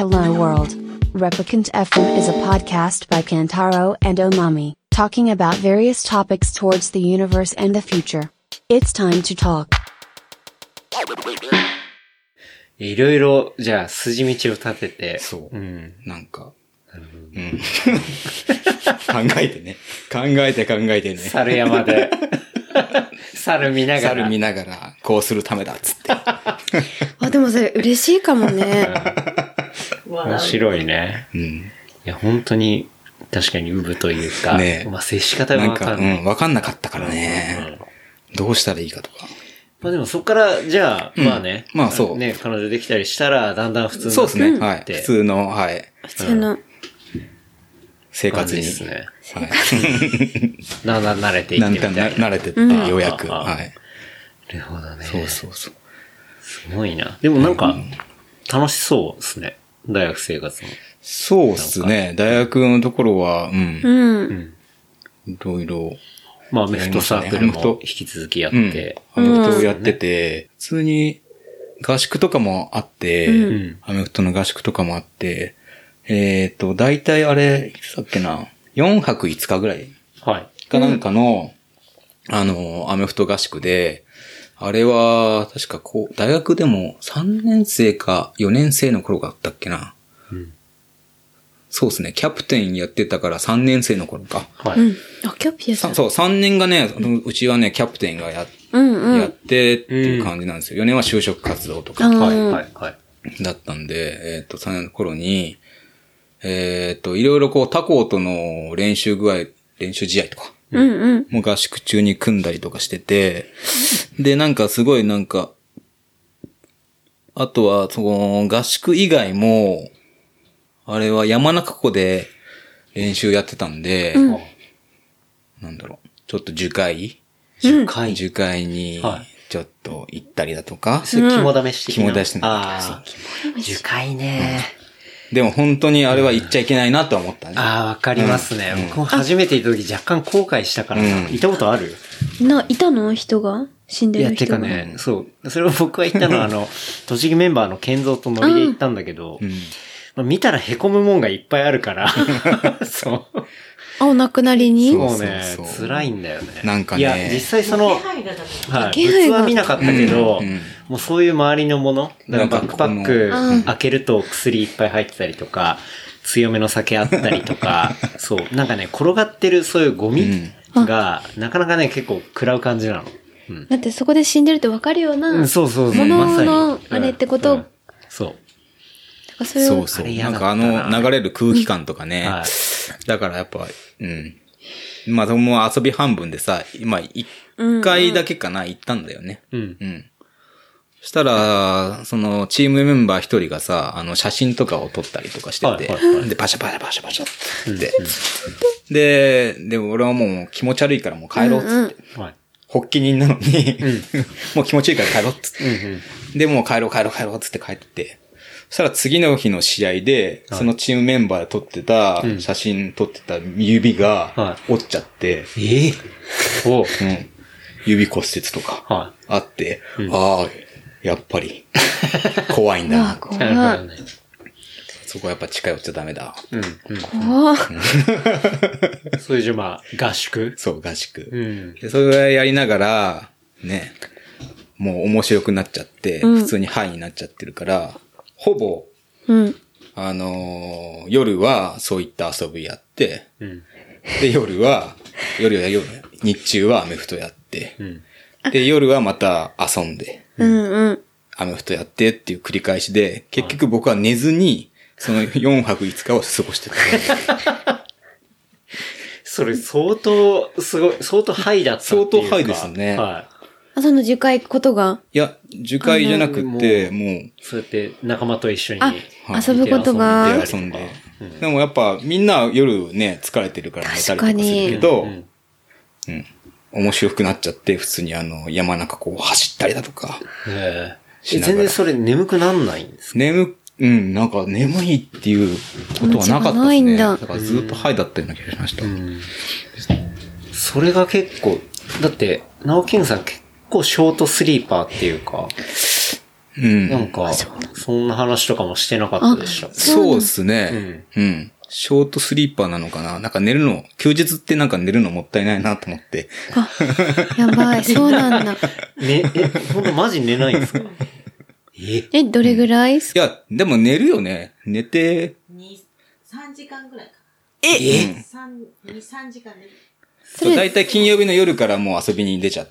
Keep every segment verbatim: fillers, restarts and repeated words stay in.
Hello World. Replicant エフエム is a podcast by Kantaro and Omami, talking about various topics towards the universe and the future. It's time to talk. いろいろ、じゃあ、筋道を立てて。 そう。 うん、 なんか。うん、考えてね。考えて考えてね。 猿山で。猿見ながら。 猿見ながら、こうするためだっつって。 あ、でもそれ嬉しいかもね。 面白いね。うん。いや、本当に、確かにウブというか、ね、まあ接し方がわかんない。 なんか、うん、わかんなかったからね、うんうん。どうしたらいいかとか。 まあでもそこから、じゃあ、うん、まあね。 まあそう。 ね、彼女できたりしたら、だんだん普通になって。 そうですね。はい。普通の、はい。 普通の。 生活に。 ですね。 はい。 だんだん慣れていってみたいな。 だんだん慣れていって、うん、ようやく。はい。 なるほどね。 そうそうそう。 すごいな。でもなんか、楽しそうですね。大学生活も。 そうっすね。大学のところは、うん。うん。いろいろ。 まあ、アメフトサークルも引き続きやって。 アメフトをやってて、普通に合宿とかもあって、アメフトの合宿とかもあって、えっと、だいたいあれ、いつだっけな、よんはくいつかぐらいかなんかの、あの、アメフト合宿で、あれは、確かこう、大学でもさんねん生かよねん生の頃があったっけな。うん、そうですね。キャプテンやってたからさんねん生の頃か。 はい。うん、あ、キャプテンさそう、さんねんがね、うちはね、キャプテンがや、うんうん、やってっていう感じなんですよ。よねんは就職活動とか。はい、はい、はい。だったんで、えっと、さんねんの頃に、えっと、いろいろこう、他校との練習具合、練習試合とか。うんうん。もう合宿中に組んだりとかしてて、で、なんかすごいなんか、あとは、その、合宿以外も、あれは山中湖で練習やってたんで、うん、なんだろう、ちょっと樹海樹海樹海に、ちょっと行ったりだとか。 それ肝試し的な。 肝試しな。 ああ、樹海ね、 うん。でも本当にあれは行っちゃいけないなとは思ったね。 ああ、わかりますね、うん。僕も初めて行った時若干後悔したからな。うん、行ったことある？ な、いたの人が死んでる人が。 いや、てかね、そう。それを僕が行ったのは、あの、栃木メンバーの健三とノリで行ったんだけど、うんまあ、見たら凹むもんがいっぱいあるから。そう。 あ、お亡くなりにそうねそうそう。辛いんだよね。 なんかね。 いや、実際その、はい。物は見なかったけど、うんうん、もうそういう周りのもの、だからバックパック開けると薬いっぱい入ってたりとか、強めの酒あったりとか、そう。なんかね、転がってるそういうゴミが、なかなかね、結構食らう感じなの。 うん、だってそこで死んでるって分かるような、うん、 そうそうそう。 もののあれってことを、うんうん、 そう。 そそうそう。なんかあの流れる空気感とかね。うんはい、だからやっぱ、うん。まあ、その遊び半分でさ、今一回だけかな、うんうん、行ったんだよね。うん。うん。そしたら、そのチームメンバー一人がさ、あの写真とかを撮ったりとかしてて、はいはいはい、で、パシャパシャパシャパシャって、うんうん。で、で、俺はもう気持ち悪いからもう帰ろうっつって。うんうんはい発起人なのに、うん、もう気持ちいいから帰ろうっつって。うんうん、で、もう帰ろう帰ろう帰ろうっつって帰って。そしたら次の日の試合で、はい、そのチームメンバーで撮ってた、うん、写真撮ってた指が折っちゃって。はい、 えー、おう、 うん、指骨折とかあって、はいうん、ああ、やっぱり怖いんだ。 怖い。 そこはやっぱ近寄っちゃダメだ。うん。 うん、怖そういうじゃまあ、合宿そう、合宿。うん。で、それやりながら、ね、もう面白くなっちゃって、うん、普通にハイになっちゃってるから、ほぼ、うん、あのー、夜はそういった遊びやって、うん、で、夜は、夜は夜、日中はアメフトやって、うん、で、夜はまた遊んで、うんうん、アメフトやってっていう繰り返しで、結局僕は寝ずに、そのよんはくいつかを過ごしてた。 それ相当、すごい、相当ハイだったっていうか。 相当ハイですね。はい。 あ、その樹海行くことがいや、樹海じゃなくて、もう。 そうやって仲間と一緒に。 あ、遊ぶことが。 遊んで。うん、でもやっぱみんな夜ね、疲れてるから寝たりとかするけど、うん、うん。面白くなっちゃって、普通にあの、山中こう走ったりだとか。 へえ。全然それ眠くなんないんですか？ 眠うん、なんか眠いっていうことはなかったですね。だからずっとハイだったような気がしました。うん、 それが結構、だって、直樹さん結構ショートスリーパーっていうか。 うん。 なんか、そんな話とかもしてなかったでした。 そうですね。うん。うん。ショートスリーパーなのかななんか寝るの、休日ってなんか寝るのもったいないなと思って。 あ、やばい、そうなんだ。 ね、え、ほんとマジ寝ないんですか？ ええ、どれぐらい？ いや、でも寝るよね。寝て。 に、さんじかんぐらいかな。 ええ ?に、さんじかん寝る。 そう、だいたい金曜日の夜からもう遊びに出ちゃって、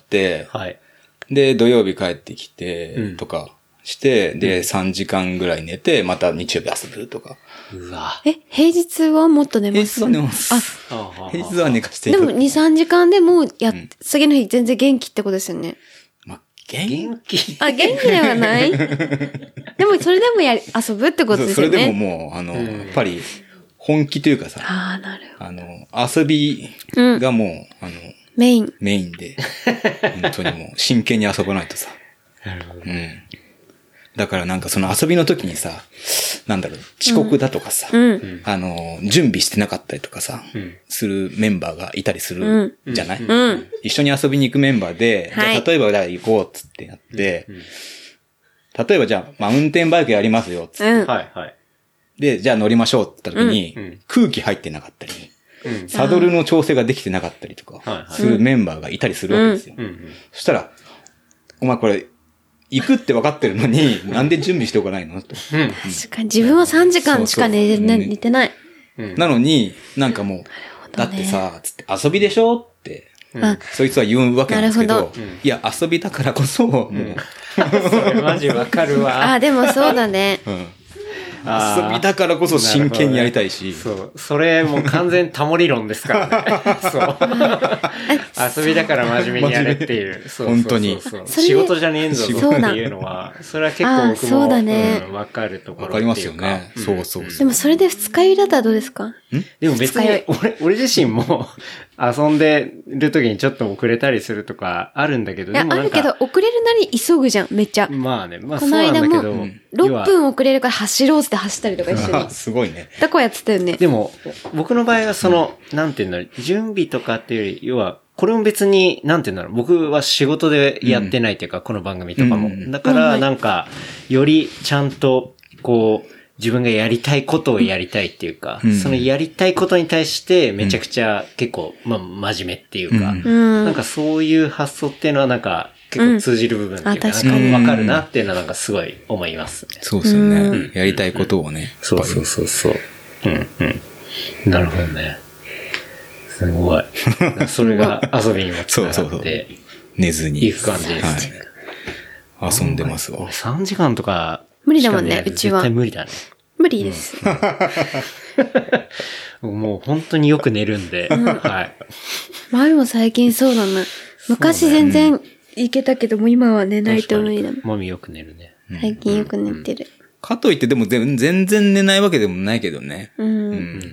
はい。 で、土曜日帰ってきて、とかして、うん、で、さんじかんぐらい寝て、また日曜日遊ぶとか。 うわ。 え、平日はもっと寝ます？ 平日は寝ます。あ、平日は寝かしていく。でもに、さんじかんでもや、うん、次の日全然元気ってことですよね。 まあ、元気あ、元気ではないでもそれでもやり、遊ぶってことですよね。 それでももう、あの、うん、やっぱり、本気というかさ、 ああ、なるほど。 あの、遊びがもう、うん、あの、 メイン。 メインで、本当にもう真剣に遊ばないとさ。 なるほど。 うん。だからなんかその遊びの時にさ、なんだろう、遅刻だとかさ、 うん、 あの、準備してなかったりとかさ、うん、するメンバーがいたりするじゃない、 うんうん、 一緒に遊びに行くメンバーで、 はい、 じゃあ例えばじゃあ行こうっつってやって、うんうん、例えばじゃあマウンテンバイクやりますよっつって、 うん、 はいはい。 で、じゃあ乗りましょうって言った時に、うん、空気入ってなかったり、うん、サドルの調整ができてなかったりとか、するメンバーがいたりするわけですよ。 うんうん、 そしたら、お前これ、行くって分かってるのに、なんで準備しておかないのと。 うん、確かに自分はさんじかんしか寝て、寝てない。 なのに、なんかもう、ね、だってさ、つって遊びでしょって、うん、そいつは言うわけなんですけど、どいや、遊びだからこそ、もう。うん、 それマジわかるわ。 あ、でもそうだね。 うん遊びだからこそ真剣にやりたいし。 ね、そう。それもう完全タモ理論ですからね。そう。遊びだから真面目にやれっていう。そうそうそう本当に。 仕事じゃねえんぞっていうのは、それは結構僕もわ、ねうん、かるところっていうか。わかりますよね。うん、そうそうそう。 でもそれで二日酔いだったらどうですか？んでも別に俺、俺自身も遊んでる時にちょっと遅れたりするとかあるんだけど、 いや、 でもあるけど遅れるなり急ぐじゃん、めっちゃ。 まあね、まあそうなんだけど。この間もろっぷん遅れるから走ろうって走ったりとか一緒に。 すごいね。 だこやってたよね。 でも、僕の場合はその、うん、なんていうんだろう、準備とかっていうより、要は、これも別に、なんていうんだろう、僕は仕事でやってないっていうか、うん、この番組とかも。うん、だから、なんか、よりちゃんと、こう、自分がやりたいことをやりたいっていうか、うん、そのやりたいことに対してめちゃくちゃ結構、まあ、真面目っていうか、うん、なんかそういう発想っていうのはなんか結構通じる部分っていうか、なんかわかるなっていうのはなんかすごい思います、ね。 そうですよね、うん。やりたいことをね。 そうそうそうそう。うんうん。なるほどね。すごい。それが遊びにもつながって。そうそうそう。 寝ずに。 行く感じですね。 はい、遊んでますわ。 さんじかんとか、 無理だもんね、うちは。 絶対無理だね。 無理です。 うん、もう本当によく寝るんで。うん、はい。 マミも最近そうだな。昔全然いけたけども、今は寝ないと無理だもん。 マミよく寝るね。 最近よく寝てる。 うん、かといってでも全然寝ないわけでもないけどね。 うん。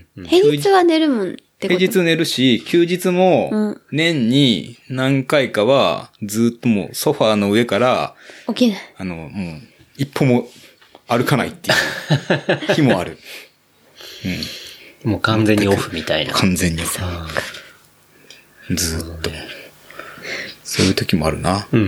うん、平日は寝るもんってこと。 平日寝るし、休日も年に何回かはずっともうソファーの上から起きない。 あの、もう一歩も歩かないっていう日もある。 うん、もう完全にオフみたいな。 完全にオフ。ずーっと。そういう時もあるな。 うん。うん。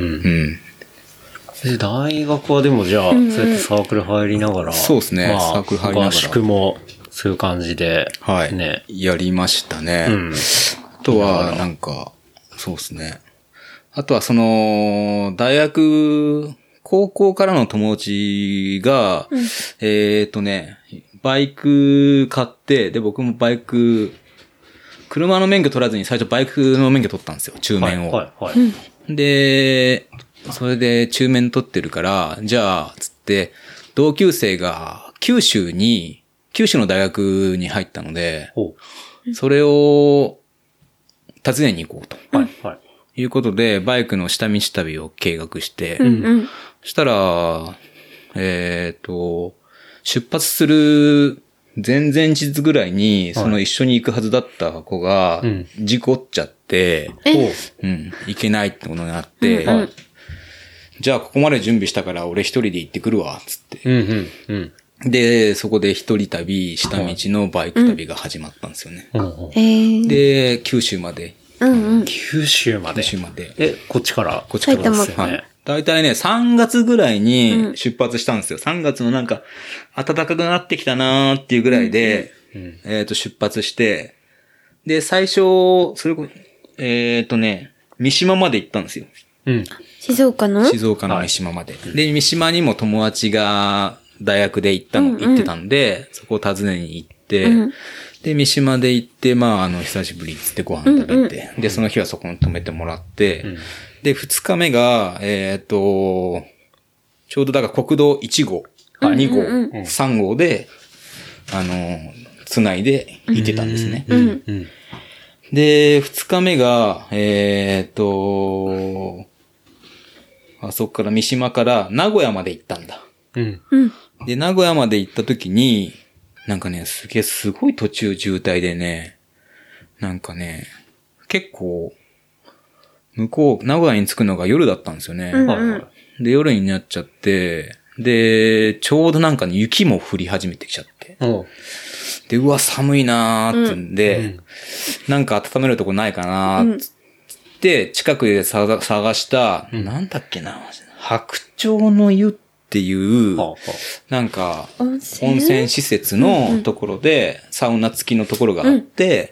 で、大学はでもじゃあ、うんうん、そうやってサークル入りながら。 そうですね。まあ、サークル入りながら。合宿もそういう感じで。 はい。 ね。 やりましたね。うん。あとは、なんか、そうですね。あとはその、大学、高校からの友達が、うん、えっとね、バイク買って、で、僕もバイク、車の免許取らずに最初バイクの免許取ったんですよ、中免を。はいはいはい、で、それで中免取ってるから、じゃあ、つって、同級生が九州に、九州の大学に入ったので、それを訪ねに行こうと。はいはい。いうことで、バイクの下道旅を計画して、うんうん、そしたら、えっと、出発する前々日ぐらいに、その一緒に行くはずだった子が、事故っちゃって、うん、行けないってことになって、うんうん、じゃあここまで準備したから俺一人で行ってくるわ、つって。うんうんうん、で、そこで一人旅、下道のバイク旅が始まったんですよね。うん、で、九州まで。 うんうん、 九州まで。 九州まで。 え、こっちからこっちからです。 はい。 だいたいね、さんがつぐらいに出発したんですよ。うん、さんがつのなんか、暖かくなってきたなーっていうぐらいで、うんうん、えっと、出発して、で、最初、それこ、えっとね、三島まで行ったんですよ。 うん。 静岡の静岡の三島まで。はい、で、三島にも友達が大学で行ったの、うんうん、行ってたんで、そこを訪ねに行って、うん、で、三島で行って、まあ、あの、久しぶりっつってご飯食べて、うんうん、で、その日はそこに泊めてもらって、うん、で、二日目が、えっと、ちょうどだから国道いち号、あ、に号、うんうん、さん号で、あの、繋いで行ってたんですね。うんうんうん、で、二日目が、えっと、あそこから三島から名古屋まで行ったんだ。 うん、 で、名古屋まで行った時に、なんかね、すげえすごい途中渋滞でね、なんかね、結構、向こう、名古屋に着くのが夜だったんですよね。うんうん、で、夜になっちゃって、で、ちょうどなんかね、雪も降り始めてきちゃって。で、うわ、寒いなーってんで、うん、なんか温めるとこないかなーって、近くで探した、うん、なんだっけな、白鳥の湯っていう、うん、なんか、温泉施設のところで、サウナ付きのところがあって、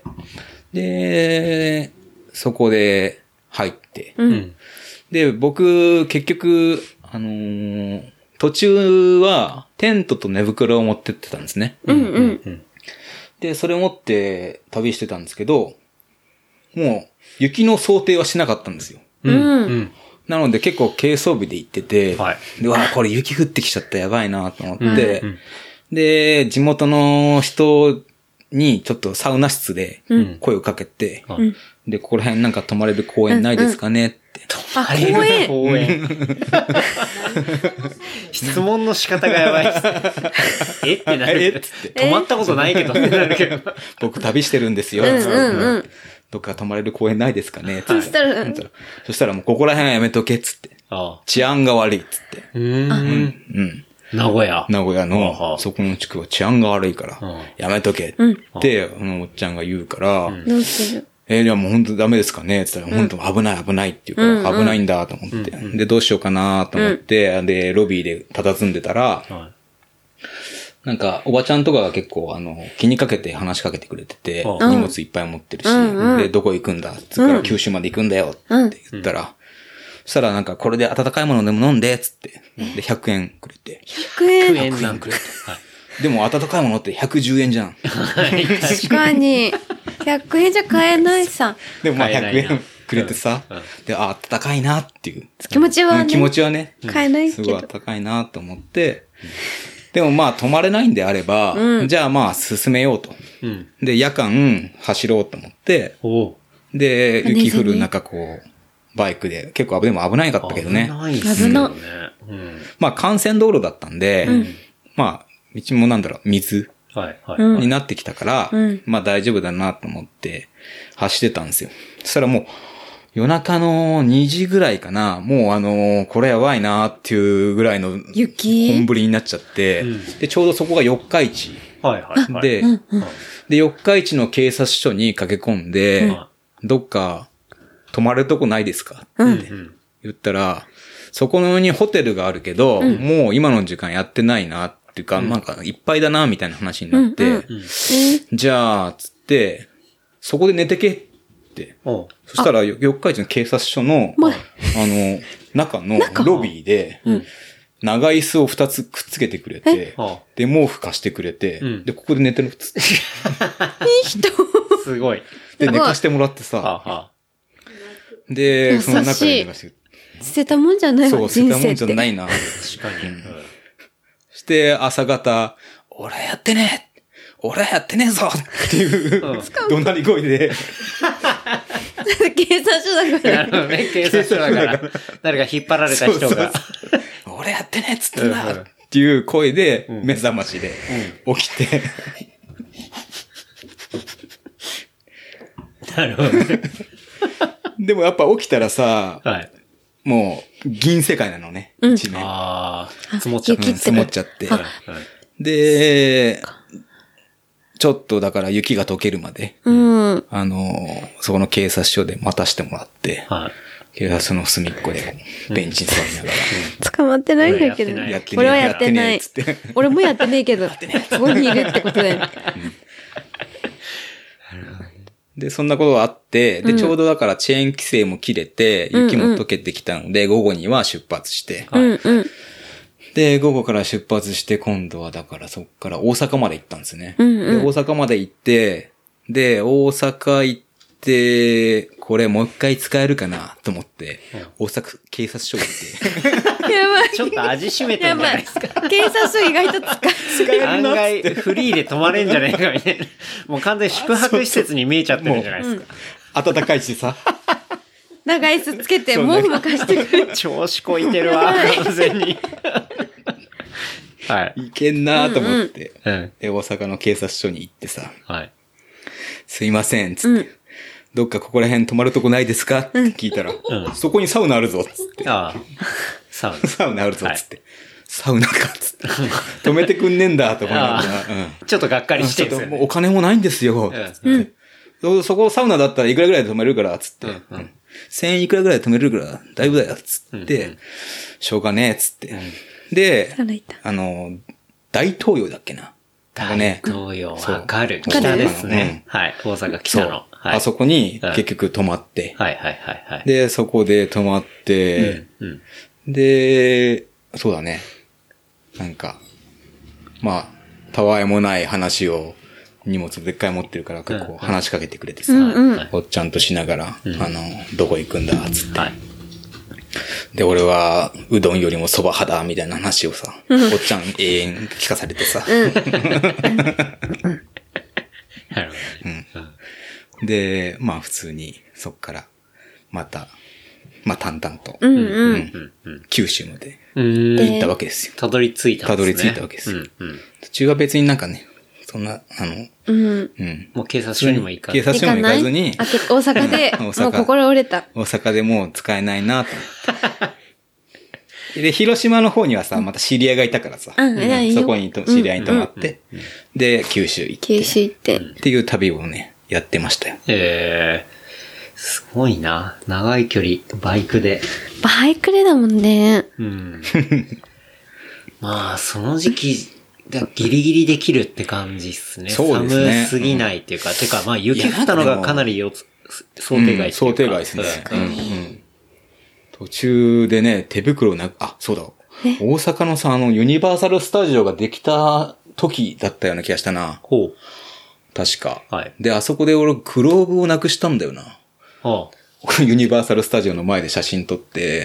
うん、で、そこで入って、うん、で、僕、結局、あのー、途中はテントと寝袋を持ってってたんですね。 うんうんうん、 で、それを持って旅してたんですけど、もう雪の想定はしなかったんですよ。 うんうん、 なので結構軽装備で行ってて、はい、で、わあ、これ雪降ってきちゃったやばいなと思って、うんうん、で、地元の人にちょっとサウナ室で声をかけて、うん、で、ここら辺なんか泊まれる公園ないですかねって。 あ、公園公園質問の仕方がやばいっす。えってなる。えっつって。泊まったことないけどってなるけど。 僕旅してるんですよ。うんうんうん、どっか泊まれる公園ないですかね。 そしたら、 そしたらもうここら辺はやめとけっつって。ああ治安が悪いっつって。 うーん。うん。名古屋。 名古屋の、そこの地区は治安が悪いから、やめとけって、うん、おっちゃんが言うから、うん、 どうするえー、いやもう本当ダメですかねって言ったら、うん、本当危ない危ないって言うから、うんうん、危ないんだと思って、うんうん。で、どうしようかなと思って、うん、で、ロビーで佇んでたら、うん、なんか、おばちゃんとかが結構、あの、気にかけて話しかけてくれてて、うん、荷物いっぱい持ってるし、うん、で、どこ行くんだつから九州まで行くんだよって言ったら、うん、そしたらなんか、これで温かいものでも飲んで、つって、で、ひゃくえんくれて。 ひゃくえん ?ひゃくえんくれて。はいでも温かいものってひゃくじゅうえんじゃん。 確かに。ひゃくえんじゃ買えないさ。 でもまあひゃくえんくれてさ。うんうん、で、あ、温かいなっていう。 気持ちはね。 気持ちはね。 買えないけど。 すごい温かいなと思って。でもまあ止まれないんであれば、うん、じゃあまあ進めようと。うん、で、夜間走ろうと思って。で、雪降る中こう、バイクで。結構でも危ないかったけどね。 危ないですね。 危な。 うん、 まあ幹線道路だったんで、うん、まあ、道もなんだろう、水になってきたから、うん、まあ大丈夫だなと思って走ってたんですよ。そしたらもう夜中のにじぐらいかな、もうあのー、これやばいなっていうぐらいの雪本降りになっちゃって、うん、で、ちょうどそこが四日市。 はいはいはい、 で、うんうん、で、四日市の警察署に駆け込んで、うん、どっか泊まるとこないですかって言ったら、うん、そこにホテルがあるけど、うん、もう今の時間やってないなって、っていうか、うん、なんかいっぱいだなみたいな話になって、うんうん、じゃあつってそこで寝てけって、そしたら四日市の警察署のあの中のロビーで長椅子を二つくっつけてくれて、で毛布貸してくれて、うん、でここで寝てるっつっていい人すごいで寝かしてもらってさ、はあ、でその中で寝かして捨てたもんじゃないわそう捨てたもんじゃないな確かに、うんして朝方、俺やってねえ俺やってねえぞっていう、うん、怒鳴り声で。 警察署だから。 なるほどね、警察署だから。誰か引っ張られた人が。そうそうそう俺やってねえっつってんだっていう声で、目覚ましで起きて。 なるほどね。 でもやっぱ起きたらさ、はい、もう銀世界なのね。 うん、 一面。 ああ、積もっちゃって。 積もっちゃって。で、ちょっとだから雪が溶けるまで、 うん、 あの、そこの警察署で待たせてもらって、 は警警察の隅っこでベンチに座りながら。 捕まってないんだけど。 やってねえ。 俺はやってない。俺もやってねえけど。そこにいるってことだよね。 で、そんなことがあって、で、ちょうどだからチェーン規制も切れて、雪も溶けてきたので、午後には出発して。 うんうん。 で、午後から出発して、今度はだからそっから大阪まで行ったんですね。 うんうん、 で、大阪まで行って、で、大阪行って、これもう一回使えるかなと思って、大阪警察署行って。 やばい。 ちょっと味しめてるんじゃないですか。 警察署意外と使える案外フリーで泊まれんじゃねえかみたいな。もう完全に宿泊施設に見えちゃってるんじゃないですか。 そうそう、暖かいしさ。 長椅子つけて毛布も貸してくる。 調子こいてるわ、完全に。はい。 いけんなと思って、 うんうん、 で、大阪の警察署に行ってさ。 はい。 すいません、つって。うん、どっかここら辺泊まるとこないですかって聞いたら、うん、そこにサウナあるぞ、つって。 ああ。サウナ。 サウナあるぞ、つって。はい、サウナか、つって。止めてくんねえんだ、と思いながら、うん。 ちょっとがっかりしてるんですよ、ね。 お金もないんですよ、うん、そ, そこサウナだったらいくらぐらいで泊めるから、つって。うんうん、せんえんいくらぐらいで泊めるから、だいぶだよ、つって。うんうん、しょうがねえ、つって。うん、で、あの、大東洋だっけな。 大東洋、わかる。北ですね。はい。大阪北の。 はい、あそこに結局泊まって。 はいはいはいはい。 で、そこで泊まって、うんうん、で、そうだね。なんか、まあ、たわいもない話を荷物でっかい持ってるから結構話しかけてくれてさ、うんうん、おっちゃんとしながら、うん、あの、どこ行くんだ、つって。はい、で、俺は、うどんよりも蕎麦派だ、みたいな話をさ、うん、おっちゃん永遠聞かされてさ。うんうん、で、まあ普通に、そっから、また、まあ淡々と、うんうんうん、九州まで行ったわけですよ。 たどり着いたんですね。 たどり着いたわけですよ。うんうん、途中は別になんかね、そんな、あの、 うん。 うん。 もう警察署にも行かずに。警察署にも行かずに。 あ、大阪で、もう心折れた。 大阪でもう使えないなと思って。で、広島の方にはさ、また知り合いがいたからさ。うん、うん、そこにと知り合いに泊まって、うんうん、で、九州行って。 九州行って。 っていう旅をね、やってましたよ。 へー。すごいな。長い距離、バイクで。 バイクでだもんね。 うん。まあ、その時期、ギリギリできるって感じっすね。 そうですね。 寒すぎないっていうか、うん、てかまあ雪降ったのがかなりよ想定外っていうか、うん、 想定外ですね。うんうん、途中でね、手袋な、あ、そうだ。大阪のさ、あの、ユニバーサルスタジオができた時だったような気がしたな。 ほう。 確か。 はい。 で、あそこで俺、グローブをなくしたんだよな。 はあ、ユニバーサルスタジオの前で写真撮って、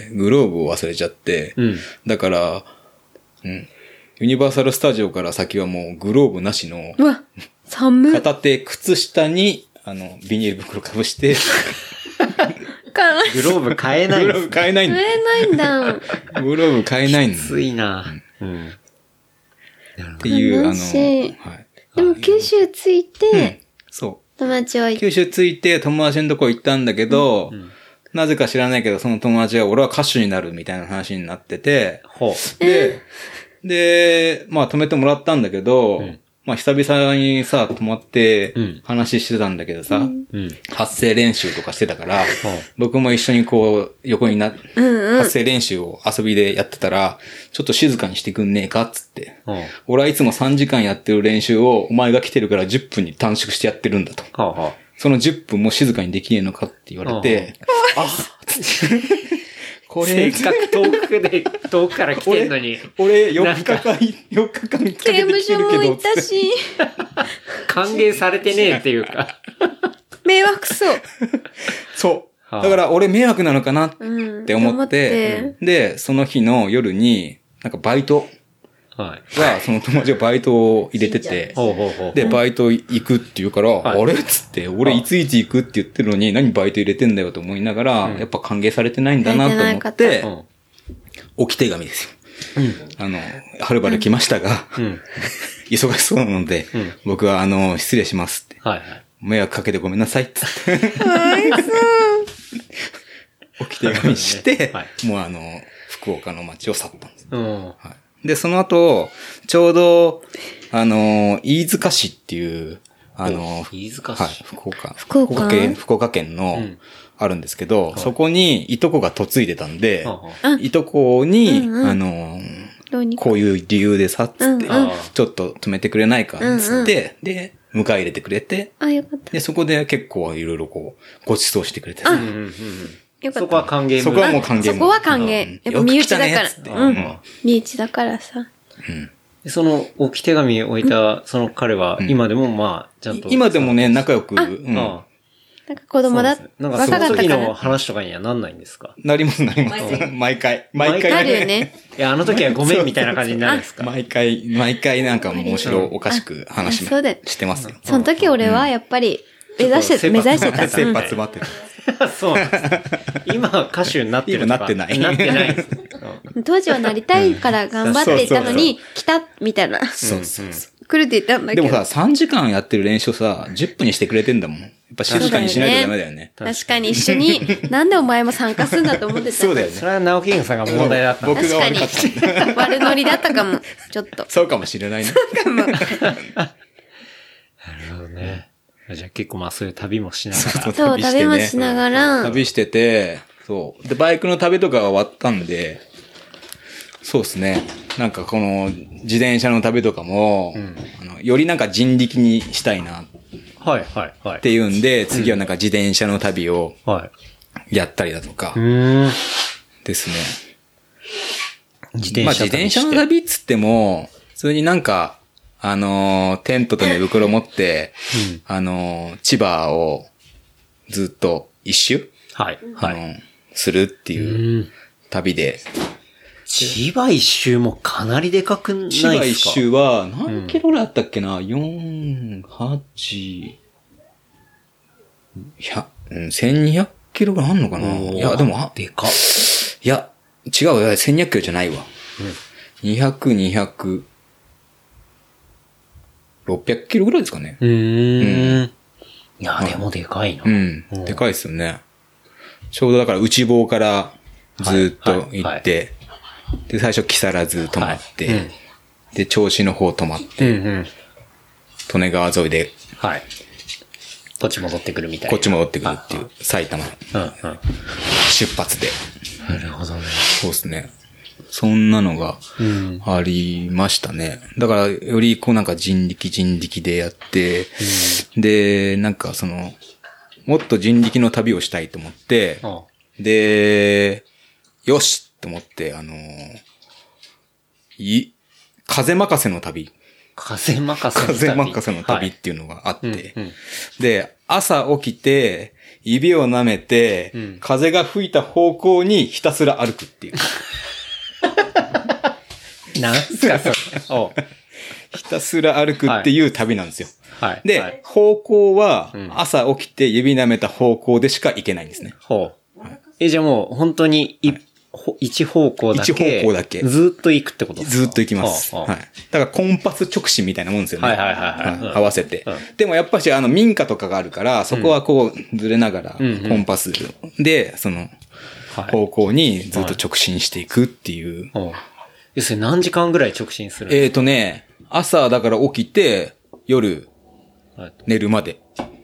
グローブを忘れちゃって、うん、だから、うん。ユニバーサルスタジオから先はもうグローブなしの、 うわ、寒い。 片手、靴下に、あの、ビニール袋かぶして、 グローブ買えないんです、ね。グローブ買えないんだ。 買えないんだ。 グローブ買えないんだ。 きついな。うん。 っていう、あの、 はい。でも九州着いて、うん、 そう。 友達は行って。 九州着いて友達のとこ行ったんだけど、うん、なぜか知らないけど、その友達が俺は歌手になるみたいな話になってて、 ほう。で、で、まあ止めてもらったんだけど、うん、まあ久々にさ、泊まって話してたんだけどさ、うん、発声練習とかしてたから、うん、僕も一緒にこう横にな、うんうん、発声練習を遊びでやってたら、ちょっと静かにしてくんねえかっつって、うん、俺はいつもさんじかんやってる練習をお前が来てるからじゅっぷんに短縮してやってるんだと。 はあはあ、 そのじゅっぷんも静かにできねえのかって言われて、はあはあ、あこれ、せっかく遠くで、遠くから来てんのに。 俺、俺よっかかん、よっかかんかけてきてるけど。 刑務所も行ったし。 歓迎されてねえっていうか。 迷惑そう。 そう。だから俺迷惑なのかなって思って、うん、ってで、その日の夜に、なんかバイトが、その友達がバイトを入れてて、で、バイト行くって言うから、はい、あれっつって、俺いついつ行くって言ってるのに、何バイト入れてんだよと思いながら、うん、やっぱ歓迎されてないんだなと思って、置き手紙ですよ。うん、あの、はるばる来ましたが、うん、忙しそうなので、うん、僕はあの、失礼しますって。はいはい、迷惑かけてごめんなさいっつって。 かわいそう。 置き手紙して、はい、もうあの、福岡の街を去ったんです。 うんはいで、その後、ちょうど、あの、飯塚市っていう、あの、 飯塚市、 はい、福岡。 福岡県、福岡県の、うん、 あるんですけど、はい、そこにいとこが嫁いでたんで、 はい、 いとこに、うんうん、あの、こういう理由でさ、つって、うんうん、ちょっと止めてくれないか、つって、うんうん、で、迎え入れてくれて、 あ、よかった。 で、そこで結構いろいろこう、ご馳走してくれて、 うんうんうん、よかった。 そこは歓迎。 そこはもう歓迎。 そこは歓迎。やっぱ身内だから。うん。身内だからさ。 うん。その置き手紙を置いた、その彼は、今でもまあ、ちゃんと。 今でもね、仲良く。うん。 なんか子供だ、 なんかその時の話とかにはなんないんですか？ なります、なります。毎回。毎回。 なるよね。 いや、あの時はごめんみたいな感じになるんですか？ 毎回、毎回なんか面白おかしく話してますよ。 その時俺はやっぱり、目指して、目指してた。 切羽詰まってた。そうなんです。今は歌手になってるとか。 なってない。 なってない。 当時はなりたいから頑張っていたのに、来た、みたいな。 そうそうそう。 来るって言ったんだけど。 でもさ、さんじかんやってる練習さ、じゅっぷんにしてくれてんだもん。やっぱ静かにしないとダメだよね。 確かに一緒に、なんでお前も参加するんだと思ってた。 そうだよね。 それは直樹さんが問題だった。 僕が悪かった。 確かに。悪ノリだったかも。ちょっと。 そうかもしれないね。 そうかも。なるほどね。じゃあ結構まあそういう旅もしながら。 そう、そう旅もしながら。 旅してて、そう。で、バイクの旅とかが終わったんで、そうですね。なんかこの自転車の旅とかも、うん、あのよりなんか人力にしたいな。 はいはいはい。 っていうんで、次はなんか自転車の旅をやったりだとか。 うん、 ですね。 自転車まあ自転車の旅っつっても、普通になんか、あのー、テントと寝袋持って、うん、あのー、千葉をずっと一周はい。 あのー、はい、するっていう旅で。 千葉一周もかなりでかくないですか？ 千葉一周は何キロぐらいあったっけな、うん、よん、はち、ひゃく、うん、せんにひゃくキロぐらいあんのかな。いや、でも、あ、 でか。 いや、違うよ、せんにひゃくキロじゃないわ。うん、にひゃく、にひゃく、ろっぴゃくキロぐらいですかね。 うーん。うん、いや、でもでかいな。 うん。うん、でかいですよね。ちょうどだから内房からずっと行って、はいはいはい、で、最初木更津泊まって、はいうん、で、銚子の方泊まって、うんうん、利根川沿いで、 はい。こっち戻ってくるみたいな。 こっち戻ってくるっていう、埼玉、うんうん、出発で。 なるほどね。 そうですね。そんなのがありましたね。うん、だから、よりこうなんか人力人力でやって、うん、で、なんかその、もっと人力の旅をしたいと思って、ああで、よしと思って、あのー、い、風任せの旅。 風任せの旅。 風任せの旅っていうのがあって、はいうんうん、で、朝起きて、指を舐めて、うん、風が吹いた方向にひたすら歩くっていう。 なんすかそれ。おひたすら歩くっていう旅なんですよ。 はい。 で、はい、方向は、朝起きて指舐めた方向でしか行けないんですね。 ほう。はい、え、じゃあもう本当に一、一方向だけ。 一方向だけ。 ずっと行くってことですか？ ずっと行きます。はい。だからコンパス直進みたいなもんですよね。 はいはいはい、はい。 合わせて、うん。でもやっぱしあの民家とかがあるから、そこはこうずれながら、コンパスで、その、方向にずっと直進していくっていう。 はいはい、要するに何時間ぐらい直進するんですか？えーとね、朝だから起きて、夜、寝るまで。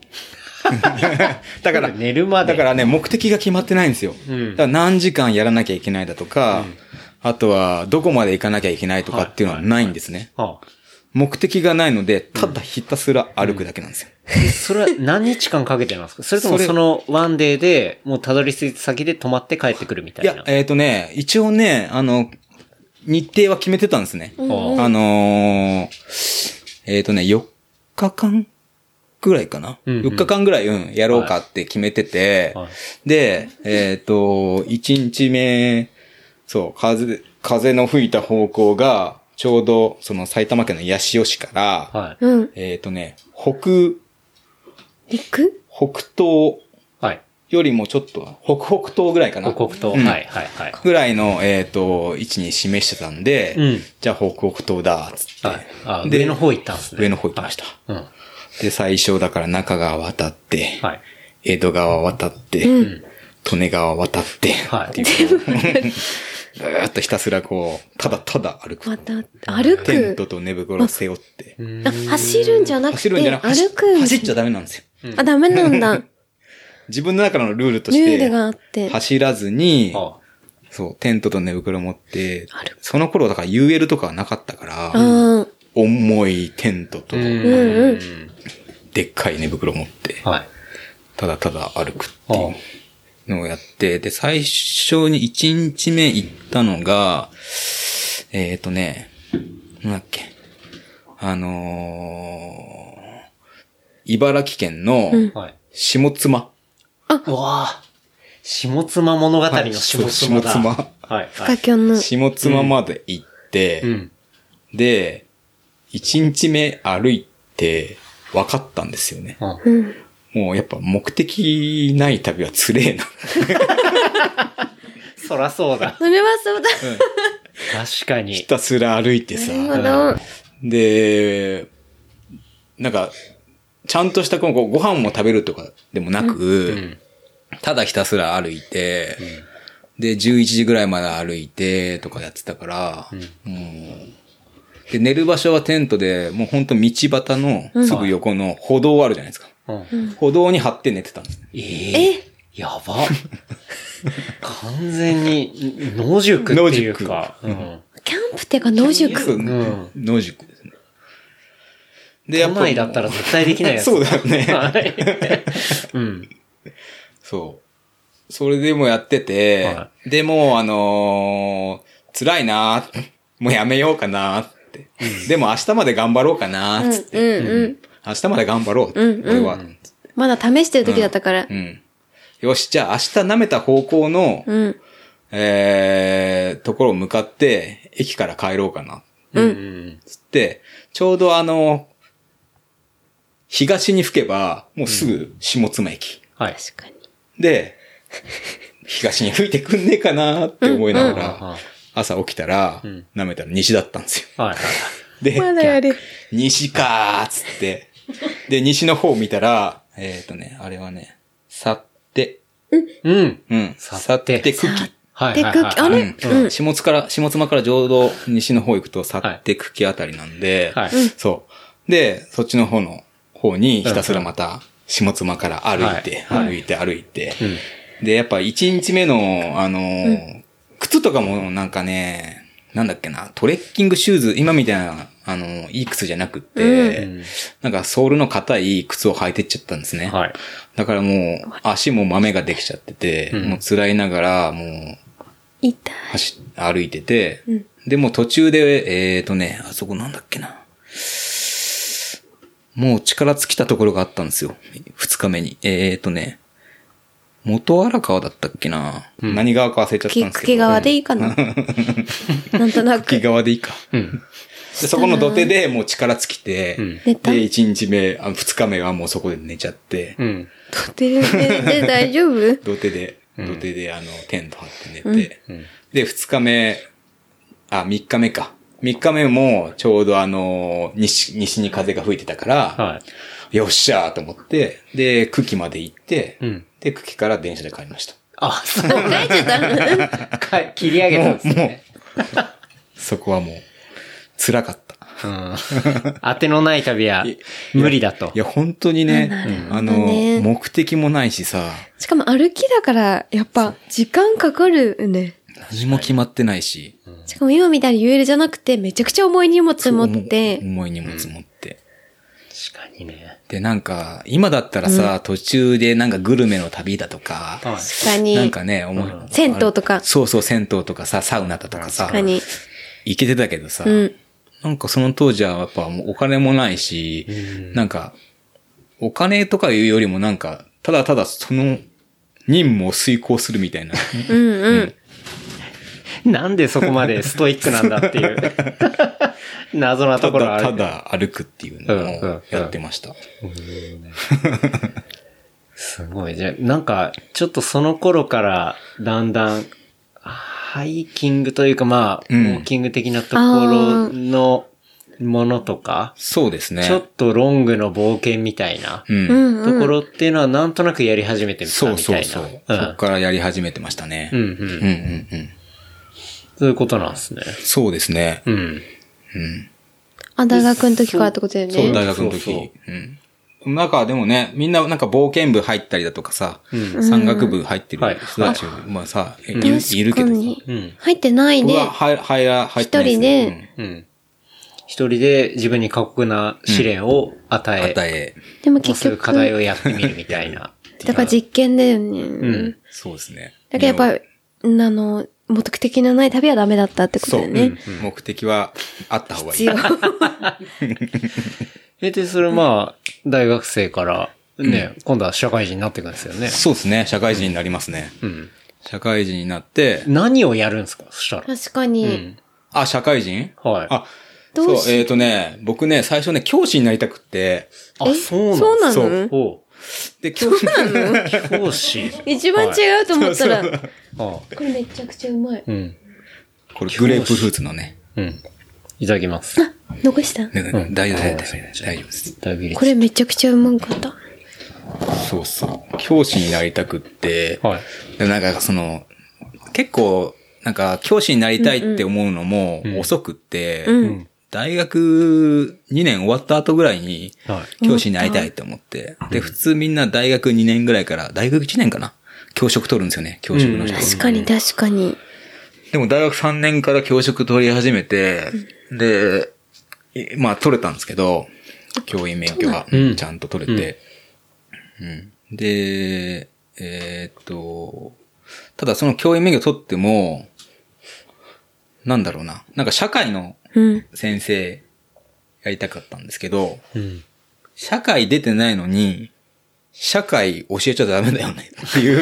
だから、 寝るまで。 だからね、目的が決まってないんですよ。うん、だから何時間やらなきゃいけないだとか、うん、あとはどこまで行かなきゃいけないとかっていうのはないんですね。はいはいはい、目的がないので、ただひたすら歩くだけなんですよ。 うんうん、それは何日間かけてなんですか？それともそのワンデーでもうたどり着いた先で泊まって帰ってくるみたいな。 いや、えっとね、一応ね、あの、日程は決めてたんですね。うん、あのー、えっとね、よっかかんぐらいかな、うんうん、よっかかんぐらい、うん、やろうかって決めてて、はいはい、で、えっと、いちにちめ、そう、風、風の吹いた方向が、ちょうど、その埼玉県の八潮市から、はい、えっとね、北、 陸北東よりもちょっと、北北東ぐらいかな。 北北東、うん、はいはいはい。 ぐらいの、えっと、位置に示してたんで、うん、じゃあ北北東だ、つって。 はい、あで上の方行ったんですね。 上の方行きました。 はい、うんで、最初だから中川渡って、はい、江戸川渡って、うん、利根川渡って、はい、っていうずーっとひたすらこう、ただただ歩く。 また、歩く。 テントと寝袋背負って。 あ、走るんじゃなくて、 走るんじゃなくて、 歩く。 走っちゃダメなんですよ。 うん、あ、ダメなんだ。 自分の中のルールとして、 ルールがあって。 走らずに、そう、テントと寝袋持って、その頃だから ユーエル とかはなかったから、うん、重いテントと、でっかい寝袋持って、はい、ただただ歩くっていうのをやって、で、最初にいちにちめ行ったのが、えっとね、なんだっけ、あのー、茨城県の下妻。 うん、あ、うわぁ。下妻物語の下妻だ。はい、下妻。はい。 深きょんの。 下妻まで行って、うん、で、一日目歩いて分かったんですよね。うん、もうやっぱ目的ない旅はつれえな。 そらそうだ。 それはそうだ。うん、 確かに。 ひたすら歩いてさ。で、なんか、ちゃんとしたこうご飯も食べるとかでもなく、うんうんただひたすら歩いて、うん、で、じゅういちじぐらいまで歩いて、とかやってたから、うん、もうで、寝る場所はテントで、もうほんと道端のすぐ横の歩道あるじゃないですか。うん、歩道に張って寝てたんです。 えー、えやば。完全に野宿っていうか。 うん、キャンプっていうか野宿、 うん、野宿ですね。 で、やっぱりだったら絶対できないやつ。 そうだよね。はい。うんそう。それでもやってて、はい、でもあのー、辛いなもうやめようかなって、うん。でも明日まで頑張ろうかなつって、うんうんうん。明日まで頑張ろうって、うんうん、俺は。 まだ試してる時だったから。 うん。うん、よし、じゃあ明日舐めた方向の、うん、えー、ところを向かって、駅から帰ろうかな。うん。つって、ちょうどあの、東に吹けば、もうすぐ下妻駅。 うん、はい。 確かに。 で、東に吹いてくんねえかなって思いながら、うんうん、朝起きたら、うん、舐めたら西だったんですよ。はいはい、で、 まだやる。 西かーっつって、で、西の方見たら、えっとね、あれはね、さって、 うん。 うん。さって茎。 はいはいはい。 あれ、 うん、下津から、下妻からちょうど西の方行くと、さって茎あたりなんで、はい、そう。で、そっちの方の方にひたすらまた、下妻から歩いて、はい、歩いて、歩いて、うん。で、やっぱ一日目の、あのーうん、靴とかもなんかね、なんだっけな、トレッキングシューズ、今みたいな、あのー、いい靴じゃなくって、うん、なんかソールの硬い靴を履いてっちゃったんですね。はい。だからもう、足も豆ができちゃってて、うん、もう辛いながら、もう、 痛い。 走、歩いてて、うん、でも途中で、えーとね、あそこなんだっけな。もう力尽きたところがあったんですよ。二日目に。えーとね、元荒川だったっけな、うん、何川か忘れちゃったんですけど。 茎川でいいかななんとなく。 茎川でいいか。うん、でそこの土手でもう力尽きて、うん、で、一日目、あ二日目はもうそこで寝ちゃって。うん、 土手で大丈夫土手で、土手であの、テント張って寝て。うん、で、二日目、あ、三日目か。三日目もちょうどあの、西、西に風が吹いてたから、はい、よっしゃーと思って、で、茎まで行って、うん、で、茎から電車で帰りました。 あ、そう。 帰っちゃった切り上げたんですね。 もう、もうそこはもう、辛かった。うん、 当てのない旅は無理だと。 いや、本当にね、あの、目的もないしさ。 しかも歩きだから、やっぱ、時間かかるね。 何も決まってないし。 しかも今みたいに ユーエル じゃなくて、めちゃくちゃ重い荷物持って。 重い荷物持って。うん、 確かにね。 で、なんか、今だったらさ、うん、途中でなんかグルメの旅だとか。 確かに。 なんかね、思い、 うん、銭湯とか。 そうそう、銭湯とかさ、サウナだとかさ。 確かに。 行けてたけどさ、うん、なんかその当時はやっぱもうお金もないし、うん、なんか、お金とかいうよりもなんか、ただただその任務を遂行するみたいな。うんうん。うんなんでそこまでストイックなんだっていう謎なところある。 ただ、ただ歩くっていうのをやってました。うんうんうん、 すごい。じゃあ、なんか、ちょっとその頃からだんだん、ハイキングというかまあ、うん、ウォーキング的なところのものとか、 そうですね。 ちょっとロングの冒険みたいな、うん、ところっていうのはなんとなくやり始めてみたみたいな。そうそうそう。 うん、そこからやり始めてましたね。うんうん。うんうんうん。 そういうことなんですね。 そうですね。うん。うん。 あ、大学の時からってことだよね。 そう、大学の時。うん。 なんかでもね、みんななんか冒険部入ったりだとかさ、うん、山岳部入ってる人たち、うん、まあさ、いる、いるけどさ、 うん、入ってないね。 僕は入、入ら、入ってないですね。 一人で、うん。一人で自分に過酷な試練を与え、 うん、与え。 でも結局。 課題をやってみるみたいな。 だから実験だよね。 うん。そうですね。 だけどやっぱ、あの、目的のない旅はダメだったってことだよね。 そう。うん、目的はあった方がいい。 必要。 え、で、それまあ、大学生からね、うん、今度は社会人になっていくんですよね。 そうですね。社会人になりますね。うん。社会人になって。 何をやるんですかそしたら。 確かに。うん、 あ、社会人はい。 あ、そう、えっとね、僕ね、最初ね、教師になりたくって。 あ、そうなのそうなのそう。で、教師なの教師一番違うと思ったら。 そうそうこれめちゃくちゃうまい。 うん。 これグレープフルーツのね。 うん。いただきます。 あ、残した、 ねうん、大丈夫です。大丈夫です。 これめちゃくちゃうまかった。 そうそう。教師になりたくって、はい。でなんかその、結構、なんか教師になりたいって思うのも遅くって、うんうん、大学にねん終わった後ぐらいに、教師になりたいって思って、はい、で、普通みんな大学にねんぐらいから、大学いちねんかな教職取るんですよね、教職の人。 うん、確かに確かに。 でも大学さんねんから教職取り始めて、うん、で、まあ取れたんですけど、教員免許がちゃんと取れて、うんうん、で、えー、っと、ただその教員免許取っても、なんだろうな、なんか社会の先生やりたかったんですけど、うん、社会出てないのに、社会教えちゃダメだよねっていう、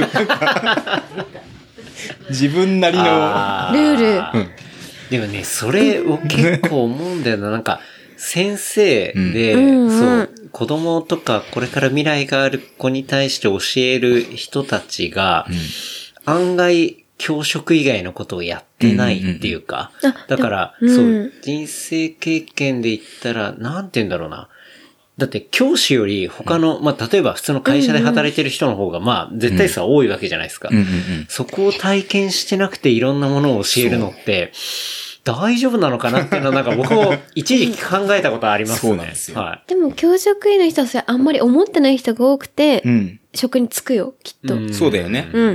自分なりのルール、うん。 でもね、それを結構思うんだよな。なんか、先生で、うん、そう、子供とかこれから未来がある子に対して教える人たちが、うん、案外、教職以外のことをやってないっていうか、うんうんうん、だから、うん、そう、人生経験で言ったら、なんて言うんだろうな。だって教師より他の、うん、まあ、例えば普通の会社で働いてる人の方が、まあ、絶対数は多いわけじゃないですか、うんうんうんうん。そこを体験してなくていろんなものを教えるのって、大丈夫なのかなっていうのはなんか僕も一時期考えたことありますね。 そうなんですよ。 はい。でも教職員の人はそれあんまり思ってない人が多くて、うん、職に就くよ、きっと。 うん、そうだよね。 うん。うん、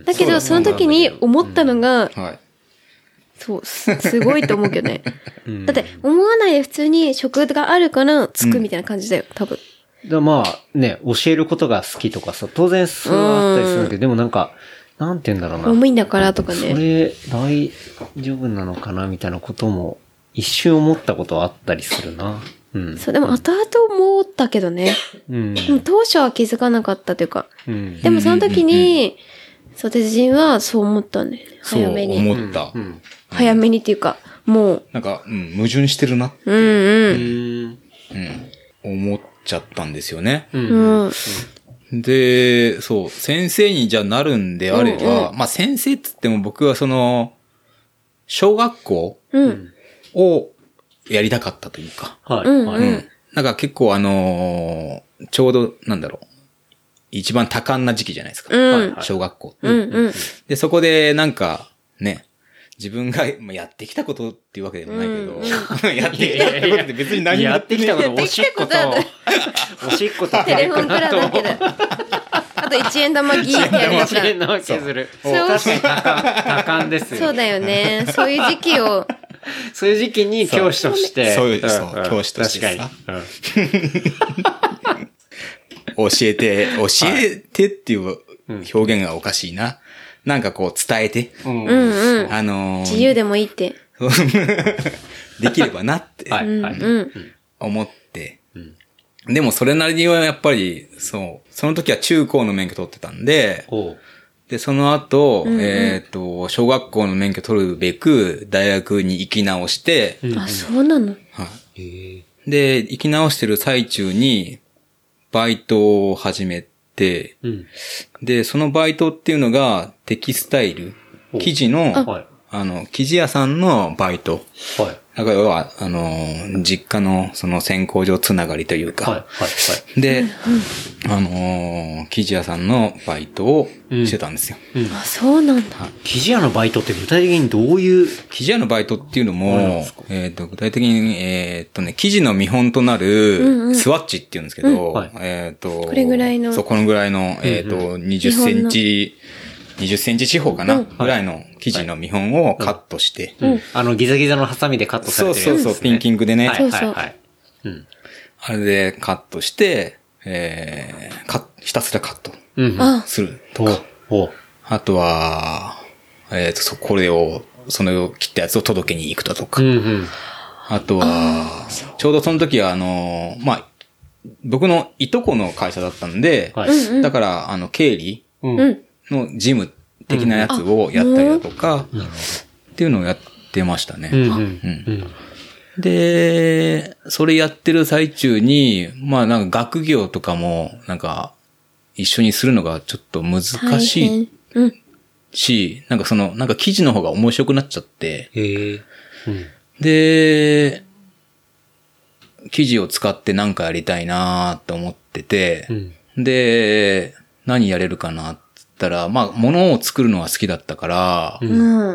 だけどその時に思ったのが、うんはい、そう、すごいと思うけどね。うん、だって思わないで普通に職があるから就くみたいな感じだよ、多分。 だまあね、教えることが好きとかさ、当然それはあったりするけど、でもなんか、なんて言うんだろうな。 公務員だからとかね。 それ大丈夫なのかなみたいなことも一瞬思ったことはあったりするな。うん。 そう、でも後々思ったけどね。うん。でも当初は気づかなかったというか。うん。でもその時に、そう、鉄人はそう思ったね。早めに。 そう思った。うん。 早めにっていうか、もう。 なんか、うん、矛盾してるな。 うんうん。 うん。思っちゃったんですよね。うん。うんで、そう、先生にじゃあなるんであれば、うんうん、まあ先生っつっても僕はその、小学校をやりたかったというか。はい。うん。なんか結構あのー、ちょうど、なんだろう、一番多感な時期じゃないですか。うん、小学校、うんうん。で、そこでなんか、ね、自分がやってきたことっていうわけでもないけど、うんうん、やってきたことって別に何もやってきたこと、おしっこと、おしっことテレフォンくらいだけど。あと一円玉ギーってやるやつだ。 一円玉削る。そう。確かに多感ですよ。 そうだよね。そういう時期を。 そういう時期に教師として。 そういう、そう、教師として。確かに。教えて、教えてっていう表現がおかしいな。なんかこう伝えて。うんうん。あのー、 自由でもいいって。 できればなって。はい。はい。思って。でもそれなりにはやっぱり、そう。その時は中高の免許取ってたんで、で、その後、うんうん、えっと、小学校の免許取るべく大学に行き直して。 あ、そうなの？ はい。で、行き直してる最中に、バイトを始めて、うん、で、そのバイトっていうのがテキスタイル、生地の、あの、生地屋さんのバイトだから要は、あのー、実家のその線工場つながりというか。 はい、はい、はい。 で、うん、あのー、生地屋さんのバイトをしてたんですよ。 うんうん、あ、そうなんだ。 生地屋のバイトって具体的にどういう生地屋のバイトっていうのも、えっと、具体的に、えっとね、生地の見本となる、スワッチっていうんですけど、うんうん、えっと、 これぐらいの。 そう、このぐらいの、えっと、にじゅっセンチ、にじゅっセンチ四方かな、うん、ぐらいの生地の見本をカットして。 うんうん、あの、ギザギザのハサミでカットされてるやつですね。 そうそうそう、ピンキングでね。 はいはいはい。 うん、あれでカットして、えー、かひたすらカットするとか。うんうん、あとは、えっと、これを、その切ったやつを届けに行くだとか。うんうん、あとは、ちょうどその時は、あの、まあ、僕のいとこの会社だったんで、はい、だから、あの、経理の事務的なやつをやったりだとか、うん、っていうのをやってましたね。うんうんうん、で、それやってる最中に、まあなんか学業とかも、なんか、一緒にするのがちょっと難しいし、なんかその、なんか記事の方が面白くなっちゃって、へーうん、で、記事を使って何かやりたいなと思ってて、うん、で、何やれるかなって言ったら、まあ、物を作るのは好きだったから、うん、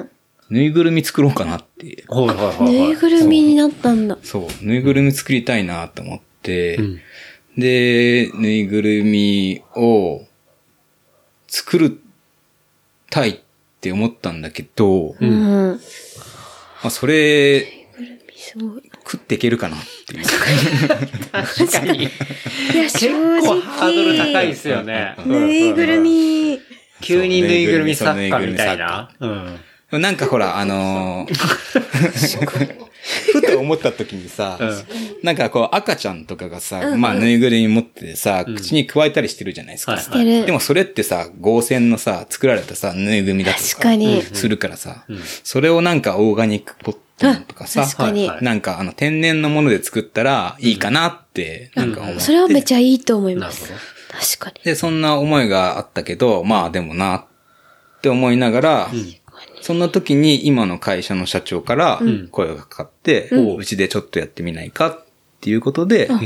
ぬいぐるみ作ろうかなって。 はいはいはいはい、ぬいぐるみになったんだ。 そう、ぬいぐるみ作りたいなと思って、うん、で、ぬいぐるみを作るたいって思ったんだけど、うん、まあ、それ、食っていけるかなっていう。 確かに。いや、正直。結構ハードル高いですよね。 ぬいぐるみ。 急にぬいぐるみ作家みたいな。 うん。なんかほら、あのー、ふと思った時にさ、うん、なんかこう赤ちゃんとかがさ、うんうん、まあぬいぐるみ持ってさ、口に加えたりしてるじゃないですか。うん、でもそれってさ、合成のさ、作られたさ、ぬいぐるみだとさ、するからさ、うん、それをなんかオーガニックポットとかさ、 確かになんかあの天然のもので作ったらいいかなって、なんか思って、うん。 それはめっちゃいいと思います。確かに。 で、そんな思いがあったけど、まあでもなって思いながら、うん、そんな時に今の会社の社長から声がかかって、うん、うちでちょっとやってみないかっていうことで、うん、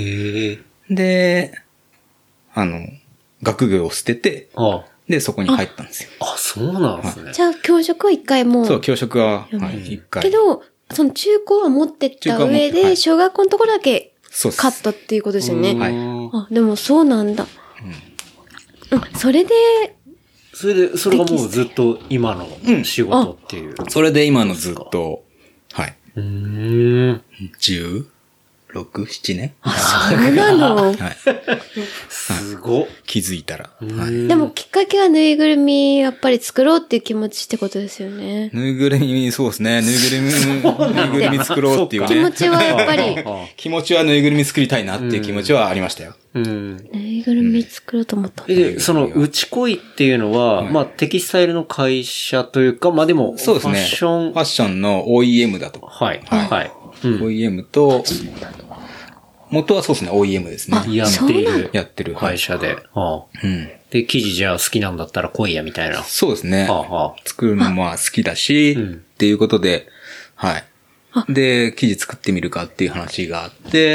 で、あの、学業を捨てて、ああで、そこに入ったんですよ。 あ、そうなんですね。はい、 じゃあ教職は一回もう。 そう、教職は、はい、一回。 けど、その中高は持ってった上で、小学校のところだけカットっていうことですよね。はい。あ、でもそうなんだ。うん。うん、それで、 それで、それがもうずっと今の仕事っていう。 うん、それで今のずっと、はい。うーん。じゅうろく、ななねんあ、そうなのはい。 すごっ。 気づいたら。 はい。でもきっかけはぬいぐるみやっぱり作ろうっていう気持ちってことですよね。 ぬいぐるみ、そうですね。ぬいぐるみ、ぬいぐるみ作ろうっていうね。 気持ちはやっぱり。 気持ちはぬいぐるみ作りたいなっていう気持ちはありましたよ。 うん。ぬいぐるみ作ろうと思った。 で、その、うちこいっていうのは、まあ、テキスタイルの会社というか、まあでも、 そうですね。 ファッション。 ファッションの オーイーエム だと。 はい。はい。 オーイーエム と、元はそうですね、オーイーエム ですね。 やっている。 やってる。 会社で。はあ、うん。で、生地じゃあ好きなんだったら来いや、みたいな。 そうですね。はあはあ、作るのも好きだし、うん、っていうことで、はい。で、生地作ってみるかっていう話があって、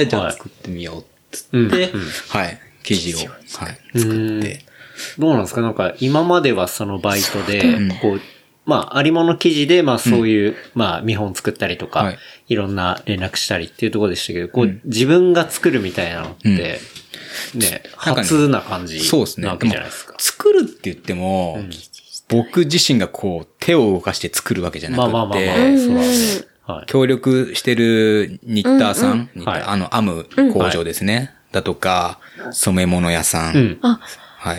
じゃあ作ってみようっつって、はい、うんうんはい、生地を、はい、作って。 どうなんですかなんか、今まではそのバイトで、こう、まあ、ありもの記事で、まあそういう、うん、まあ見本作ったりとか、はい、いろんな連絡したりっていうところでしたけど、こう、うん、自分が作るみたいなのって、うん、ね、初な感じなわけじゃないですか。 作るって言っても、うん、僕自身がこう、手を動かして作るわけじゃなくて、まあまあまあまあ、そうなんですはい、協力してるニッターさん、うんうん、はい、あの、編む工場ですね。はい、だとか、染め物屋さん、うん、はい。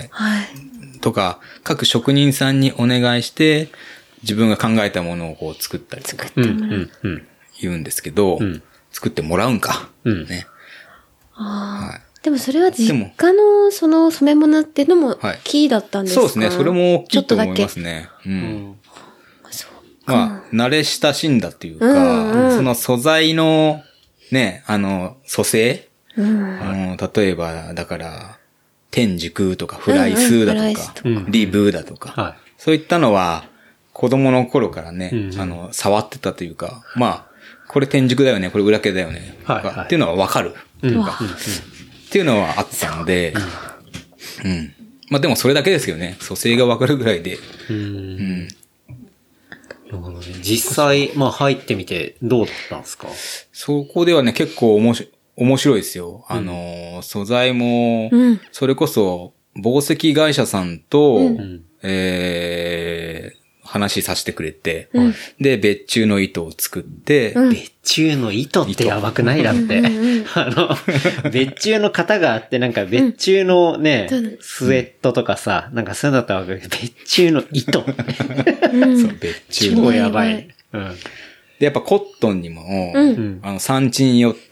はいとか、各職人さんにお願いして、自分が考えたものをこう作ったりとか、言うんですけど、うん、作ってもらうんか。うん、ね。 あはい、でもそれは実家のその染め物っていうのもキーだったんですか、 はい、そうですね。それも大きいと思いますね。うん。うん、まあ、慣れ親しんだっていうか、うんうん、その素材のね、あの、組成、うん、例えば、だから、天竺とかフライスだとか、うんうん、リブだとか、はい、そういったのは子供の頃からね、うんうん、あの、触ってたというか、まあ、 これ天竺だよね、これ裏毛だよね、とか、はいはい、っていうのはわかる。うん、っていうのはあったので、うん、うん。まあでもそれだけですけどね、組成がわかるぐらいで。うん。うん実際、まあ入ってみてどうだったんですか？ そこではね、結構面白い、面白いですよ。あの、うん、素材も、それこそ、紡績会社さんと、うん、えー、話させてくれて、うん、で、別注の糸を作って、 うん、別注の糸ってやばくないだって。あの、別注の型があって、なんか別注のね、うん、スウェットとかさ、なんかそういうのだったらわかるけど、別注の糸。うん、そう、別注の。超やばい。うん。 で、やっぱコットンにも、うん、あの、産地によって、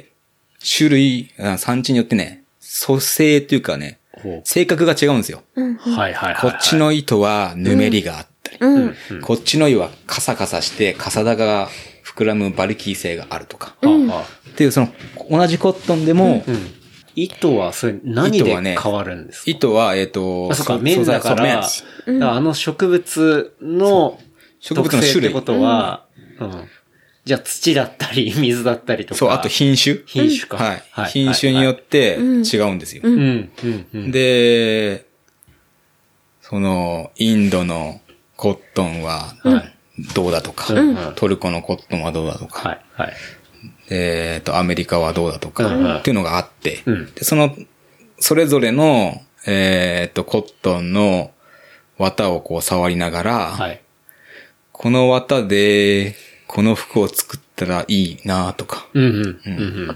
種類、産地によってね、組成というかね、性格が違うんですよ。うん、はいはいはい。こっちの糸はぬめりがあったり、うんうん、こっちの糸はカサカサしてカサダが膨らむ馬力性があるとか。うん、っていうその同じコットンでも、うんうん、 糸はそれ何で変わるんですか？ 糸は、ね、糸はえっ、ー、と、 あ、そうか、綿だから、うん、あの植物の特性ってことは、うん、じゃあ土だったり水だったりとか。 そう、あと品種品種か。 はい。はい、品種によって違うんですよ。うんうんうん、で、その、インドのコットンはどうだとか、うん、トルコのコットンはどうだとか、はいはい、で、えっと、アメリカはどうだとか、うん、っていうのがあって、うん、でその、それぞれの、えっと、コットンの綿をこう触りながら、はい、この綿で、この服を作ったらいいなとか、うんうんうんうん、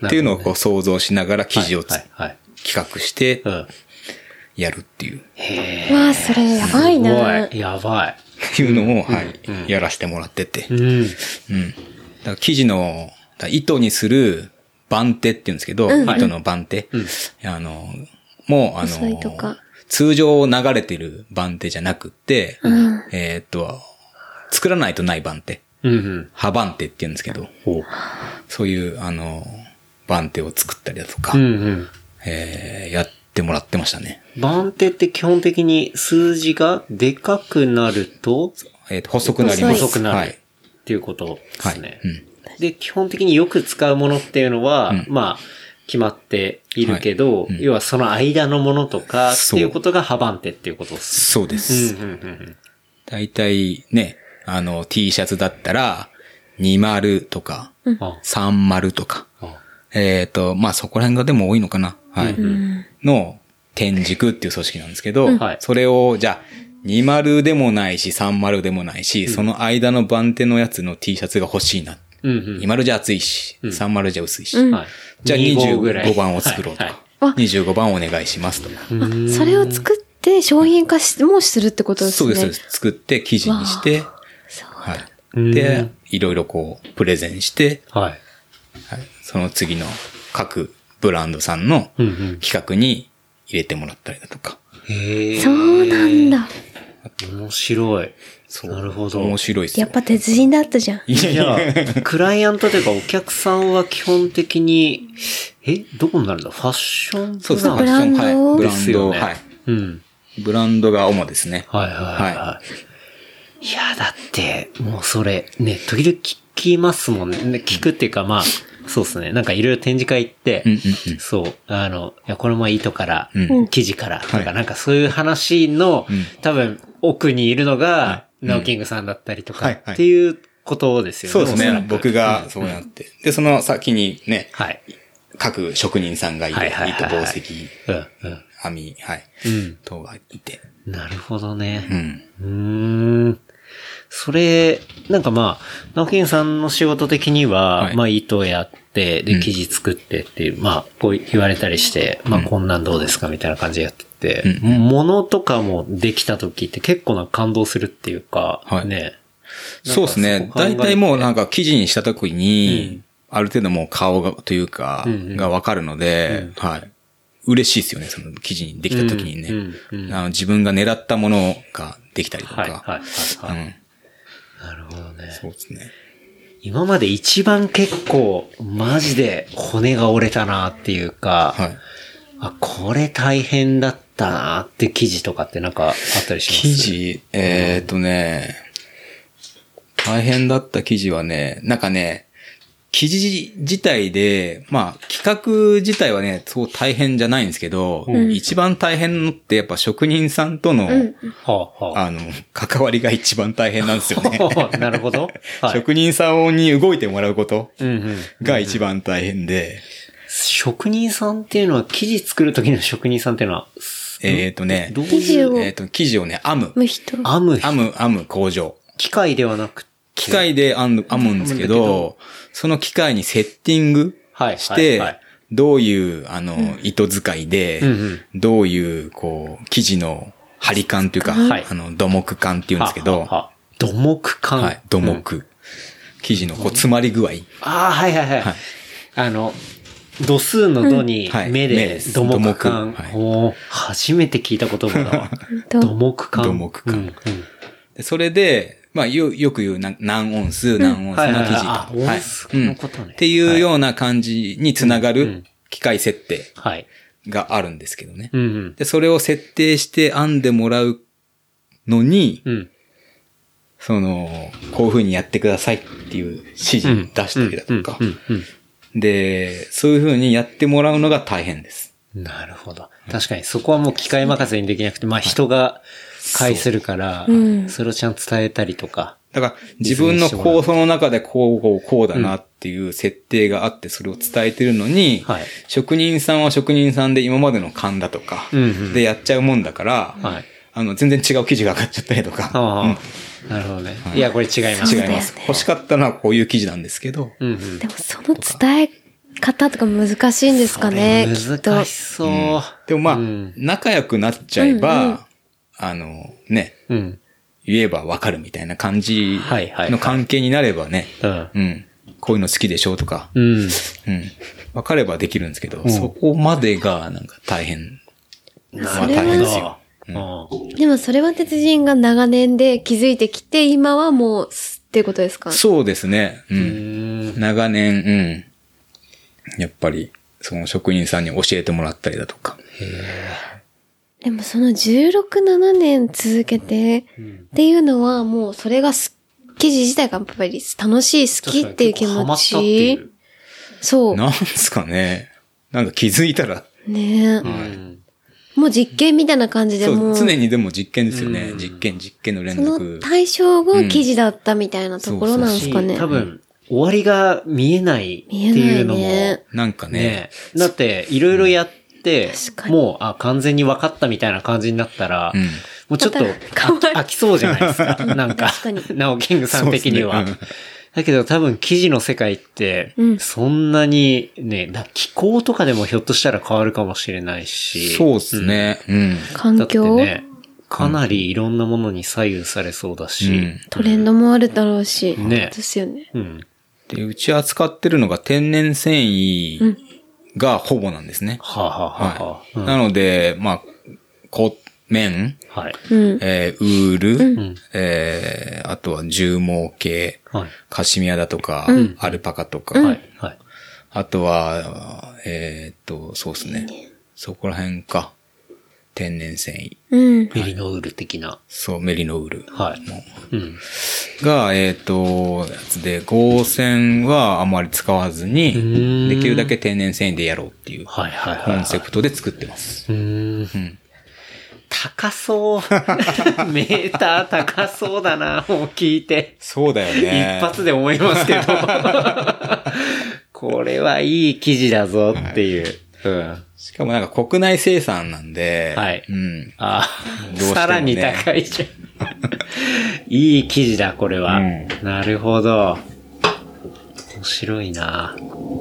っていうのをこう想像しながら生地をつ、はいはいはい、企画して、やるっていう。 へー。わあ、それやばいな。 すごい。やばい。 っていうのを、はい、うん、やらせてもらってて。うん。うん。だから生地の、糸にする番手って言うんですけど、うん、糸の番手。うん、あの、もう、あの、通常流れてる番手じゃなくて、うん、えー、っと、作らないとない番手。うんうん、刃番手って言うんですけど、そういう、あの、番手を作ったりだとか、うんうんえー、やってもらってましたね。 番手って基本的に数字がでかくなると、 えー、と細くなります。 細くなる、はい、っていうことですね、はいうん。で、基本的によく使うものっていうのは、うん、まあ、決まっているけど、はいうん、要はその間のものとかっていうことが刃番手っていうことです。 そうです。うんうんうん、だいたいね、あの T シャツだったら、にまるとか、うん、さんまるとか、うん、えっ、ー、と、まあ、そこら辺がでも多いのかな。はい。うん、の、天竺っていう組織なんですけど、うん、それを、じゃあ、にまるでもないし、さんまるでもないし、うん、その間の番手のやつの T シャツが欲しいな。うんうん、にまるじゃ厚いし、うん、さんまるじゃ薄いし。うん、じゃあにじゅうごばんを作ろうとか。はいはい、にじゅうごばんお願いしますとか。 それを作って商品化しもするってことですね。 そうです。作って記事にして、はい。で、いろいろこう、プレゼンして、はい。はい、その次の各ブランドさんの企画に入れてもらったりだとか。 へー。 そうなんだ。 面白い。そう。なるほど。 面白いっすよ。 やっぱ鉄人だったじゃん。 いや、クライアントというかお客さんは基本的に、え、どこになるんだ？ファッションそうですね、 ブランド、 はい。ブランド、 ね、 はい。うん。ブランドが主ですね。 はいはいはい。はい、いや、だって、もうそれ、ね、時々聞きますもんね。聞くっていうか、まあ、そうですね。なんかいろいろ展示会行って、うんうんうん、そう、あの、いや、これも糸から、うん、生地から、とか、はい、なんかそういう話の、うん、多分、奥にいるのが、はい、ナオキングさんだったりとか、はいはい、っていうことですよね。 そうですね。僕がそうやって。で、その先にね、はい、各職人さんがいて、糸紡績、編み、はい、うん、等がいて。 なるほどね。うん。うーん。それ、なんかまあ、ナオキンさんの仕事的には、はい、まあ糸やって、で、生地作ってっていう、うん、まあ、こう言われたりして、まあこんなんどうですかみたいな感じでやってて、うん、物とかもできた時って結構な感動するっていうか、はい、ね。 そうですね。大体もうなんか生地にした時に、うん、ある程度もう顔が、というか、うんうん、がわかるので、うん、はい。嬉しいですよね、その記事にできた時にね。うんうんうん、あの自分が狙ったものができたりとか。はいはいはい、はい、うん。 なるほどね。 そうですね。 今まで一番結構、マジで骨が折れたなっていうか、はい、あ、これ大変だったなって記事とかってなんかあったりします？ 記事、えーっとね、 大変だった記事はね、なんかね、記事自体で、まあ、企画自体はね、そう大変じゃないんですけど、うん、一番大変のってやっぱ職人さんとの、うん、あの、関わりが一番大変なんですよね。 なるほど。 はい、職人さんに動いてもらうことが一番大変で。 職人さんっていうのは、生地作る時の職人さんっていうのは、 えっとね、 どういう、 えっと、生地をね、編む。 編む人。 編む、編む、編む工場。 機械ではなくて。 機械で編む、編むんですけど、その機械にセッティングして、どういう、あの、糸使いで、どういう、こう、生地の張り感というか、あの、土木感っていうんですけど、 土木感はい、土木。生地のこう、詰まり具合。 ああ、はいはいはい。あの、度数の度に目で土木感。お初めて聞いた言葉だわ。土木感。 土木感。それで、まあ、よ、よく言う何音数、何音数の生地と。 はい。音数のことね。 っていうような感じにつながる機械設定があるんですけどね。で、それを設定して編んでもらうのに、その、こういう風にやってくださいっていう指示を出したりだとか。で、そういう風にやってもらうのが大変です。 なるほど。確かにそこはもう機械任せにできなくて、まあ人が、介するから、それをちゃんと伝えたりとか。 だから自分の構想の中でこうこうこうだなっていう設定があってそれを伝えてるのに、はい、職人さんは職人さんで今までの勘だとかでやっちゃうもんだから、うんうん、あの全然違う記事が上がっちゃったりとか。 うん、なるほどね。いやこれ違います。 違います。欲しかったのはこういう記事なんですけど。 うんうん、でもその伝え方とか難しいんですかね。 難しそう、うん。 でもまあ、うん、仲良くなっちゃえば、うんうん、あの、ね、うん、言えばわかるみたいな感じの関係になればね、はいはいはい、うん、こういうの好きでしょとか、うん、うん、わかればできるんですけど、うん、そこまでがなんか大変。まあ大変ですよ。 うん、でもそれは鉄人が長年で気づいてきて、今はもう、っていうことですか？ そうですね。うん、長年、うん。やっぱり、その職人さんに教えてもらったりだとか。へでもそのじゅうろく、ななねん続けて、っていうのはもうそれが記事自体がやっぱり楽しい、好きっていう気持ち。そう。 なんですかね。なんか気づいたら。 ねえ。はい、もう実験みたいな感じでもう。 そう、常にでも実験ですよね。実験、実験の連続。 その対象が記事だったみたいなところなんですかね。 多分。終わりが見えないっていうのも。ね、 なんかね。ねだって、いろいろやって、もう、あ、完全に分かったみたいな感じになったら、うん、もうちょっと飽きそうじゃないですか。なんか、ナオキングさん的には。ねうん、だけど多分記事の世界って、そんなにね、気候とかでもひょっとしたら変わるかもしれないし。 そうですね。うん。 環境だってね、かなりいろんなものに左右されそうだし。うん、 トレンドもあるだろうし。ね。ですよね。うん。 で、うち扱ってるのが天然繊維がほぼなんですね。 はあ、はあははあ、なので、まあ、こ、綿、はい、えー、ウール、うん、えー、あとは絨毛系、はい、カシミヤだとか、うん、アルパカとか、はいはい、あとは、えー、っと、そうですね。そこら辺か。天然繊維。 うん。メリノウール的な。 そう、メリノウール。 はい。うん。 が、えっと、やつで、合成はあまり使わずに、できるだけ天然繊維でやろうっていう、コンセプトで作ってます。うん。 高そう。メーター高そうだな、もう聞いて。 そうだよね。 一発で思いますけど。これはいい記事だぞっていう。はい、うん。 しかもなんか国内生産なんで、 はい。 うん。 ああ、さらに高いじゃん。いい記事だ、これは。うん、なるほど。面白いな。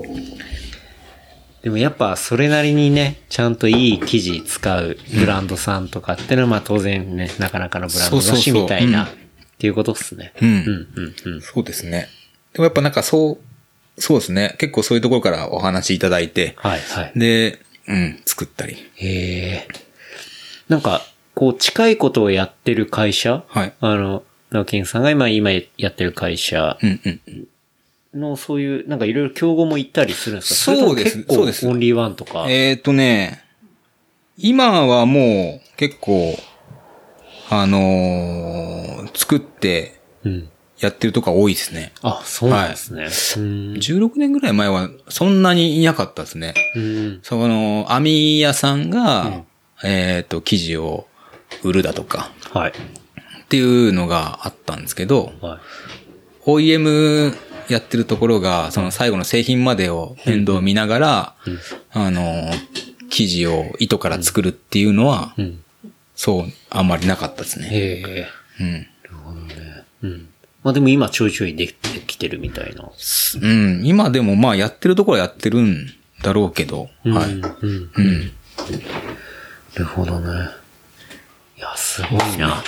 でもやっぱそれなりにね、ちゃんといい生地使うブランドさんとかってのはまあ当然ね、なかなかのブランドだしみたいな、っていうことっすね。 うん。うん、うん、うん。そうですね。でもやっぱなんかそう、そうですね。結構そういうところからお話いただいて、 はい、はい。 で、うん、作ったり。 へえ。なんか、こう、近いことをやってる会社、 はい。 あの、ナオキンさんが今、今やってる会社の、そういう、なんかいろいろ競合も行ったりするんですか？ そうです。そうです。 オンリーワンとか。 えっとね、今はもう結構、あのー、作って、うん、 やってるとこは多いですね。 あ、そうなんですね。はい、 じゅうろくねんぐらい前はそんなにいなかったですね。 うん、 その、編み屋さんが、うん、えっと、生地を売るだとか、 はい。 っていうのがあったんですけど、 はい、 オーイーエム やってるところが、その最後の製品までを面倒見ながら、うん、あの、生地を糸から作るっていうのは、うん、そう、あんまりなかったですね。 へえ。 うん。 なるほどね。うん。まあでも今ちょいちょいできてきてるみたいな。 うん。今でもまあやってるところはやってるんだろうけど、 うん、 はい。 うん。うん。 うん。 なるほどね。いや、すごいな。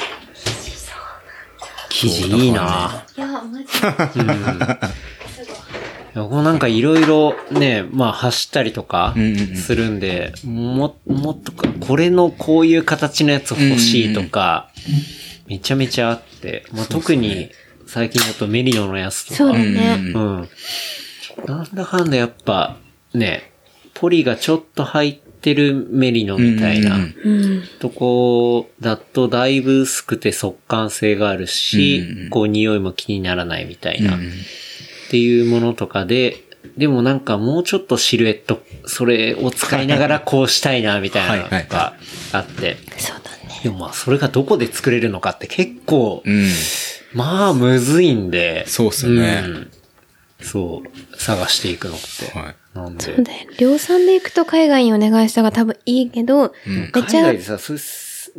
生地いいな。 いや、マジで。 うん。なんかいろいろね、まあ走ったりとかするんで、うんうんうん、も、もっとか、これのこういう形のやつ欲しいとか、うんうんうん、めちゃめちゃあって、まあ、特に最近だとメリノのやつとか、 そうだね。 うん。なんだかんだやっぱね、ポリがちょっと入ってるメリノみたいなとこだとだいぶ薄くて速乾性があるし、うんうん、こう匂いも気にならないみたいな、うんうん、っていうものとかで、でもなんかもうちょっとシルエット、それを使いながらこうしたいなみたいなのがあって。 そうだね。 でもまあそれがどこで作れるのかって結構、 うん、 まあむずいんで。 そうっすね、 うん。そう、探していくのって。 はい。 なんで。 そうだよ。量産で行くと海外にお願いした方が多分いいけど、 うん、めっちゃ。海外でさ、そう、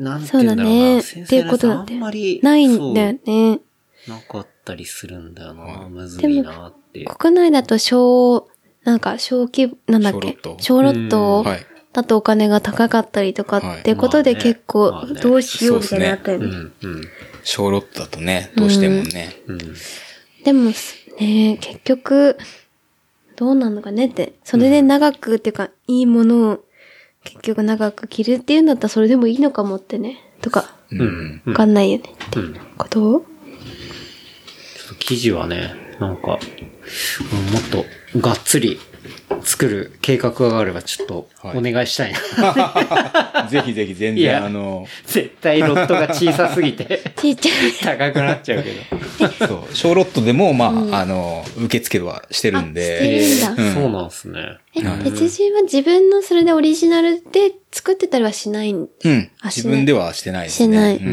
なんて言うんだろうな。そうだね。 っていうことだって。 あんまり。 ないんだよね。 なかったりするんだよな。むずいなって。 国内だと小、なんか小規模、なんだっけ。小ロット。はい。だとお金が高かったりとかってことで結構どうしようみたいなのあったよね。 小ロットだとね、どうしてもね。 うん、 でもね、結局、どうなのかねって。それで長くっていうか、いいものを結局長く着るっていうんだったらそれでもいいのかもってね。とか、わかんないよねっていうことを。 生地はね、なんか、もっとがっつり作る計画があればちょっとお願いしたいな、 はい、ぜひぜひ全然あの絶対ロットが小さすぎて高くなっちゃうけどそう小ロットでもまあ、うん、あの受付はしてるんでしてるんだ、 うん、そうなんですね。 え、別人は自分のそれでオリジナルで作ってたりはしないんうん。自分ではしてないですね。 してない。 うんうん、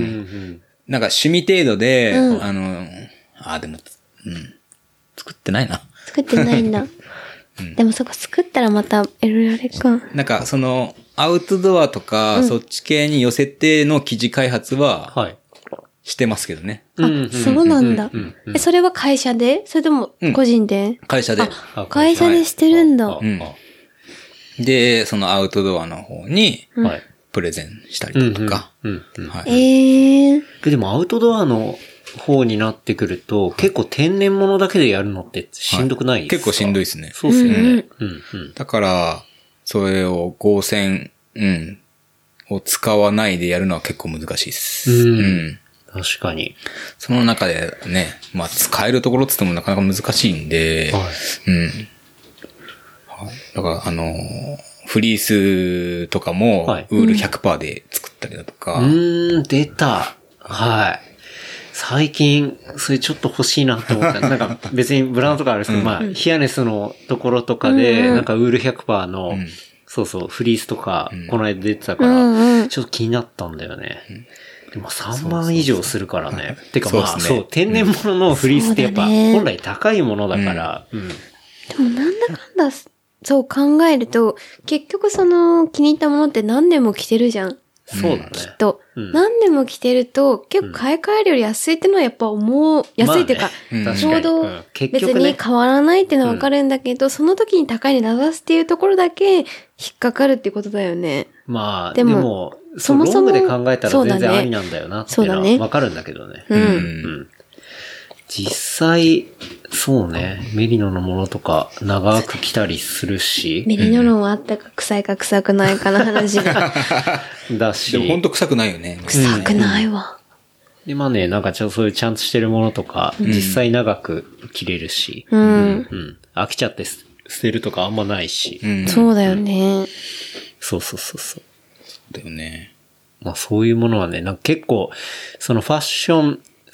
なんか趣味程度で、うん、あの、あ、でも、うん。作ってないな。 作ってないんだ。うん、でもそこ作ったらまたいろいろあれか。 なんかその、アウトドアとか、うん、そっち系に寄せての生地開発は、はい。してますけどね。 あ、そうなんだ。え、それは会社で？それとも個人で？ うん、会社で。 会社でしてるんだ。 うん。で、そのアウトドアの方に、プレゼンしたりだとか。 ええー。 でもアウトドアの方になってくると、結構天然物だけでやるのってしんどくないですか？ 結構しんどいですね。 そうですよね。うんうんうん、だから、それを合成、うん、を使わないでやるのは結構難しいです。 うん。うん確かに。 その中でね、まあ使えるところって言ってもなかなか難しいんで、はい、うん。はい、だからあの、フリースとかも、ウール ひゃくパーセント で作ったりだとか。 はい、うーん、出た。はい。最近、それちょっと欲しいなと思った。なんか別にブランドとかあるんですけど、うん、まあ、ヒアネスのところとかで、うん、なんかウール ひゃくパーセント の、うん、そうそう、フリースとか、この間出てたから、うん、ちょっと気になったんだよね。うんでもさんまん以上するからね。そうそうそうてかまあ、そう、ねそう、天然物のフリースってやっぱ、本来高いものだから、うんうん、 でもなんだかんだ、そう考えると、結局その気に入ったものって何年も着てるじゃん。 そうだね。 きっと。うん、何年も着てると、結構買い替えるより安いってのはやっぱ思う、安いっていうか、まあね、ちょうど別に変わらないっていうのはわかるんだけど、うん、その時に高い値段出すっていうところだけ引っかかるっていうことだよね。 まあ、でも、でもそもそも、ロングで考えたら全然ありなんだよなっていうのはわかるんだけどね。 うん。うんうん実際、そうね、メリノのものとか長く着たりするし。 メリノのはあったか臭いか臭くないかの話が。 だし。 でもほんと臭くないよね。 臭くないわ。 で、まあね、なんかちょっとそういうちゃんとしてるものとか、うん、実際長く着れるし。 うん。うん。 うん、飽きちゃって捨てるとかあんまないし。 うん、そうだよね。 そうそうそうそう。 だよね。 まあそういうものはね、なんか結構、そのファッション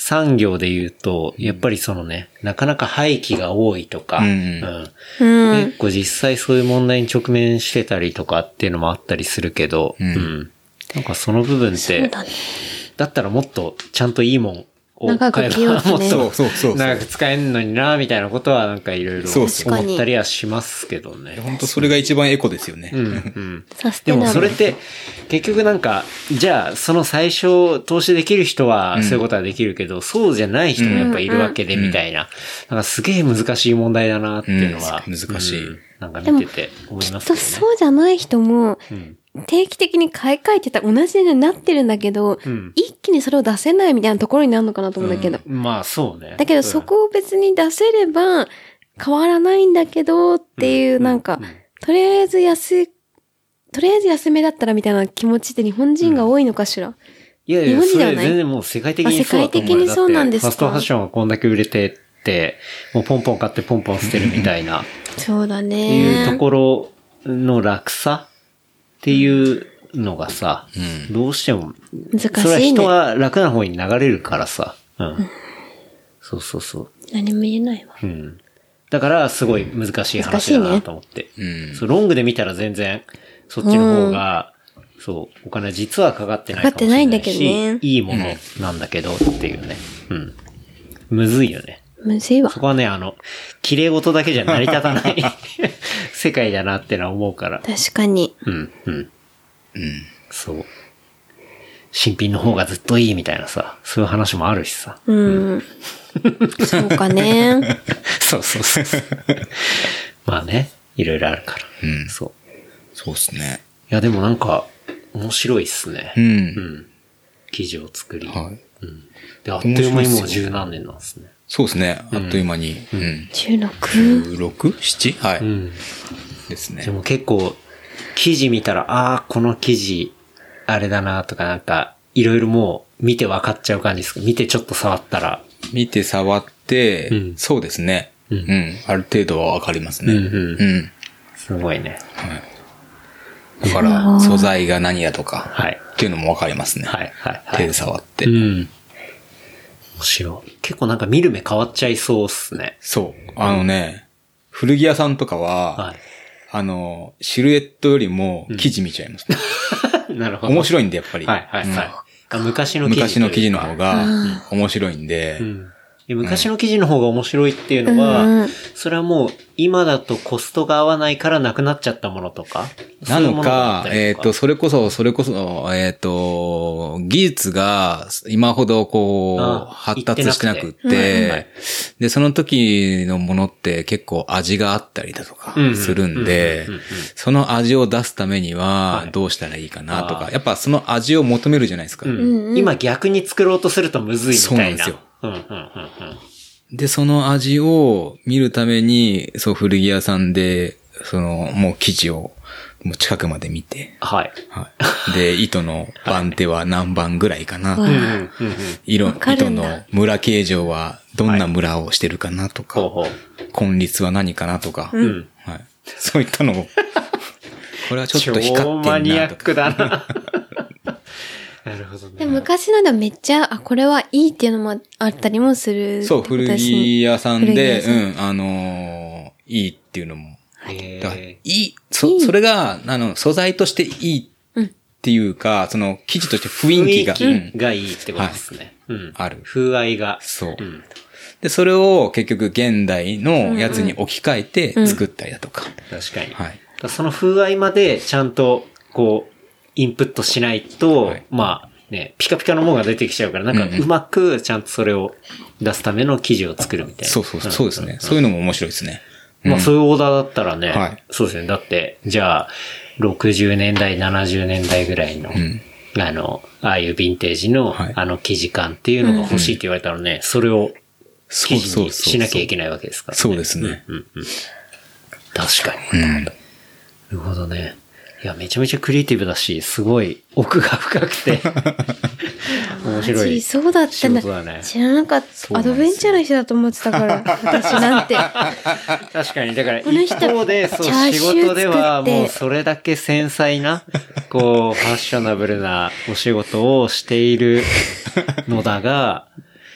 産業で言うと、やっぱりそのね、なかなか廃棄が多いとか、 うんうん、結構実際そういう問題に直面してたりとかっていうのもあったりするけど、うんうん、なんかその部分って、 そうだね、 だったらもっとちゃんといいもんを買えばもっと長く使えんのにな、みたいなことはなんかいろいろ思ったりはしますけどね。 本当それが一番エコですよね。 うんうん、でもそれって結局なんか、じゃあその最初投資できる人はそういうことはできるけど、うん、そうじゃない人もやっぱいるわけでみたいな。うんうん、なんかすげえ難しい問題だなっていうのは、 うん、難しい、うん。 なんか見てて思いますけどね。 きっとそうじゃない人も、うん定期的に買い替えてたら同じになってるんだけど、うん、一気にそれを出せないみたいなところになるのかなと思うんだけど。 うん、まあそうね。 だけどそこを別に出せれば変わらないんだけどっていうなんか、うんうんうん、とりあえず安い、とりあえず安めだったらみたいな気持ちって日本人が多いのかしら。うん、 いやいや、日本人ではない。全然もう世界的にそうだと思う。 世界的にそうなんですか。 ファストファッションがこんだけ売れてって、もうポンポン買ってポンポン捨てるみたいな。 そうだね。 っていうところの楽さっていうのがさ、うん、どうしても、 難しいね。 それは人は楽な方に流れるからさ。うん。うん、そうそうそう。 何も言えないわ。 うん。だからすごい難しい話だなと思って。ね、うんそう。ロングで見たら全然そっちの方が、うん、そう、お金実はかかってないかもしれないし。かかってないんだけどね。いいものなんだけどっていうね。うん。むずいよね。 むずいわ。 そこはね、あの、綺麗事だけじゃ成り立たない世界だなってのは思うから。 確かに。 うん、うん。うん。そう。新品の方がずっといいみたいなさ、そういう話もあるしさ。 うん。うん、そうかね。 そうそうそう。まあね、いろいろあるから。 うん。 そう。 そうっすね。 いやでもなんか、面白いっすね。 うん。うん。記事を作り。 はい。 うん。で、あっという間にもう十何年なんですね。 そうですね。あっという間に。 うん。うん、 じゅうろく。 じゅうろく?なな? はい。 うん。 ですね。 でも結構、記事見たら、ああ、この記事、あれだなとかなんか、いろいろもう見て分かっちゃう感じですか？見てちょっと触ったら。 見て触って、うん、そうですね、うん。うん。ある程度は分かりますね。うん、うん。うん。 すごいね。 はい。だから、素材が何やとか、 はい。 っていうのも分かりますね。 はい、はい、はい。 手で触って。 うん。面白い。結構なんか見る目変わっちゃいそうっすね。 そう。あのね、古着屋さんとかは、はい。あの、シルエットよりも生地見ちゃいます、ねうん。なるほど。 面白いんで、やっぱり。 はいはいはい。うん、昔の記事。 昔の記事の方が面白いんで。 うん、昔の記事の方が面白いっていうのは、うん、それはもう今だとコストが合わないからなくなっちゃったものとかなのか、えっと、それこそ、それこそ、えっと、技術が今ほどこう、発達してなくって、で、その時のものって結構味があったりだとかするんで、その味を出すためにはどうしたらいいかなとか、やっぱその味を求めるじゃないですか。 うん、今逆に作ろうとするとむずいみたいな。そうなんですよ。うんうんうんうん、で、その味を見るために、そう、古着屋さんで、その、もう生地を、もう近くまで見て。 はい。 はい。で、糸の番手は何番ぐらいかな。 はい、 色、糸のムラ形状はどんなムラをしてるかなとか。はい、根率は何かなとか。 うん。 はい。そういったのを、これはちょっと光ってんなとか。 超マニアックだな。なるほどね。 で昔のでもめっちゃ、あ、これはいいっていうのもあったりもする。 そう、古着屋さんで、うん、あのー、いいっていうのも。 へだからいい、そ、それが、あの、素材としていいっていうか、うん、その、生地として雰囲気が。 雰囲気がいいってことですね。はい、うん。 ある。 風合いが。 そう。うん、で、それを結局現代のやつに置き換えて作ったりだとか。 うんうん、確かに。 はい。 その風合いまでちゃんと、こう、インプットしないと、はい、まあね、ピカピカのものが出てきちゃうから、なんかうまくちゃんとそれを出すための生地を作るみたいな。 そうそうそう、そうですね、うん。そういうのも面白いですね。 まあそういうオーダーだったらね、 はい、 そうですね。だって、じゃあ、ろくじゅうねんだい、ななじゅうねんだいぐらいの、うん、あの、ああいうヴィンテージの、はい、あの生地感っていうのが欲しいって言われたらね、うん、それを生地にしなきゃいけないわけですからね。 そうですね。 うんうんうん、確かに。うん、なるほどね。いや、めちゃめちゃクリエイティブだし、すごい奥が深くて、面白い。 そうだったんだ。知らなかった。アドベンチャーの人だと思ってたから、私なんて。 確かに、だから一方で、そう、仕事ではもうそれだけ繊細な、こう、ファッショナブルなお仕事をしているのだが、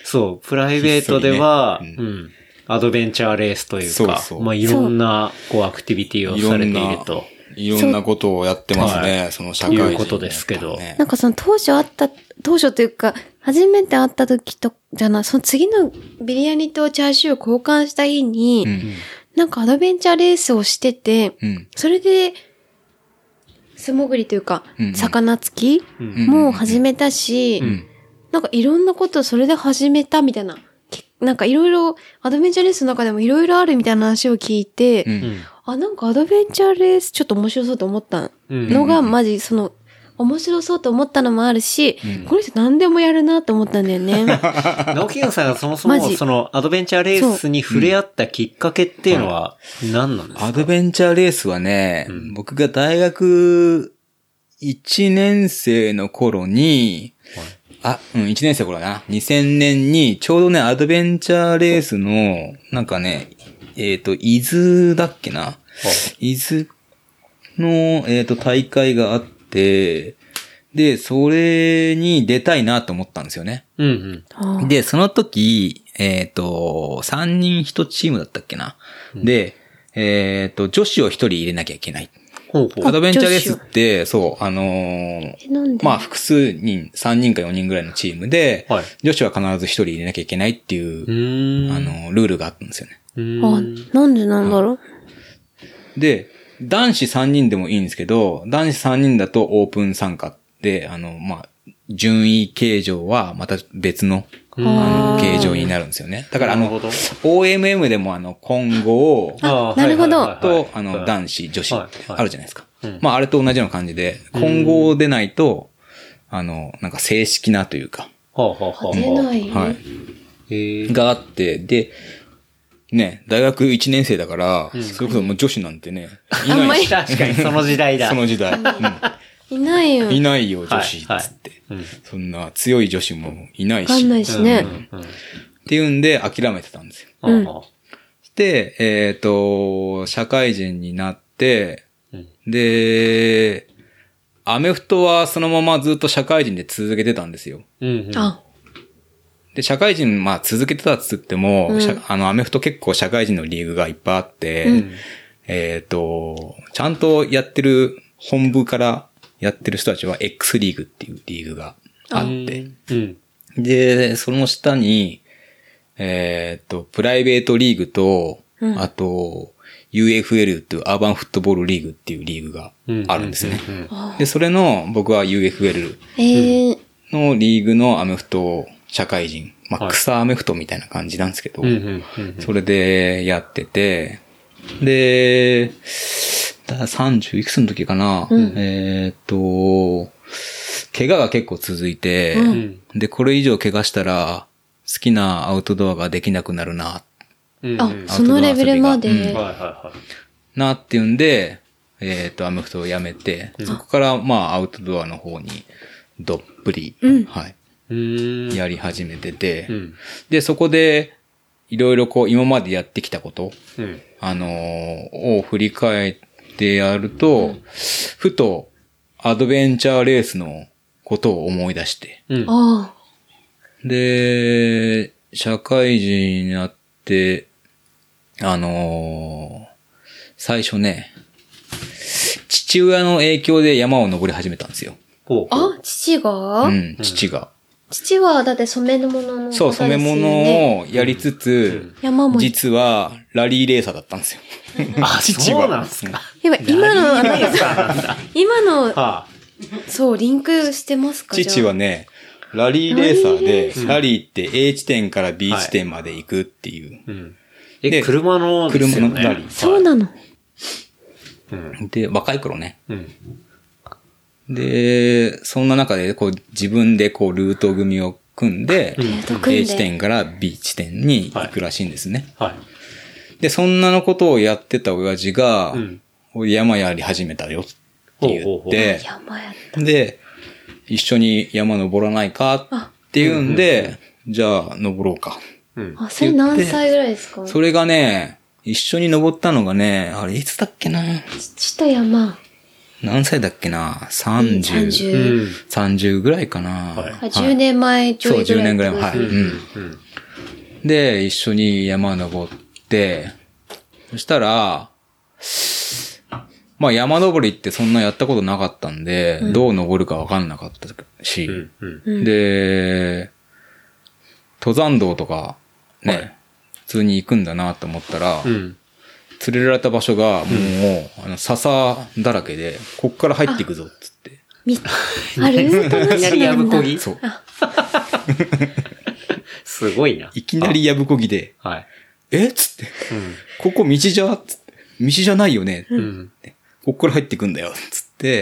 そう、プライベートでは、ね、うん、うん、アドベンチャーレースというか、そうそうまあいろんな、こう、アクティビティをされていると。 いろんなことをやってますね、はい、その社会人、 ということですけど。 なんかその当初あった、当初というか、初めて会った時と、じゃない、その次のビリヤニとチャーシューを交換した日に、うん、なんかアドベンチャーレースをしてて、うん、それで、素潜りというか、うん、魚つきも始めたし、うん、なんかいろんなことをそれで始めたみたいな、なんかいろいろ、アドベンチャーレースの中でもいろいろあるみたいな話を聞いて、うん、あ、なんかアドベンチャーレースちょっと面白そうと思ったのが、マジその、面白そうと思ったのもあるし、うん、この人何でもやるなと思ったんだよね。 直木さんがそもそもそのアドベンチャーレースに触れ合ったきっかけっていうのは何なんですか？ アドベンチャーレースはね、うん、僕が大学いちねん生の頃に、あ、うん、いちねん生の頃だな。にせんねんにちょうどね、アドベンチャーレースの、なんかね、えっと、伊豆だっけな。伊豆の、えっと、大会があって、で、それに出たいなと思ったんですよね。うんうん、で、その時、えっと、さんにんいちチームだったっけな。うん、で、えっと、女子をひとり入れなきゃいけない。ほうほうアドベンチャーレースって、そう、あのー、まあ、複数人、さんにんかよにんぐらいのチームで、はい、女子は必ずひとり入れなきゃいけないっていう、あの、ルールがあったんですよね。 あ、なんでなんだろう、 うん、で、男子さんにんでもいいんですけど、男子さんにんだとオープン参加で、あの、まあ、順位計上はまた別の、あの、計上になるんですよね。だからあの、オーエムエム でもあの、混合、 あ、なるほど。 と、あの、男子、女子ってあるじゃないですか。まあ、あれと同じような感じで、混合でないと、あの、なんか正式なというか、 出ない。 はい。があって、で、ね、大学いちねん生だから、それこそもう女子なんてね、 いないし。確かに、その時代だ。 その時代。 いないよ。 いないよ、女子、つって。そんな強い女子もいないし。わかんないしね。 っていうんで諦めてたんですよ。で、えっと、社会人になって、で、アメフトはそのままずっと社会人で続けてたんですよ。で、社会人、まあ続けてたっつっても、あの、アメフト結構社会人のリーグがいっぱいあって、えっと、ちゃんとやってる本部からやってる人たちは X リーグっていうリーグがあって、うん、で、その下に、えー、っと、プライベートリーグと、うん、あと、ユーエフエル っていうアーバンフットボールリーグっていうリーグがあるんですね。で、それの、僕は ユーエフエル のリーグのアメフト社会人、まあ、草アメフトみたいな感じなんですけど、それでやってて、で、さんじゅういくつの時かな、うん、えー、っと、怪我が結構続いて、うん、で、これ以上怪我したら、好きなアウトドアができなくなるな。 うん、あ、そのレベルまで。うん、 なっていうんで、えー、っと、アメフトをやめて、うん、そこから、まあ、アウトドアの方に、どっぷり、うん、はい、やり始めてて、うん、で、そこで、いろいろこう、今までやってきたこと、うん、あのー、を振り返って、でやると、うん、ふとアドベンチャーレースのことを思い出して、うん、で、社会人になって、あのー、最初ね、父親の影響で山を登り始めたんですよ。 あ、父がうん、父が。 父はだって染め物の、ね、 そう、染め物をやりつつ、うん、山も実はラリーレーサーだったんですよ。 あ、父は。そうなんですか。 今の、今の、はあ、そう、リンクしてますか？ 父はね、ラリーレーサーで、ラリー, ラリーって A 地点から B 地点まで行くっていう。はい、うん、 え、車のですよね、 車のラリー。 そうなの。 うん、で、若い頃ね。うんで、そんな中で、こう、自分でこう、ルート組を組んで、うん、A 地点から B 地点に行くらしいんですね。はいはい、で、そんなのことをやってた親父が、うん、山やり始めたよって言って、ほうほうほう山やった。で、一緒に山登らないかって言うんで、うん、じゃあ登ろうか。 うん、あ、それ何歳ぐらいですか？ それがね、一緒に登ったのがね、あれいつだっけな。 父と山。 何歳だっけな ?さんじゅう。さんじゅう。さんじゅうぐらいかな。 はい、じゅうねんまえちょいぐらい。 そう、じゅうねんぐらい前。はい。うん。で、一緒に山登って、そしたら、まあ山登りってそんなやったことなかったんで、うん、どう登るかわかんなかったし、うんうん、で、登山道とかね、はい、普通に行くんだなと思ったら、うん、連れられた場所がもう、うん、あの笹だらけで、こっから入っていくぞっつって。 み、あるいきなりやぶこぎそう。 すごいな。 いきなりやぶこぎで、はい、えっつって、うん、ここ道じゃっつって、道じゃないよね、うん、こっから入っていくんだよ、つって。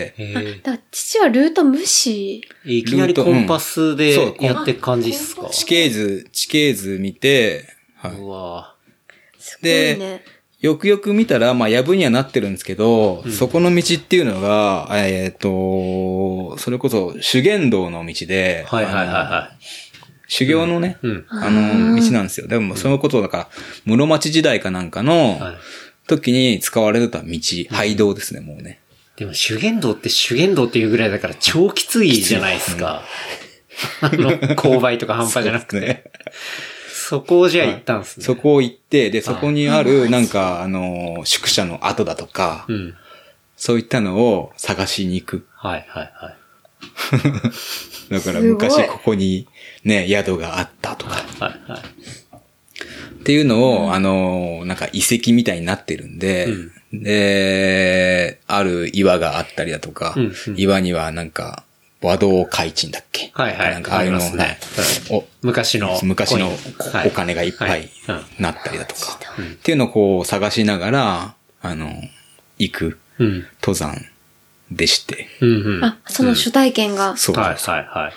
へだ父はルート無視。 いきなりコンパスでやってく感じっすか、うん、 地形図、地形図見て、はい、うわで、ね、よくよく見たら、まあ、やぶにはなってるんですけど、うん、そこの道っていうのが、えっと、それこそ修験道の道で、 はいはいはいはい。 修行のね、うん、あの、道なんですよ。でも、そのことだから、室町時代かなんかの時に使われてた道、廃道ですね、もうね。 でも、修験道って修験道っていうぐらいだから超きついじゃないですか。あの、勾配とか半端じゃなくて。ね、そこをじゃあ行ったんですね。 そこを行って、で、そこにある、なんか、あの、宿舎の跡だとか、うん、そういったのを探しに行く。 はいはいはい。 だから昔ここにね、宿があったとか。はいはい。っていうのを、うん、あの、なんか遺跡みたいになってるんで、うん、で、ある岩があったりだとか、うんうん、岩にはなんか、和道開珍だっけ、 はいはい。 なんかああいうのね、ねお昔の、 昔のお金がいっぱいなったりだとか、はいはい、っていうのをこう探しながら、あの、行く登山でして。 うんうん、あ、その初体験が。 うん、そう。 はいはいはい。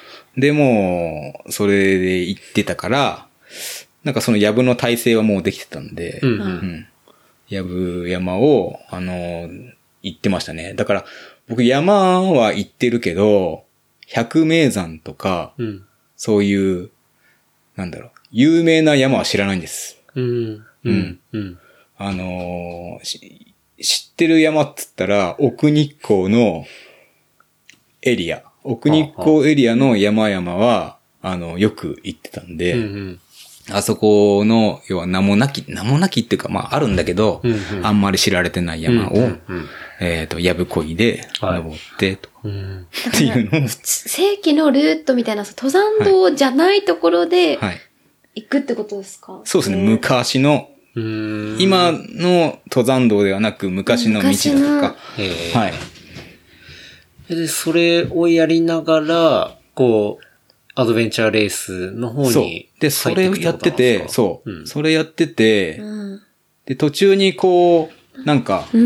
で、もう、それで行ってたから、なんかその藪の体勢はもうできてたんで、うんうん、藪山を、あの、行ってましたね。だから、僕山は行ってるけど、百名山とか、うん、そういう、なんだろう、有名な山は知らないんです。うん。うん。うん、あのー、知ってる山っつったら、奥日光のエリア。奥日光エリアの山々は、あの、よく行ってたんで、うんうん、あそこの、要は名もなき、名もなきっていうか、まああるんだけど、うんうん、あんまり知られてない山を、うんうんうん、えっと、やぶこいで登ってとか、はい、っていうのを。 正規のルートみたいな、登山道じゃないところで、行くってことですか？はい、 そうですね、昔の、今の登山道ではなく、昔の道だとか、はい。 で、それをやりながら、こう、アドベンチャーレースの方に。 そう。で、それをやってて、そう、うん。それやってて、うん、で、途中にこう、なんか、うんうん、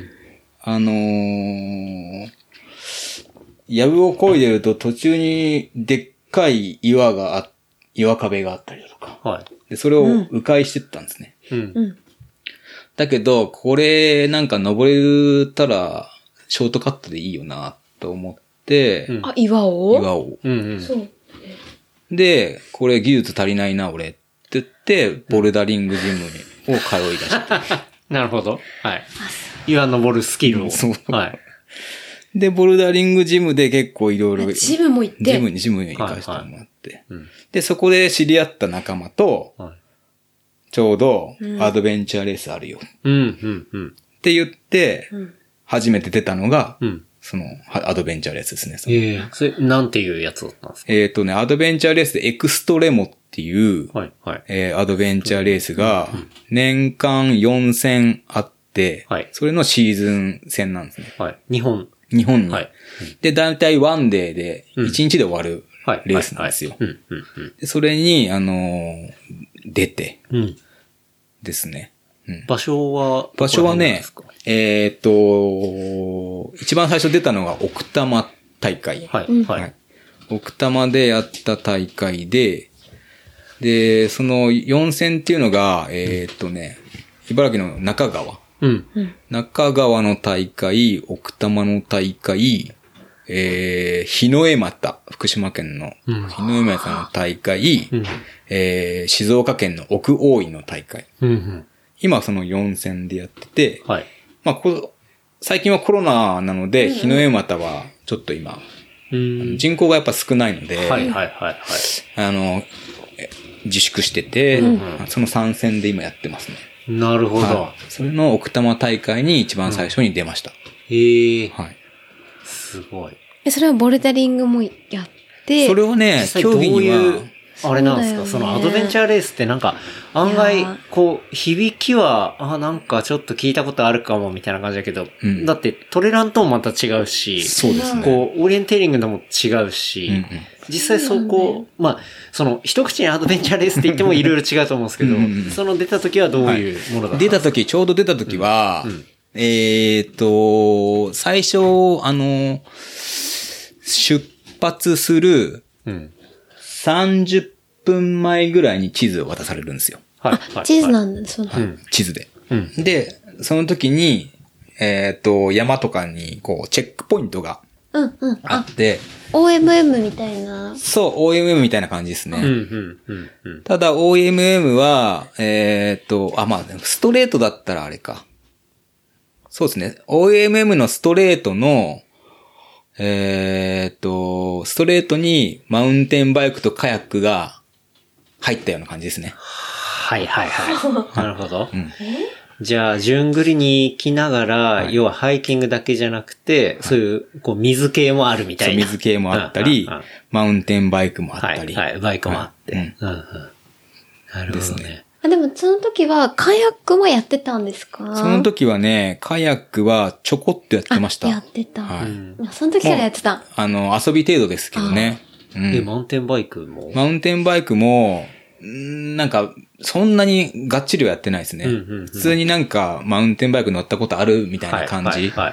あのー、やぶを漕いでると途中にでっかい岩があ、岩壁があったりだとか。はい。で、それを迂回してったんですね。うん。だけど、これなんか登れたら、ショートカットでいいよな、と思って、 うん、あ、岩を岩を。うんうん。そう。で、これ技術足りないな、俺。って言って、ボルダリングジムにを通い出した。 なるほど。はい。岩登るスキルを。そう。はい。 で、ボルダリングジムで結構いろいろ。 ジムも行って。 ジムに、ジムに行かせてもらって。はいはいうん、で、そこで知り合った仲間と、はい、ちょうどアドベンチャーレースあるよ。うん、うん、うん。って言って、うん、初めて出たのが、うんその、アドベンチャーレースですね。 ええー、それ、なんていうやつだったんですか？ えっとね、アドベンチャーレースでエクストレモっていう、はいはいえー、アドベンチャーレースが、年間よん戦あって、はい、それのシーズン戦なんですね。 はい。日本。 日本に。はい、で、だいたいワンデーで、いちにちで終わるレースなんですよ。それに、あのー、出て、うん、ですね。 うん、場所は場所はね、えっ、ー、と、一番最初出たのが奥多摩大会。はい。はい。奥多摩でやった大会で、で、そのよん戦っていうのが、えっ、ー、とね、茨城の中川。うん。中川の大会、奥多摩の大会、えー、日の絵又、福島県の日の絵又の大会、うん、えー、静岡県の奥大井の大会。うんうん今そのよん戦でやってて、はい。まあ、こ最近はコロナなので、日の絵俣はちょっと今、うん、人口がやっぱ少ないので、はいはいはいはい。あの、自粛してて、うん、その参戦で今やってますね。 なるほど。 はい、それの奥多摩大会に一番最初に出ました。 うん、へえ。 はい。 すごい。 え、それはボルダリングもやって、 それはね、競技には、 あれなんですか、 そ,、ね、そのアドベンチャーレースってなんか、案外、こう、響きは、あ、なんかちょっと聞いたことあるかも、みたいな感じだけど、うん、だってトレランともまた違うし、 そうですね。 こう、オリエンテーリングとも違うし、うんうん、実際そこ、まあ、その、一口にアドベンチャーレースって言ってもいろいろ違うと思うんですけど、うんうん、その出た時はどういうものだったんですか？ 出た時、ちょうど出た時は、うんうん、えーっと、最初、あの、出発する、さんじゅっぷんまえぐらいに地図を渡されるんですよ。 はい。あ、地図なんだ、そうだ、 はい。地図で。うん、で、その時に、えっと、山とかに、こう、チェックポイントがあって、 うんうん、オーエムエム みたいな。 そう、オーエムエム みたいな感じですね。 うんうんうんうん、 ただ、オーエムエム は、えっと、あ、まあ、ストレートだったらあれか。そうですね。オーエムエム のストレートの、えっと、ストレートにマウンテンバイクとカヤックが入ったような感じですね。 はいはいはい。なるほど。うん、じゃあ、順繰りに行きながら、はい、要はハイキングだけじゃなくて、はい、そういう、こう、水系もあるみたいな。 そう、水系もあったり、うんうんうん、マウンテンバイクもあったり。 はい、はい、バイクもあって。はい、うんうん、なるほどね。ですね。 あ、でも、その時は、カヤックもやってたんですか？ その時はね、カヤックはちょこっとやってました。 やってた。はい。うん、その時からやってた。 あの、遊び程度ですけどね。 うん、え、マウンテンバイクもマウンテンバイクも、なんか、そんなにがっちりはやってないですね。うんうんうん、普通になんか、マウンテンバイク乗ったことあるみたいな感じ。はいはいはい、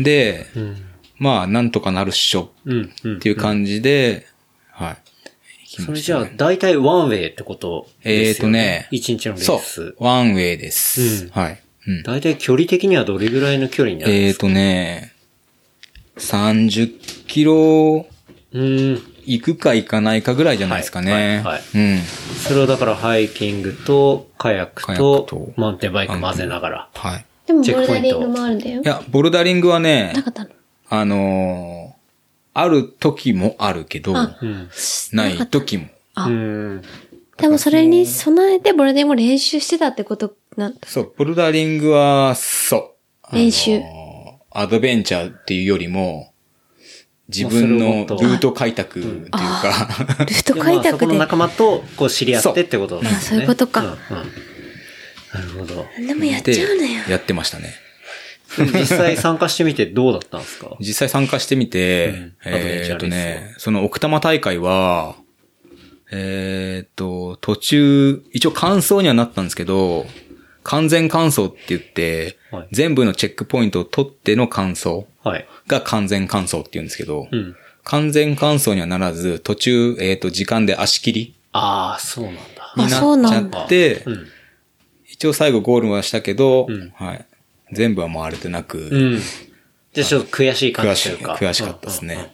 で、うん、まあ、なんとかなるっしょっていう感じで、うんうんうん、はい。 それじゃあ、だいたいワンウェイってことですよね。 えーとね。 一日のレース。 そう。ワンウェイです。うん、はい。 うん、だいたい距離的にはどれぐらいの距離になるんですか？ えーとね、さんじゅっキロ、 うん。 行くか行かないかぐらいじゃないですかね。はいはいはい、うん。 それをだからハイキングとカヤックとマウンテンバイク混ぜながら。 はい。 でもボルダリングもあるんだよ。 いや、ボルダリングはね、 なかったの？ あのー、ある時もあるけど、ない時も。 あ、うん。でもそれに備えてボルダリングも練習してたってことなんだ。 そう、ボルダリングは、そう。 練習。あのー、アドベンチャーっていうよりも、自分のルート開拓っていうか、 ルート開拓で。 そこの仲間とこう知り合ってってことですね。 あ、そういうことか。うんうん、 なるほど。 でもやっちゃうのよ。 やってましたね。 実際参加してみてどうだったんですか？ 実際参加してみて、うん、えー、っとね、その奥多摩大会は、えー、っと、途中、一応完走にはなったんですけど、完全完走って言って、はい、全部のチェックポイントを取っての完走が完全完走って言うんですけど、うん、完全完走にはならず、途中、えー、っと、時間で足切り。 ああ、そうなんだ。 になっちゃって、うん、一応最後ゴールはしたけど、うん、はい。全部は回れてなく。うん。 じゃあちょっと悔しい感じというか。 悔しかったですね。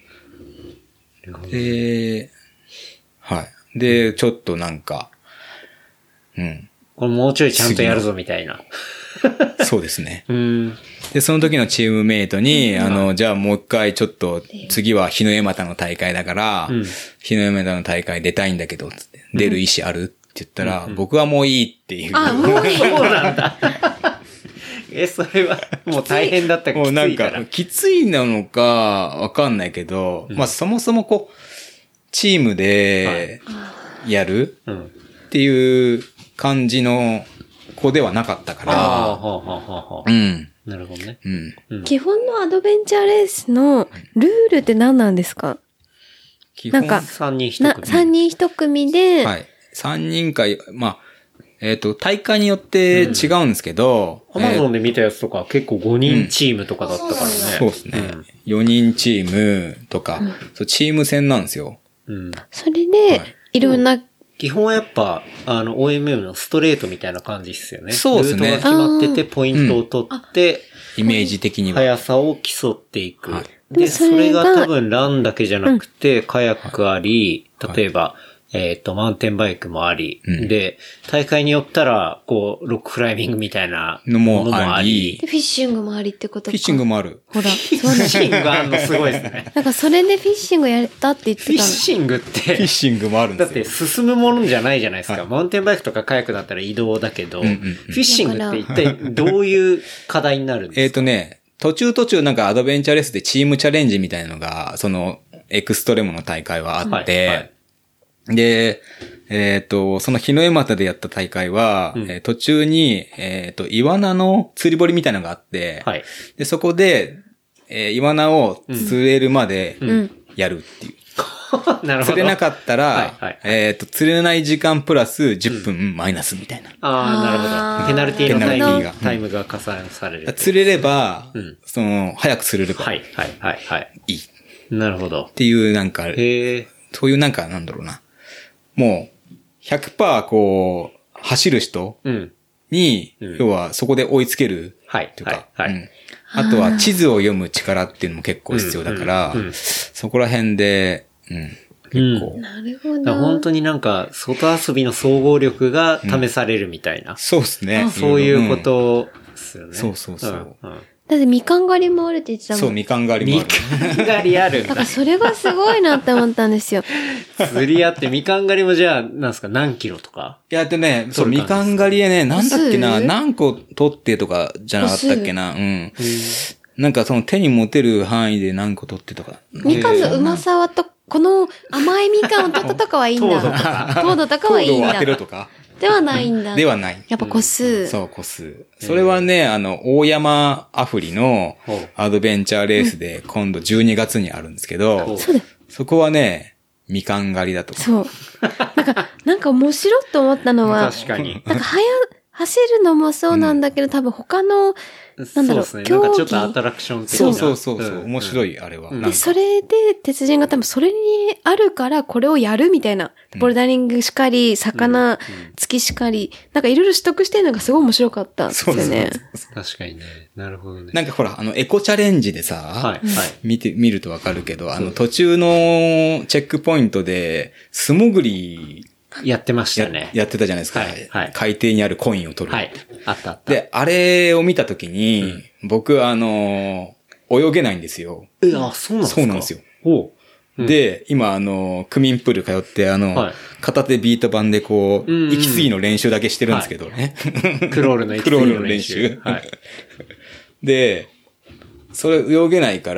で、はい。で、ちょっとなんか、うん。 これもうちょいちゃんとやるぞみたいな。 そうですね。 うん。 で、その時のチームメイトに、うん、あの、じゃあもう一回ちょっと、次は日の絵俣の大会だから、うん、日の絵俣の大会出たいんだけど、つって出る意思あるって言ったら、うん、僕はもういいっていう。 あ、もういい。 そうなんだ。え、それは、もう大変だったかもうなんか、きついなのか、わかんないけど、うん、まあそもそもこう、チームで、やるっていう感じの子ではなかったから。 ああ、はあ、はあ、はあ。 うん。 なるほどね。 うん。 基本のアドベンチャーレースのルールって何なんですか？ 基本さんにん一組。 さんにん一組で。 はい。さんにんか、まあ、えっと、大会によって違うんですけど。 アマゾンで見たやつとか結構ごにんチームとかだったからね。 そうですね。よにんチームとか、そうチーム戦なんですよ。 うん。 それで、いろんな、 基本はやっぱ、あの、オーエムエム のストレートみたいな感じですよね。 そうですね。 ルートが決まってて、ポイントを取って、 イメージ的には。 速さを競っていく。で、それが多分ランだけじゃなくて、カヤックあり、例えば、 えっと、マウンテンバイクもあり、うん、で、大会によったら、こう、ロッククライミングみたいなのもあり、 でフィッシングもありってことか。 フィッシングもある。 ほら、 そうフィッシングあるのすごいですね。 なんかそれでフィッシングやったって言ってたの。 フィッシングって、 フィッシングもあるんですよ。 だって進むものじゃないじゃないですか。はい、マウンテンバイクとかカヤックだったら移動だけど、うんうんうん、フィッシングって一体どういう課題になるんですか？ えっとね、途中途中なんかアドベンチャーレースでチームチャレンジみたいなのが、そのエクストレムの大会はあって、はいはい、で、えっ、ー、と、その日の絵俣でやった大会は、うん、えー、途中に、えっ、ー、と、イワナの釣り堀みたいなのがあって、はい、で、そこで、えー、イワナを釣れるまでやるっていう。うん、なるほど。釣れなかったら、はいはい、えっ、ー、と、釣れない時間プラスじゅっぷんマイナスみたいな。うん、 ああ、なるほど。ペナルティーのタイムが、タイムが加算される。 釣れれば、うん、その、早く釣れれば。 はい、はい、はい、はい。 いい。 なるほど。 っていうなんか、 へそういうなんか、なんだろうな。もう、ひゃくパーセント こう、走る人に、うん、要はそこで追いつける。はい。というか、はいはいうん。あとは地図を読む力っていうのも結構必要だから、うんうんうん、そこら辺で、うん、結構。 うん、なるほど。 本当になんか、外遊びの総合力が試されるみたいな。うん、 そうですね。 そういうことですよね。 そうそうそう。 うんうんだってみかん狩りもあるって言ってたもん。 そう、みかん狩りもある。 みかん狩りあるんだ。 だからそれがすごいなって思ったんですよ。 釣りあって、みかん狩りもじゃあ、なんすか、何キロとかいや、でね、そう、みかん狩りへね、なんだっけな、何個取ってとかじゃなかったっけな、うん。なんかその手に持てる範囲で何個取ってとか。 みかんのうまさはと、この甘いみかんを取ったとかはいいんだ。糖度とか。糖度とかはいいんだ。 糖度を当てるとか。 ではないんだ。 ではない。 やっぱ個数。 うん、そう、個数。それはね、あの、大山アフリのアドベンチャーレースで今度じゅうにがつにあるんですけど、 そうだ。 そこはね、みかん狩りだとか。 そう。なんか、なんか面白いと思ったのは、 確かに。 なんか、はや、走るのもそうなんだけど、うん、多分他の、なんだろう、 そうですね。なんかちょっとアトラクション的な。 そうそうそうそう、うん、面白い、あれは。 で、それで、鉄人が多分それにあるからこれをやるみたいな。ボルダリングしかり、魚、付きしかり、なんかいろいろ取得してるのがすごい面白かったんですよね。そうそうそう確かにね。なるほどね。 なんかほら、あの、エコチャレンジでさ、はい、はい。見て、見るとわかるけど、あの、途中のチェックポイントで、素潜り、 やってましたねや。やってたじゃないですか。はい。はい、海底にあるコインを取る。 はい。あったあった。 で、あれを見たときに、うん、僕、あの、泳げないんですよ。 え、あ、そうなんですか？ そうなんですよ。 おう、 うん、で、今、あの、クミンプール通って、あの、はい、片手ビート板でこう、うんうん、息継ぎの練習だけしてるんですけどね。 はい、クロールの息継ぎの練習。 はい。で、それ泳げないから、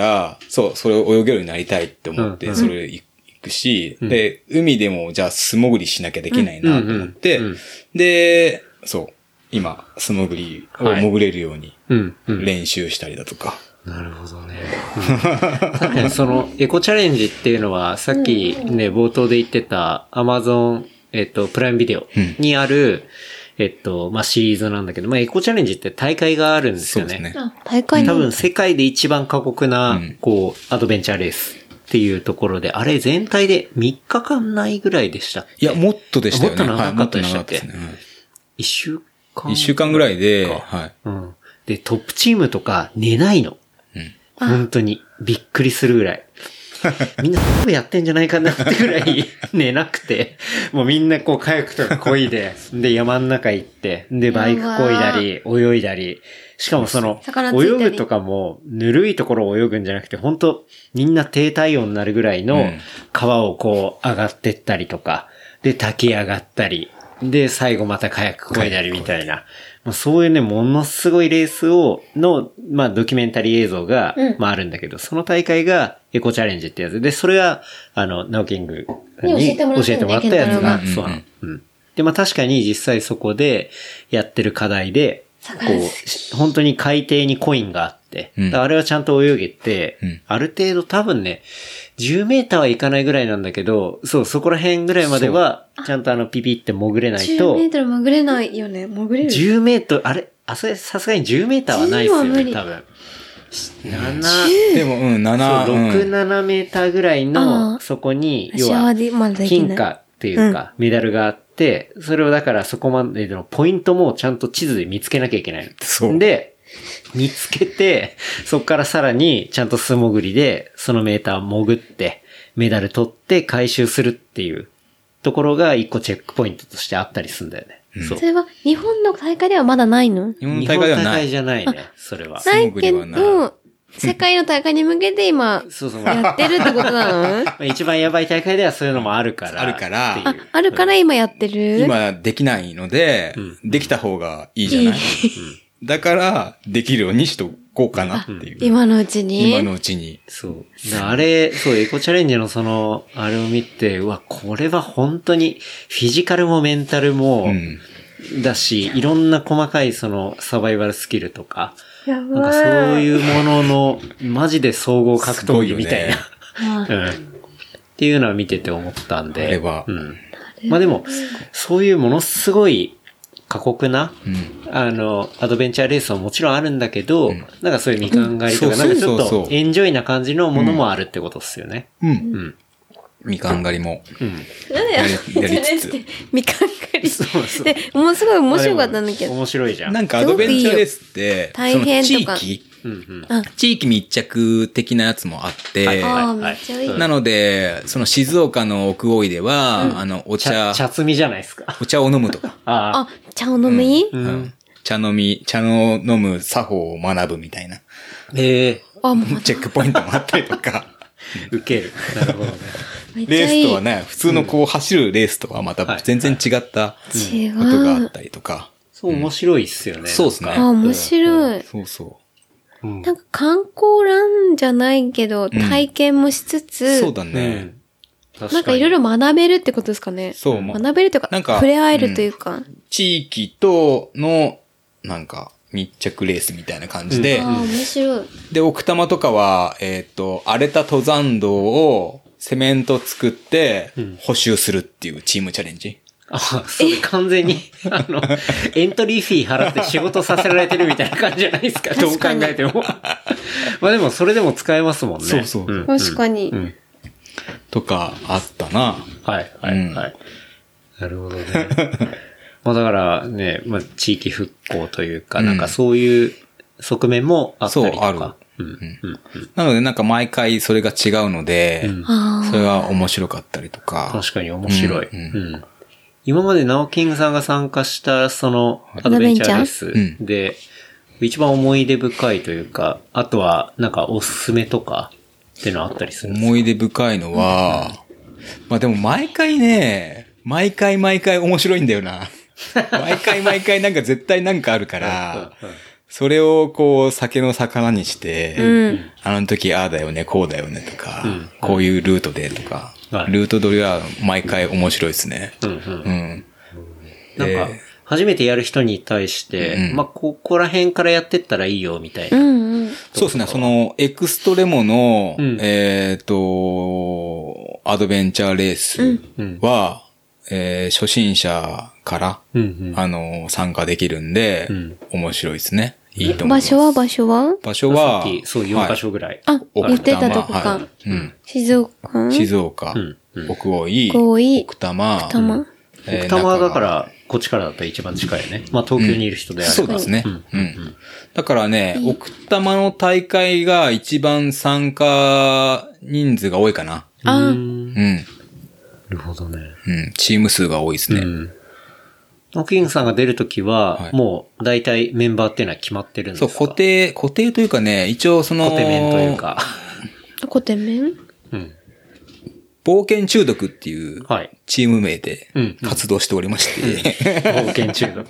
そう、それを泳げるようになりたいって思って、うんうん、それ行くし、うん、で、海でもじゃあ素潜りしなきゃできないなと思って、うんうんうん、で、そう、今、素潜りを潜れるように練習したりだとか。 はいうんうん、なるほどね。確かにそのエコチャレンジっていうのは、さっきね、冒頭で言ってた Amazon、えっと、プライムビデオにある、うんえっと、まあ、シリーズなんだけど、まあ、エコチャレンジって大会があるんですよね。そうですね。 大会多分世界で一番過酷な、うん、こう、アドベンチャーレースっていうところで、あれ全体でみっかかんないぐらいでしたっけ？ いや、もっとでしたよね。 もっと長かったでしたっけ？ はい、もっと長かったですね。 一週間一週間ぐらいで、はい。 うん。で、トップチームとか寝ないの。うん。本当に、びっくりするぐらい。みんな多分やってんじゃないかなってぐらい寝なくて、もうみんなこうカヤックとか漕いで、で山の中行って、でバイク漕いだり、泳いだり、しかもその、泳ぐとかもぬるいところを泳ぐんじゃなくて、本当みんな低体温になるぐらいの川をこう上がってったりとか、で滝上がったり、で最後またカヤック漕いだりみたいな。そういうね、ものすごいレースを、の、まあ、ドキュメンタリー映像が、うん、まあ、あるんだけど、その大会がエコチャレンジってやつで、それは、あの、ナオキングに教えてもらったやつが、そうなの。うん。で、まあ、確かに実際そこでやってる課題で、こう、本当に海底にコインがあって、うん、あれはちゃんと泳げて、うん、ある程度多分ね、じゅうメーターはいかないぐらいなんだけど、そう、そこら辺ぐらいまでは、ちゃんとあのピピって潜れないと。じゅうメートル潜れないよね。潜れる ? じゅうメートル、あれ、あ、それさすがにじゅうメーターはないですよね、多分。なな、 でも、うん、なな、 そう、ろく、ななメーターぐらいの、そこに、要は、金貨っていうか、メダルがあって、それをだからそこまでのポイントもちゃんと地図で見つけなきゃいけない。そう。で、見つけて、そこからさらにちゃんと素潜りで、そのメーター潜って、メダル取って回収するっていうとところが一個チェックポイントとしてあったりするんだよね。 うん、 そう。 それは日本の大会ではまだないの？ 日本の大会ではない。 日本大会じゃないね、それは。 ないけど、世界の大会に向けて今、 そうそうやってるってことなの？ 一番やばい大会ではそういうのもあるから。 あるから。 あ、あるから今やってる？ 今できないので、うん、できた方がいいじゃない、うん、だから、できるようにしとこうかなっていう。 今のうちに今のうちに。 そう。あれ、そう、エコチャレンジのその、あれを見て、うわ、これは本当に、フィジカルもメンタルも、だし、うん、いろんな細かいその、サバイバルスキルとか、なんかそういうものの、マジで総合格闘技みたいな、うん。っていうのは見てて思ったんで。 あれは。 うん。まあでも、そういうものすごい、過酷な、うん、あの、アドベンチャーレースはもちろんあるんだけど、うん、なんかそういうみかん狩りとか、なんかちょっとエンジョイな感じのものもあるってことですよね。 うん。うん。みかん狩りも。うん。やり、やりつつ。 みかん狩り。そうそう。で、もうすごい面白かったんだけど。 面白いじゃん。 なんかアドベンチャーレースって、 大変とか。 地域、うんうん、地域密着的なやつもあって、はいはいはい、なので、その静岡の奥大井では、うん、あの、お茶、 茶摘みじゃないですか。 お茶を飲むとか。 ああ、茶を飲み、 うんうん、茶飲み、茶の飲む作法を学ぶみたいな。 へえ。 あ、もう。チェックポイントもあったりとか。 受ける。なるほどね。 レースとはね、普通のこう走るレースとはまた全然違ったことがあったりとか。 そう、面白いっすよね。 そうですね。 あ、面白い。 そうそう。 うん、なんか観光ランじゃないけど、体験もしつつ、 うん、そうだね。 なんかいろいろ学べるってことですかね。 そう。 学べるというか、なんか触れ合えるというか、うん。 地域との、なんか、密着レースみたいな感じで。 うん、ああ、面白い。 で、奥多摩とかは、えっと、荒れた登山道をセメント作って補修するっていうチームチャレンジ。 あ、それ完全に、あの、エントリーフィー払って仕事させられてるみたいな感じじゃないですか、どう考えても。まあでも、それでも使えますもんね。 そうそう。 うん、確かに、うん。 とか、あったな。 はい、はい、うん、はい。なるほどね。まあだからね、まあ地域復興というか、うん、なんかそういう側面もあったりとか。そう、ある。うんうんうん、 なのでなんか毎回それが違うので、うん、それは面白かったりとか。 確かに面白い。うんうんうん、今までナオキングさんが参加したそのアドベンチャーレースで、一番思い出深いというか、あとはなんかおすすめとかっていうのあったりするんですか？ 思い出深いのは、うん、まあでも毎回ね、毎回毎回面白いんだよな。毎回毎回なんか絶対なんかあるから、それをこう酒の魚にして、うん、あの時ああだよね、こうだよねとか、うん、こういうルートでとか、うん、ルート取りは毎回面白いですね。うんうん、 なんか、初めてやる人に対して、うん、まあ、ここら辺からやってったらいいよ、みたいな。うんうん、 そうですね、その、エクストレモの、うん、えっと、アドベンチャーレースは、うんえー、初心者から、うんうん、あの、参加できるんで、うん、面白いですね。いいと思います。 場所は場所は場所は、 そう、よんカ所ぐらい。 はい、あ、言ってたとこか。はいうん、静岡静岡、うんうん、奥大井、 奥大井奥多摩、 奥多摩。 えー、奥多摩だから、こっちからだったら一番近いよね。まあ、東京にいる人であれば、 うん、そうですね、うんうんうん。だからね、奥多摩の大会が一番参加人数が多いかな。 あうん。 なるほどね。 うん。チーム数が多いですね。うん。 ノキングさんが出るときは、はい、もう大体メンバーっていうのは決まってるんですか？ そう、固定、固定というかね、一応その、 固定面というか。 固定面？ うん。 冒険中毒っていうチーム名で活動しておりまして。 うんうん、冒険中毒。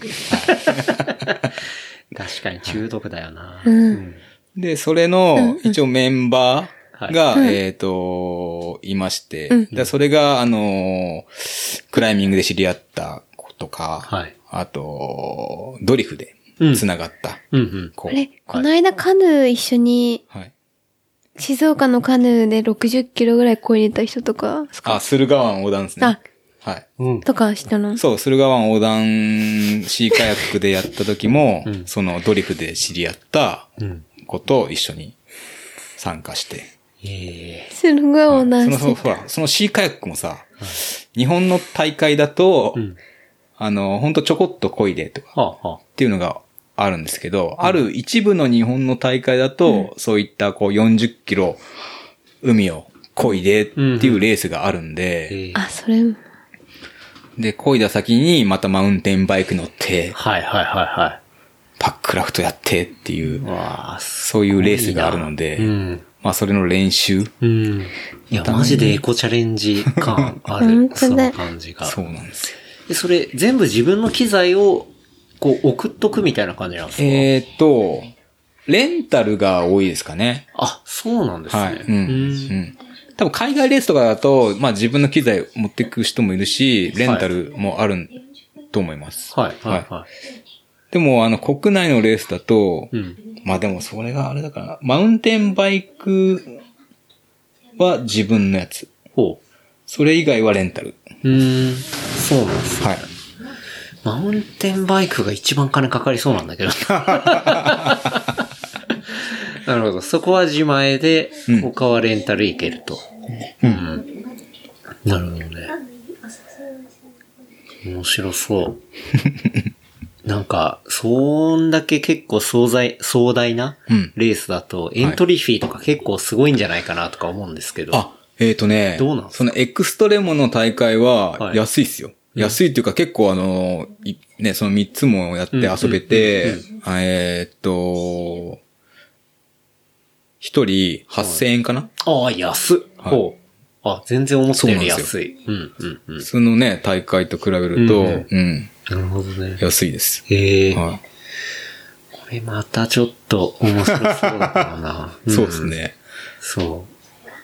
確かに中毒だよな。 うん、 で、それの一応メンバーが、うん、えっと、いまして、うん、でそれが、あの、クライミングで知り合った子とか、はい、あと、ドリフで繋がった子。うんうんうん、 あれ、この間カヌー一緒に、はい静岡のカヌーでろくじゅっキロぐらい超えた人とかですか？ あ、駿河湾横断ですね。 あ、 はい。 うん、とかしたの？ そう、駿河湾横断シーカヤックでやった時も、うん、そのドリフで知り合った子と一緒に参加して。 へぇー。 駿河湾横断して。その、ほら、そのシーカヤックもさ、うん、日本の大会だと、うん、あの、ほんとちょこっと漕いでとか、はあはあ、っていうのが、あるんですけど、うん、ある一部の日本の大会だと、うん、そういったこうよんじゅっキロ海を漕いでっていうレースがあるんで、 うん、あ、それ、 で、漕いだ先にまたマウンテンバイク乗って、 はいはいはいはい。 パックラフトやってっていう、 わーそういうレースがあるので、うん、まあそれの練習。 うん。いや、マジでエコチャレンジ感ある。その感じが。 そうなんですよ。 で、それ全部自分の機材をこう送っとくみたいな感じなんですか？ えーっと、レンタルが多いですかね。 あ、そうなんですね。はい。うん。うん、 多分海外レースとかだと、まあ自分の機材持っていく人もいるし、レンタルもあると思います。 はい。はい。はい。 でも、あの、国内のレースだと、うん、まあでもそれがあれだから、マウンテンバイクは自分のやつ。 ほう。 それ以外はレンタル。 うーん。そうなんですね。 はい。 マウンテンバイクが一番金かかりそうなんだけど。なるほど。そこは自前で、他はレンタルいけると。うん。うん、なるほどね。面白そう。なんか、そんだけ結構壮大、壮大なレースだと、エントリーフィーとか結構すごいんじゃないかなとか思うんですけど。 あ、えっとね、 どうなんですか？ そのエクストレモの大会は安いっすよ。はい、安いっていうか結構あの、ね、そのみっつもやって遊べて、えー、っと、一人はっせんえんかな、 はい、ああ、安っ。はい、ほう。あ、全然思ったより安い。うんうんうん。 普通のね、大会と比べると、うん、うんうん。 なるほどね。 安いです。 へえ。はい。これまたちょっと面白そうだからな。 うん、そうですね。 そう。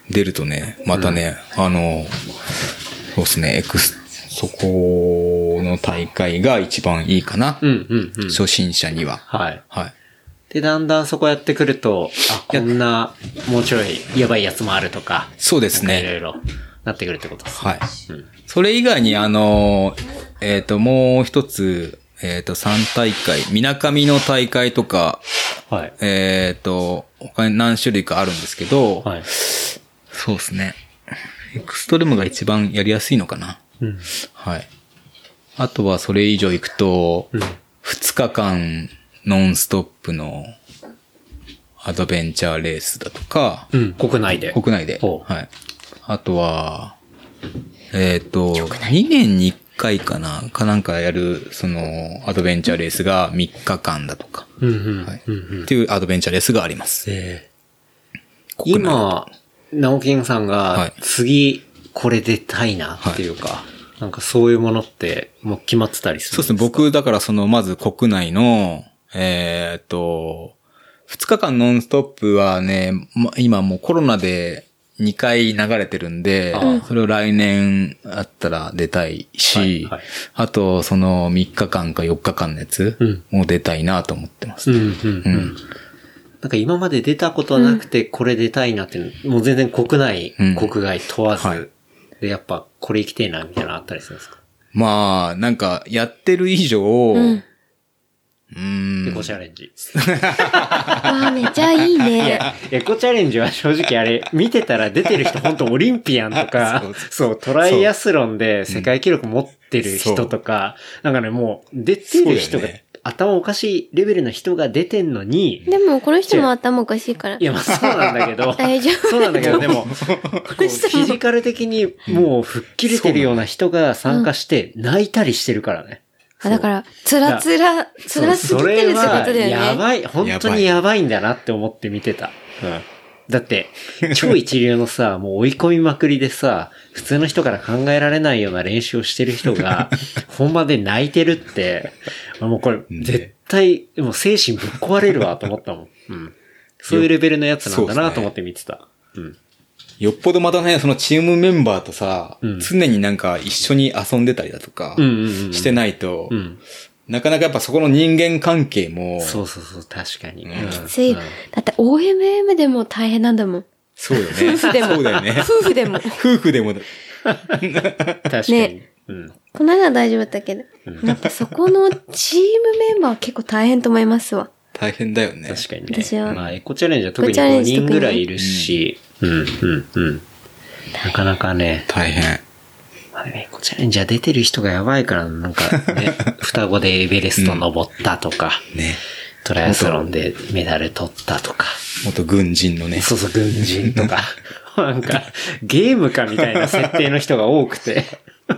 出るとね、またね、うん、あの、そうですね、エクス、そこの大会が一番いいかな。 うんうんうん。 初心者には。 はい。 はい。 で、だんだんそこやってくると、あ、こんな、もうちょいやばいやつもあるとか。 そうですね。 いろいろなってくるってことですね。はい。うん、それ以外に、あの、えっ、ー、と、もう一つ、えっ、ー、と、さん大会、みなかみの大会とか、 はい。 えっ、ー、と、他に何種類かあるんですけど、 はい。 そうですね。エクストレムが一番やりやすいのかな。 うん。 はい。あとはそれ以上行くと、うん、ふつかかんノンストップのアドベンチャーレースだとか、 うん、国内で。 国内で。はい。あとは、えっ、ー、と、にねんにいっかいかなかなんかやる、その、アドベンチャーレースがみっかかんだとか、 うんうんはいうんうん、 っていうアドベンチャーレースがあります。 えー、今、直金さんが、次、これ出たいなっていうか、はい、なんかそういうものってもう決まってたりするんですか？ そうですね。僕、だからその、まず国内の、えー、っと、ふつかかんノンストップはね、ま、今もうコロナでにかい流れてるんで、それを来年あったら出たいし、はいはい、あとそのみっかかんかよっかかんのやつも出たいなと思ってます、ね。うんうんうんうん、 なんか今まで出たことはなくてこれ出たいなって、うん、もう全然国内、うん、国外問わず、はい、でやっぱこれ行きてえなみたいなのあったりするんですか？ まあ、なんかやってる以上、うんうーん。エコチャレンジ。 ああ、めっちゃいいね。 いや、エコチャレンジは正直あれ、見てたら出てる人本当オリンピアンとか、そう、そうトライアスロンで世界記録持ってる人とか、うん、なんかね、もう出てる人が、ね、頭おかしいレベルの人が出てんのに。 でも、この人も頭おかしいから。 いや、まあそうなんだけど。 大丈夫。 そうなんだけど、でも、こうフィジカル的にもう吹っ切れてるような人が参加して泣いたりしてるからね。 あ、だから、つらつら、つらすぎてるってことだよね。 やばい、本当にやばいんだなって思って見てた。うん。だって、超一流のさ、もう追い込みまくりでさ、普通の人から考えられないような練習をしてる人が、本番で泣いてるって、もうこれ、絶対、もう精神ぶっ壊れるわと思ったもん。うん。そういうレベルのやつなんだなと思って見てた。うん。 よっぽどまたね、そのチームメンバーとさ、うん、常になんか一緒に遊んでたりだとか、してないと、うんうんうん、なかなかやっぱそこの人間関係も、 そうそうそう、確かに。 きつい。だって オーエムエム でも大変なんだもん。 そうよね。 夫婦でも。 そうだよね。 夫婦でも。 夫婦でも。 確かに。ね、うん、 この間は大丈夫だったけど、うん、やっぱそこのチームメンバーは結構大変と思いますわ。 大変だよね。 確かにね。私は。まあ、エコチャレンジは特にごにんぐらいいるし、うん、うん、うん。なかなかね。 大変。 まあ、エコチャレンジは出てる人がやばいから、なんかね、双子でエベレスト登ったとか、 うん、ね。 トライアスロンでメダル取ったとか。 元軍人のね。 そうそう、軍人とか。なんか、ゲームかみたいな設定の人が多くて。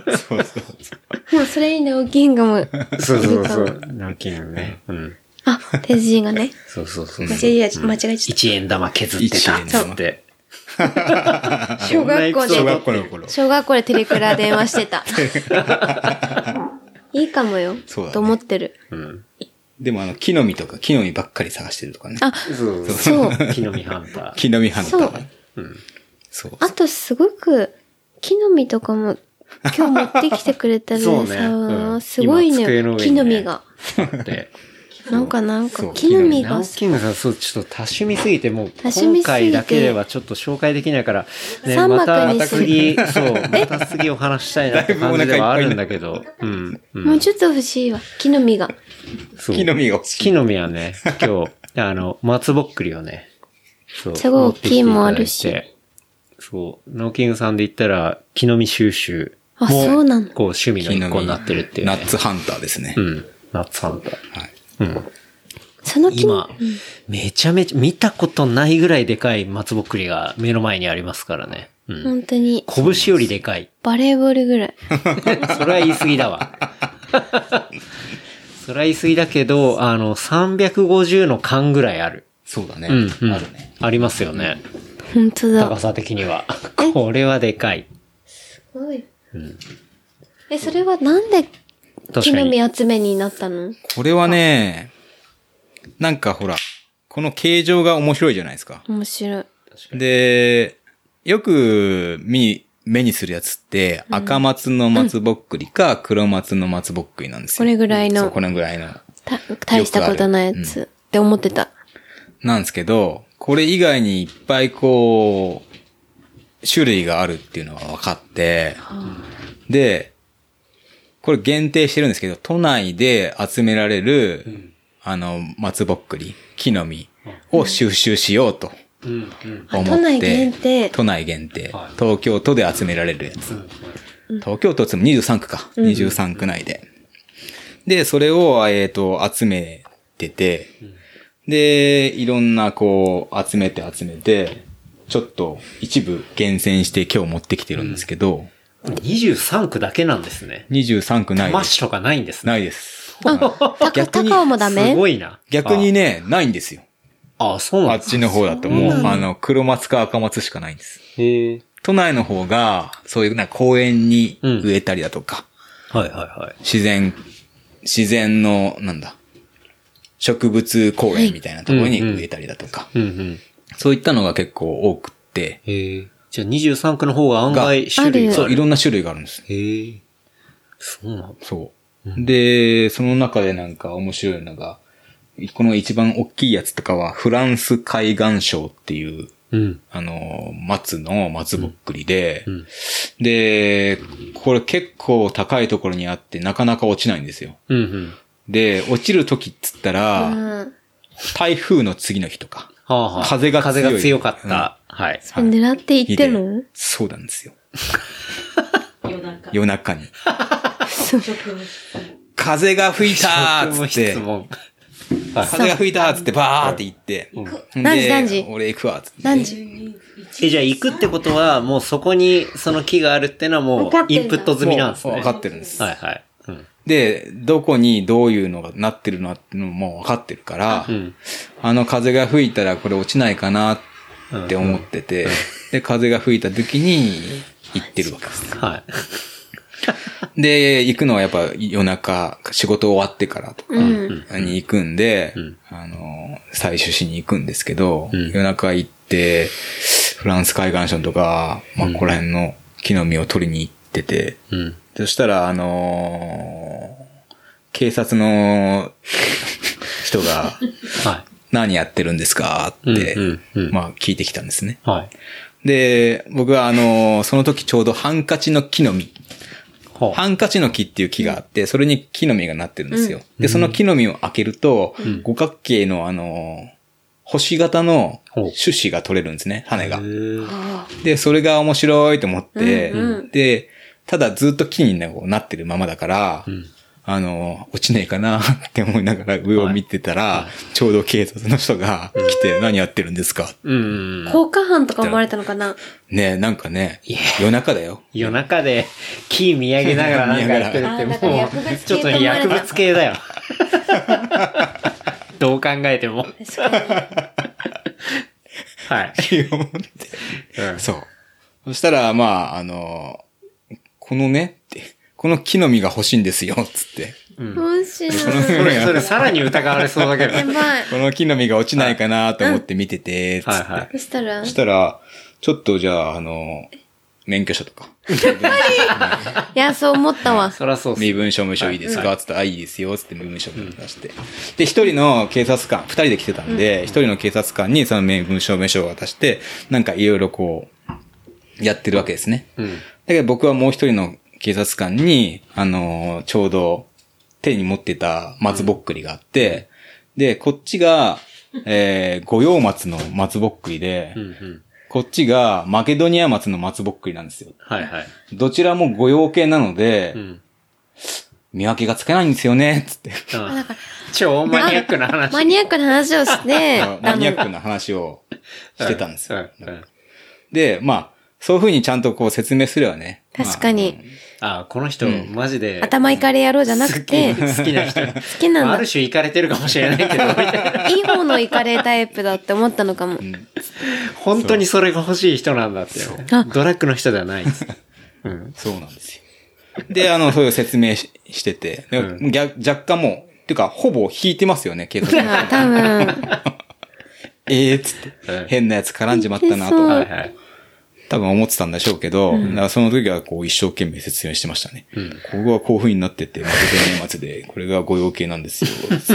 そうそう。 もうそれに直樹がもう。 そうそうそう。直樹がね。うん。 あ、鉄人がね。 そうそうそう。 間違えちゃった。間違えちゃった。 一円玉削ってたっつって。 小学校で。 小学校の頃。 小学校でテレクラ電話してた。いいかもよ。そうだね。と思ってる。 うん。 でもあの、木の実とか、木の実ばっかり探してるとかね。 あ、そう。そう。 木の実ハンター。 木の実ハンター。そう。 うん。 そう。 あとすごく、木の実とかも、今日持ってきてくれたらさ、そうねうん、すごいね、木の実が。なんかなんか、木の実が。 キングさん、そう、ちょっと多趣味すぎて、もう、今回だけではちょっと紹介できないから、ね、また次、そう、また次お話したいなって感じではあるんだけど、うん。 もうちょっと欲しいわ、木の実が。 木の実が欲しい。 木の実はね、今日、あの、松ぼっくりをね、 そう。すごい大きいもあるし。 そう、ノーキングさんで言ったら、木の実収集も、 あ、そうなの。 こう、趣味の一個になってるっていう、 ね。ナッツハンターですね。 うん。ナッツハンター。はい。うん。 その今、うん、めちゃめちゃ、見たことないぐらいでかい松ぼっくりが目の前にありますからね。うん、 本当に。 拳よりでかい。 バレーボールぐらい。 それは言い過ぎだわ。それは言い過ぎだけど、あの、さんびゃくごじゅうの缶ぐらいある。 そうだね。 うん、うん。 あるね。 ありますよね。 本当だ。 高さ的には。これはでかい。 すごい。うん、え、それはなんで木の実集めになったの？ これはね、なんかほら、この形状が面白いじゃないですか。 面白い。 で、よく見、目にするやつって、赤松の松ぼっくりか黒松の松ぼっくりなんですよ。 これぐらいの。 そう、これぐらいの。 た、大したことないやつ、うん、って思ってた。 なんですけど、これ以外にいっぱいこう、種類があるっていうのが分かって、はあ、で、これ限定してるんですけど、都内で集められる、うん、あの、松ぼっくり、木の実を収集しようと思って、 うんうん、都内限定。 都内限定。東京都で集められるやつ。うん、東京都ってにじゅうさんくか。うん、にじゅうさんく内で。で、それを、えっと、集めてて、で、いろんなこう、集めて集めて、ちょっと一部厳選して今日持ってきてるんですけど、 うん、にじゅうさんくだけなんですね。 にじゅうさんくないです。 マッシュとかないんですね。 ないです。 逆に、高尾もダメ？ すごいな。 逆にね、ないんですよ。 ああ、そうなんですか。あっちの方だともう、あの、黒松か赤松しかないんです。 へえ。 都内の方が、そういうな公園に植えたりだとか、 うん、はいはいはい。 自然、自然の、なんだ、植物公園みたいなところに植えたりだとか、 うんうん、 そういったのが結構多くって。 へえ。じゃあにじゅうさんくの方が案外種類がある。 そう、いろんな種類があるんです。 へえ。そうなんだ。 そう、うん。で、その中でなんか面白いのが、この一番大きいやつとかは、フランス海岸賞っていう、 うん、 あの、松の松ぼっくりで、 うんうん、 で、これ結構高いところにあってなかなか落ちないんですよ。 うんうん、 で、落ちる時っつったら、うん、台風の次の日とか、 はあはあ、 風が強い。 風が強かった。うん、はい。 それ狙っていってるの？ そうなんですよ。 夜中。 夜中に。風が吹いたーっつって。風が吹いたーっつってバーって行って。 うん、何時何時俺行くわっつって。 何時え、じゃあ行くってことは、もうそこにその木があるってのはもうインプット済みなんですね。 分かってるんです。 はいはい。うん、 で、どこにどういうのがなってるのってのも分かってるから、うん、あの風が吹いたらこれ落ちないかなって思ってて、うんうん、で、風が吹いた時に行ってるわけです。 はい。 で、行くのはやっぱ夜中、仕事終わってからとかに行くんで、うん、あの、採取しに行くんですけど、うん、夜中行って、フランス海岸省とか、まあ、ここら辺の木の実を取りに行ってて、 うん、 そしたら、あのー、警察の人が、 はい、 何やってるんですかって、 うんうんうん、 まあ聞いてきたんですね。 はい、 で、僕はあのー、その時ちょうどハンカチの木の実、ハンカチの木っていう木があって、それに木の実がなってるんですよ。うん、で、その木の実を開けると、うん、五角形のあの、星型の種子が取れるんですね、羽が。で、それが面白いと思って、うんうん、で、ただずっと木になってるままだから、うん、 あの、落ちないかなって思いながら上を見てたら、はいはい、ちょうど警察の人が来て、何やってるんですか、 うん、 放火犯とか思われたのかな。 ねえ、なんかね、夜中だよ。 夜中で木見上げながらなんかやってるってもう、ちょっと薬物系だよ。どう考えても。 確かに。 はい。 思って、うん。そう。そしたら、まあ、あの、このね、って、この木の実が欲しいんですよ、つって。 欲しいな。 それ、それさらに疑われそうだけど。 やばい。 この木の実が落ちないかなと思って見てて、つって。はいはい。 そしたらそしたら、ちょっとじゃあ、あの、免許証とか。 いや、そう思ったわ。 そらそうっす。 身分証明書いいですか、つって、あ、いいですよ、つって身分証明出して。で、一人の警察官、二人で来てたんで、一人の警察官にその身分証明書を渡して、なんかいろいろこう、やってるわけですね。うん。だけど僕はもう一人の警察官に、あの、ちょうど手に持ってた松ぼっくりがあって、で、こっちが、えー、五葉松の松ぼっくりで、うんうん、こっちがマケドニア松の松ぼっくりなんですよ。 はいはい。 どちらも五葉系なので、うん、見分けがつかないんですよね、つって。 ああ超マニアックな話。 マニアックな話をして、 マニアックな話をしてたんですよ。うんうん、で、まあ、そういう風にちゃんとこう説明すればね。 確かに。 まあ、ああ、この人、うん、マジで。 頭いかれ野郎じゃなくて。 好きな人。好きなんだ。 ある種いかれてるかもしれないけど、みたいな。 いい方のいかれタイプだって思ったのかも。うん、 本当にそれが欲しい人なんだって。ドラッグの人ではないです。 うん。そうなんですよ。で、あの、そういう説明 し, してて、うん、若干もう、っていうか、ほぼ引いてますよね、警察が。多分。 ええー、つって、変なやつ絡んじまったなと。はいはい。多分思ってたんでしょうけど、うん、だからその時はこう一生懸命説明してましたね。うん、ここはこういう風になってて、マケドニア松で、これが御用系なんですよ。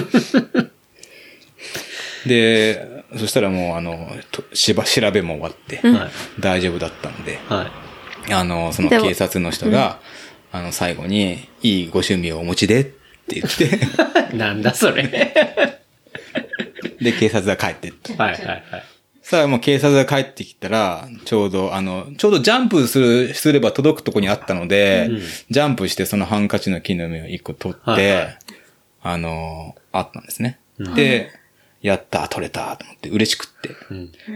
で、そしたらもうあの、しば、調べも終わって、うん、大丈夫だったんで、はい、あの、その警察の人が、うん、あの、最後に、いいご趣味をお持ちでって言って、 なんだそれ。 で、警察が帰ってって。 はいはいはい。 さあもう警察が帰ってきたら、ちょうどあの、ちょうどジャンプする、すれば届くとこにあったので、うん、ジャンプしてそのハンカチの木の実を一個取って、はいはい、あの、あったんですね。うん、で、やった、取れた、と思って嬉しくって、うん。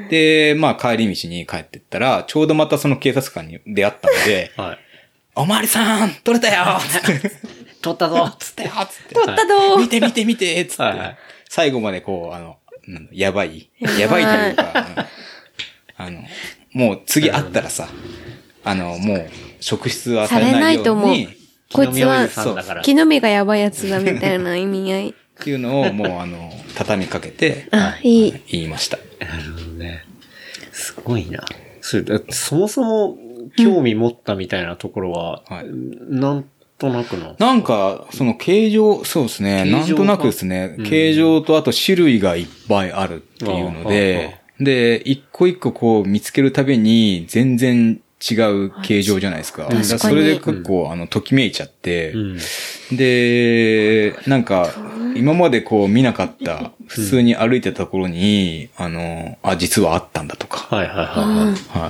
で、まあ帰り道に帰ってったら、ちょうどまたその警察官に出会ったので、はい、おまわりさん取れたよつって。 取ったぞつってよつって。 取ったぞ見て見て見てつって、はいはい。最後までこう、あの、やばいやばいというか、あの、もう次会ったらさ、あの、もう、職質はされないように。されないと思う。 こいつは、木の実がやばいやつだみたいな意味合い。 っていうのをもう、あの、畳みかけて、 あ、いい。 言いました。 なるほどね。すごいな。それ、そもそも興味持ったみたいなところは、うん、はい、なんとなくのなんか、その形状、そうですね。なんとなくですね、うん。形状とあと種類がいっぱいあるっていうので、で、一個一個こう見つけるたびに全然違う形状じゃないですか。だからそれで結構、うん、あの、ときめいちゃって、うん、で、なんか、今までこう見なかった、普通に歩いてたところに、うん、あの、あ、実はあったんだとか。 はいはいはい。 はい。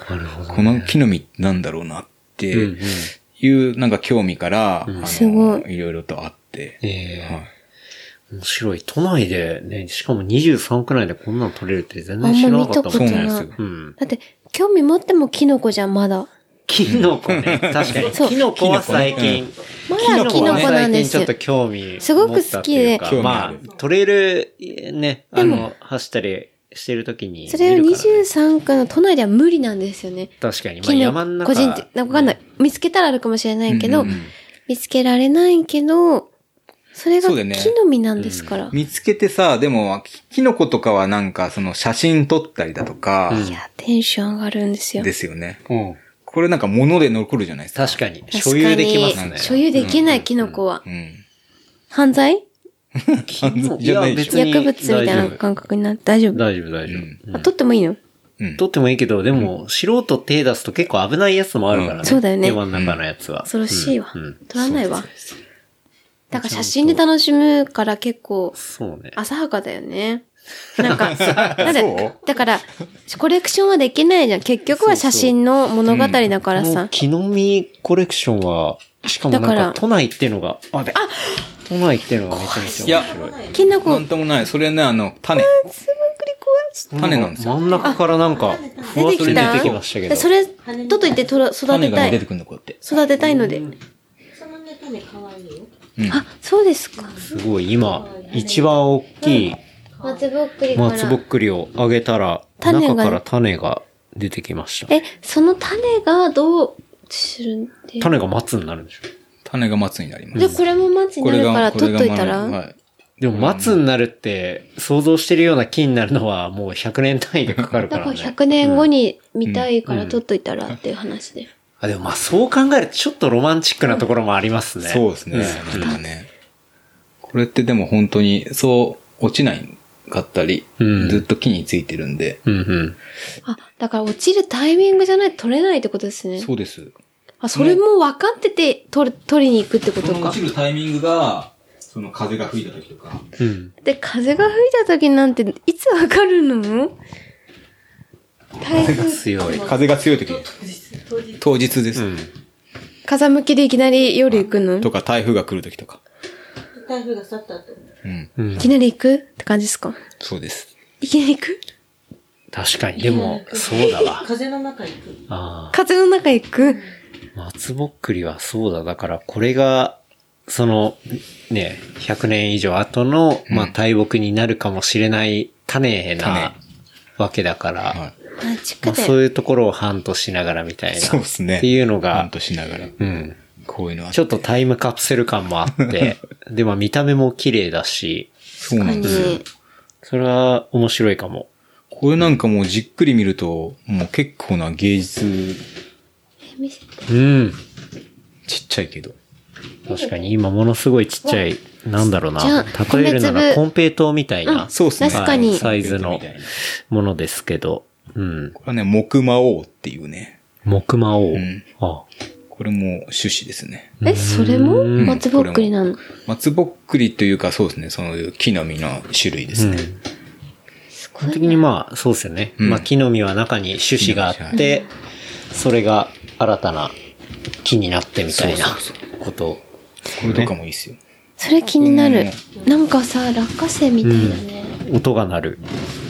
なるほど、ね。この木の実なんだろうなって、うんうんいうなんか興味から、うん、あのいろいろとあって、 えーはい、面白い。都内でね、しかもにじゅうさんくらいでこんなの取れるって全然知らなかったもんね。 そうなんですよ、 うん。だって興味持ってもキノコじゃんまだ。 キノコね、確かに。キノコは最近、ねうん、まだキノコなんですよ。 最近ちょっと興味すごく好きで、 まあ取れるね、あの走ったり。してるときに、ね。 それはにじゅうさん区の都内では無理なんですよね。 確かに。まあ、山の中。 個人的、わかんない。見つけたらあるかもしれないけど、うんうん、見つけられないけど、それが木の実なんですから、ねうん。見つけてさ、でも、キノコとかはなんか、その写真撮ったりだとか。 いや、テンション上がるんですよ。 ですよね。うん。これなんか物で残るじゃないですか。 確かに。所有できますね。 所有できないキノコは。うんうん、犯罪じゃないでしょ。 薬物みたいな感覚になって大丈夫大丈夫、大丈夫。 うん、あ、取ってもいいのうん。取ってもいいけど、でも、うん、素人手出すと結構危ないやつもあるからね。 うん、そうだよね。 山の中のやつは。 恐ろしいわ。うん、取らないわ。 だから写真で楽しむから結構、 そうね。 浅はかだよね。なんか、なんで、だから、コレクションはできないじゃん。結局は写真の物語だからさ。 この木の実コレクションは、しかもなんか都内っていうのが、あ、べ、あ都内っていうのがめちゃめちゃ面白い。 きなこ。 なんともない。それね、あの、種。種なんですよ。 真ん中からなんか、ふわっと出てきましたけど。 それ、取っといて育てたい。 種が出てくるの、こうやって。 育てたいので。 そのね、種可愛いよ。 あ、そうですか。 すごい、今、一番大きい、 松ぼっくりから。 松ぼっくりをあげたら、中から種が出てきました。 え、その種がどうするんで種が松になるんでしょ。 種が松になります。 じゃあこれも松になるから取っといたら、 はい。 でも松になるって想像してるような木になるのはもうひゃくねん単位でかかるかだかららね。 ひゃくねんごに見たいから取っといたらっていう話で。 あ、でもまあそう考えるとちょっとロマンチックなところもありますね。 そうですね。なんかね。これってでも本当にそう落ちないかったり、 うんずっと木についてるんで。 うんうん。 あ、だから落ちるタイミングじゃないと取れないってことですね。 そうです。 あ、それも分かってて取る、取りに行くってことか。 その落ちるタイミングが、その風が吹いた時とか。 うん。 で、風が吹いた時なんていつ分かるの？台風強い。 風が強い時。当日です。 うん。 風向きでいきなり夜行くの？ とか台風が来る時とか。 台風が去った後。 うん。 うんいきなり行くって感じですか？ そうです。 いきなり行く？ 確かに。でも、そうだわ。 風の中行く。 ああ。 風の中行く？ 松ぼっくりはそうだ。だからこれが、その、ね、ひゃくねん以上後の、まあ大木になるかもしれない種なわけだから、 はい。 あ、地まあ、 下で。 そういうところをハントしながらみたいな。 そうですね。 っていうのがハントしながら。 うん。 こういうのは。 ちょっとタイムカプセル感もあって、で、まあ見た目も綺麗だし、 そうなんですよ。 それは面白いかも。 これなんかもうじっくり見ると、もう結構な芸術、 え見せて。 うん。 ちっちゃいけど。 確かに今ものすごいちっちゃい、なんだろうな。 じゃあ例えるなら米粒コンペイトーみたいな、 そうですね。 確かにはいサイズのものですけど、うん。 これはね、木魔王っていうね。 木馬王。 んあこれも種子ですね。 え、それも松ぼっくりなの？ 松ぼっくりというかそうですね、そういう木の実の種類ですね。 基本的にまあ、そうですよね。 うんまあ、木の実は中に種子があって、それが新たな木になってみたいなそうこと。 これとかもいいですよ。 それ気になる。なんかさ、落花生みたいだね。 音が鳴る。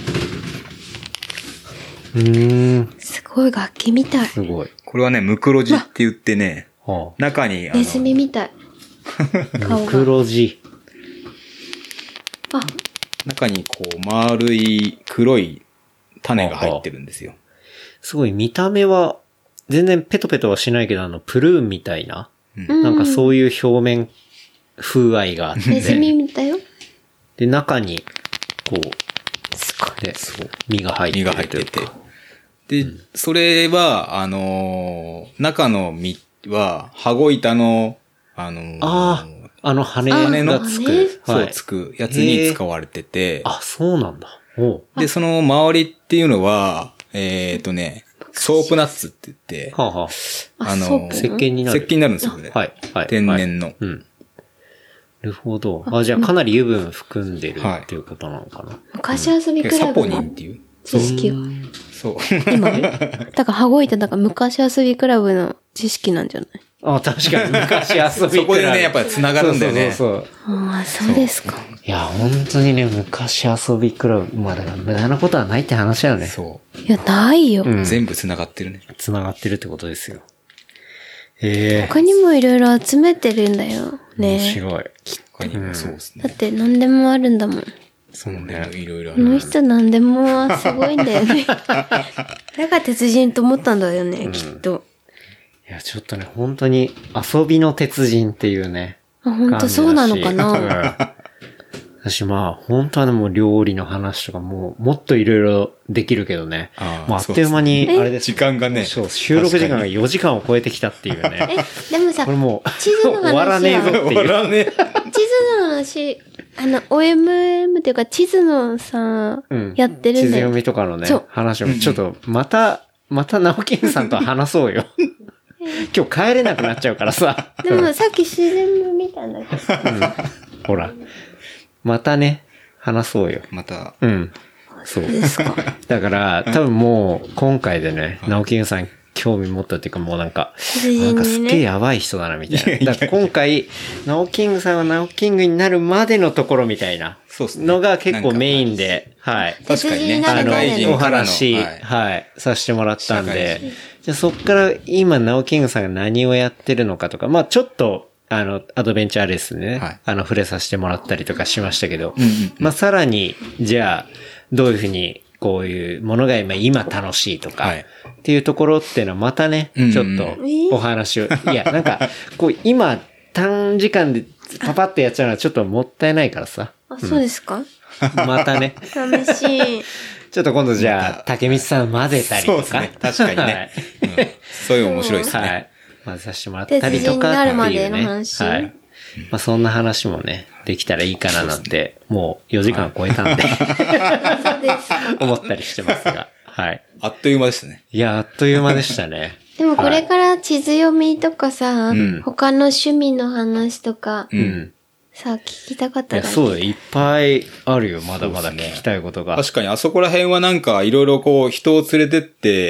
うーん、 すごい楽器みたい。 すごい。 これはね、ムクロジって言ってね、 は中に、あのネズミみたい。 あ、 顔が。 黒字。 あ、 中にこう丸い黒い種が入ってるんですよ。 すごい見た目は、全然ペトペトはしないけど、あの、プルーンみたいな、なんかそういう表面風合いがあって、 ネズミみたいよ。 で、中に、こう、 すごい。 で、そう、実が入ってる実が入っててというか。。 で、それは、あのー中の実は、羽子板の、あのーああ、あの羽羽のがつ羽く。 そう、 はい。 つくやつに使われてて、 あ、そうなんだ。おうで、その周りっていうのは、えっ、とね、ソープナッツって言って、 はあ、はあ、 あ、そう。 石鹸になる。 石鹸になるんですよ、これ。 はい、はい。 天然のはいうん。なるほど。あ、じゃあかなり油分含んでるっていうことなのかな。 昔遊びクラサポブのニンっていう。 知識を。 そう。 今だから、羽子板だから昔遊びクラブの知識なんじゃない？ あ、確かに昔遊びそこでね、やっぱり繋がるんだよね。 そうそうそう。 ああ、そうですか。 いや、本当にね、昔遊びクラブ、まあだから無駄なことはないって話だよね。 そいや、ないよ。 うんう。全部繋がってるね。 繋がってるってことですよ。へえ。 他にもいろいろ集めてるんだよ。 面ね。 白い。 他にもそうですね。 だって何でもあるんだもん。 そうね。いろいろあこのる。 人何でもすごいんだよね。だから鉄人と思ったんだよね、きっと。 いや、ちょっとね、本当に遊びの鉄人っていうね。 あ、本当そうなのかな。 な私まあ、本当はね、もう料理の話とかもう、もっといろいろできるけどね。 あーもうあっという間に、あれです。 時間がね。 そう、収録時間がよじかんを超えてきたっていうね。 え、でもさ、 これもう、 地図の話は終わらねえぞっていう。 終わらね地図の話、あの、オーエムエム っていうか地図のさ、 うんやってる地図読んだよ。 みとかのねそう、 話を、ちょっと、また、また直金さんと話そうよ。 え今日帰れなくなっちゃうからさ。 でもさっき自然も見たんだけど。 うん、ほら。またね、話そうよ。 また。 うん。そう。 ですか。 だから、多分もう、今回でね、直樹さん興味持ったっていうか、もうなんか、なんかすっげえやばい人だな、みたいな。だから今回、直樹さんは直樹になるまでのところみたいなのが結構メインで、はい。 確かにね、 あの、お話、 はい、 はい、させてもらったんで、じゃあそっから今、直樹さんが何をやってるのかとか、まあちょっと、あの、アドベンチャーレースでね、はい、あの、触れさせてもらったりとかしましたけど、うんうんうん、まあさらに、じゃあ、どういうふうに、こういうものが今、今楽しいとか、はい、っていうところっていうのはまたね、うんうん、ちょっとお話を、いや、なんか、こう、今、短時間でパパッとやっちゃうのはちょっともったいないからさ。 あ、そうですか？ またね。 寂しい。 ちょっと今度じゃあ、竹光さん混ぜたりとか。 そうですね。確かにね。はいうん、そういう面白いですね。はい。 混ぜさせてもらったりとかっていうね。 になるまでの話。 はい。まあそんな話もね、できたらいいかななんて、もうよじかん超えたんで、思ったりしてますが。はい。 あっという間でしたね。 いや、あっという間でしたね。 でもこれから地図読みとかさ、はい、他の趣味の話とか、うん、さあ聞きたかったら、 ね。そうだ、いっぱいあるよ、まだまだ聞きたいことが。 ね、確かにあそこら辺はなんかいろいろこう人を連れてって、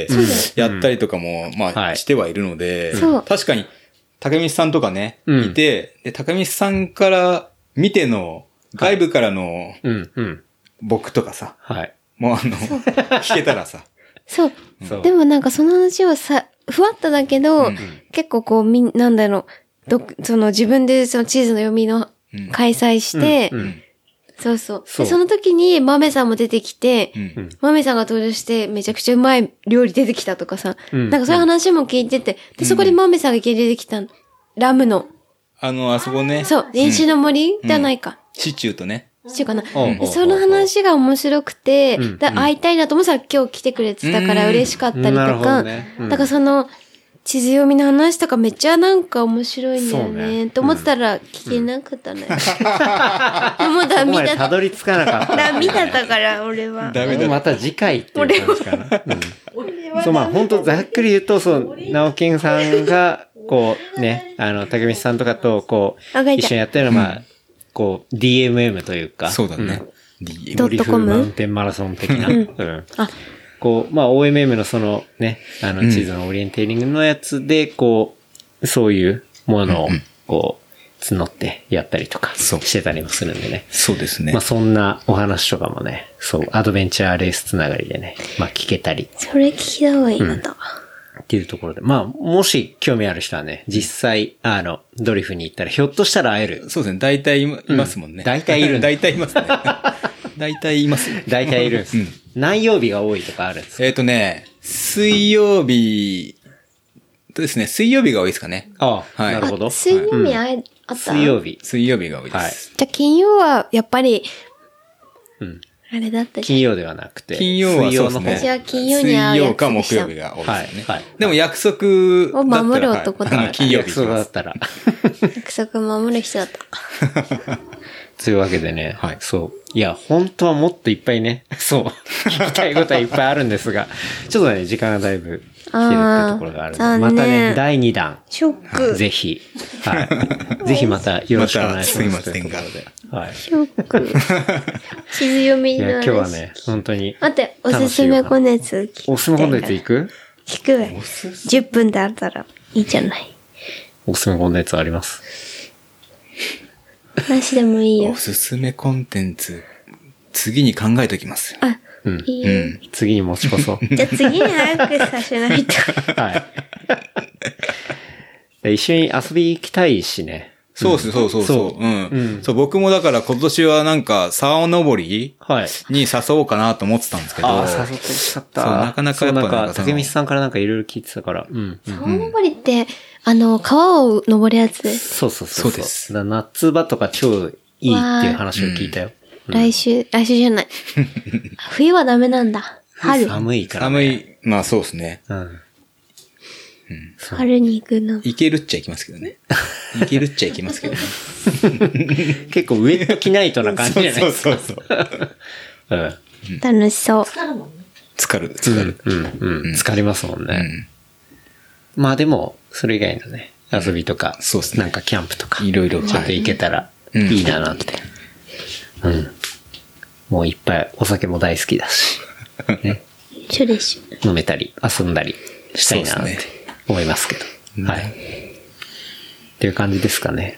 やったりとかも、まあ、はい、してはいるので、確かに竹光さんとかね、うん、いて、で、竹光さんから見ての、外部からの、僕とかさ、はい、もうあの、聞けたらさ、 そう。そうでもなんかその話をさ、ふわっとだけど、うん、結構こうみん、なんだろう、ど、その自分でその地図の読みの開催して、うんうん、そうそう。そ, でその時に豆さんも出てきて、うん、豆さんが登場してめちゃくちゃうまい料理出てきたとかさ、うん、なんかそういう話も聞いてて、で、そこで豆さんが出てきたラムの。 あの、あそこね。 そう、練習の森、うん、じゃないか。 シチューとね。 シチューかな。でその話が面白くて、うん、だ会いたいなと思ったら今日来てくれてたから嬉しかったりとか、ねうん、だからその、地図読みの話とかめっちゃなんか面白いんだよね。と思ってたら聞けなかったね。うん、もうダメだった。 たどり着かなかった。 ダメだったから、俺は。 ダメだ。また次回っていう感じかな。うん、そう、まあ本当ざっくり言うと、そう、直樹さんが、こうね、あの、竹道さんとかと、こう、一緒にやってるのは、まあ、こう、ディーエムエム というか。 そうだね。 うん、ディーエムエム。ドリフマウンテンマラソン的な。うん。あこう、まあ オーエムエム のそのね、あの地図のオリエンテーリングのやつで、こう、そういうものを、こう、募ってやったりとかしてたりもするんでね。 そうですね。 まあそんなお話とかもね、そう、アドベンチャーレースつながりでね、まあ聞けたり。 それ聞きた方がいいんだ。 うん、っていうところで。まあ、もし興味ある人はね、実際、あの、ドリフに行ったらひょっとしたら会える。 そうですね。大体いますもんね。 大体いる。 大体いますね。大体います。 大体いるんです。うん、何曜日が多いとかあるんですか？ えっとね、水曜日、ですね、水曜日が多いですかね。 ああ、はい。なるほど。 水曜日あ、うん、あった水曜日。 水曜日が多いです。はい、 じゃあ金曜は、やっぱり、うん。あれだった金曜ではなくて。 金曜はそうですね。 じゃあ金曜に会うやつ。 水曜か木曜日が多いですね。はい。はい、でも約束を守る男だった。 はい、金曜日。約束だったら。 約束守る人だった。 というわけでね、はい、そう。いや、本当はもっといっぱいね、そう、聞きたいことはいっぱいあるんですが、ちょっとね、時間がだいぶ来てるってところがあるので、またね、だいにだん。 ショック。 ぜひ、はい。ぜひまたよろしくお願いします。 またすいませんが。 はい。 ショック。地図読みの話。 今日はね、本当に。 待って、おすすめコンテンツ聞く。 おすすめコンテンツ行く？ 聞くわ。じゅっぷんであったらいいじゃない。 おすすめコンテンツあります。 なしでもいいよ。 おすすめコンテンツ、次に考えときます。 あ、うん。いいよ。うん、 次に持ちこそ。 じゃあ次に早くさせないと。 はい。一緒に遊び行きたいしね。 そうそうそうそう。そう、うん、うん。そう、僕もだから今年はなんか、沢登りに誘おうかなと思ってたんですけど。 ああ、誘ってほしかった。 そう、なかなかやっぱなんか、竹道さんからなんかいろいろ聞いてたから。うん。 沢登りって、あの、川を登るやつです。 そうそうそう。そうです。だ夏場とか超いいっていう話を聞いたよ。 うん、来週、来週じゃない。冬はダメなんだ。春。 寒いから、 ね。寒い。まあそうですね。 うん。 うん、春に行くの。 行けるっちゃ行きますけどね。行けるっちゃ行きますけどね。 結構ウェット着ないとな感じじゃないですか。そうそうそう。 うん、楽しそう。 浸かる。浸かる。 うん、うん、うん。浸かりますもんね。うん、 まあでも、それ以外のね、遊びとか、 そうですね。 なんかキャンプとか、 いろいろちょっと行けたらいいななんて。うん。うん、もういっぱいお酒も大好きだし、ね。 一緒でしょ。飲めたり、遊んだりしたいなって思いますけど。ね、はい。っていう感じですかね。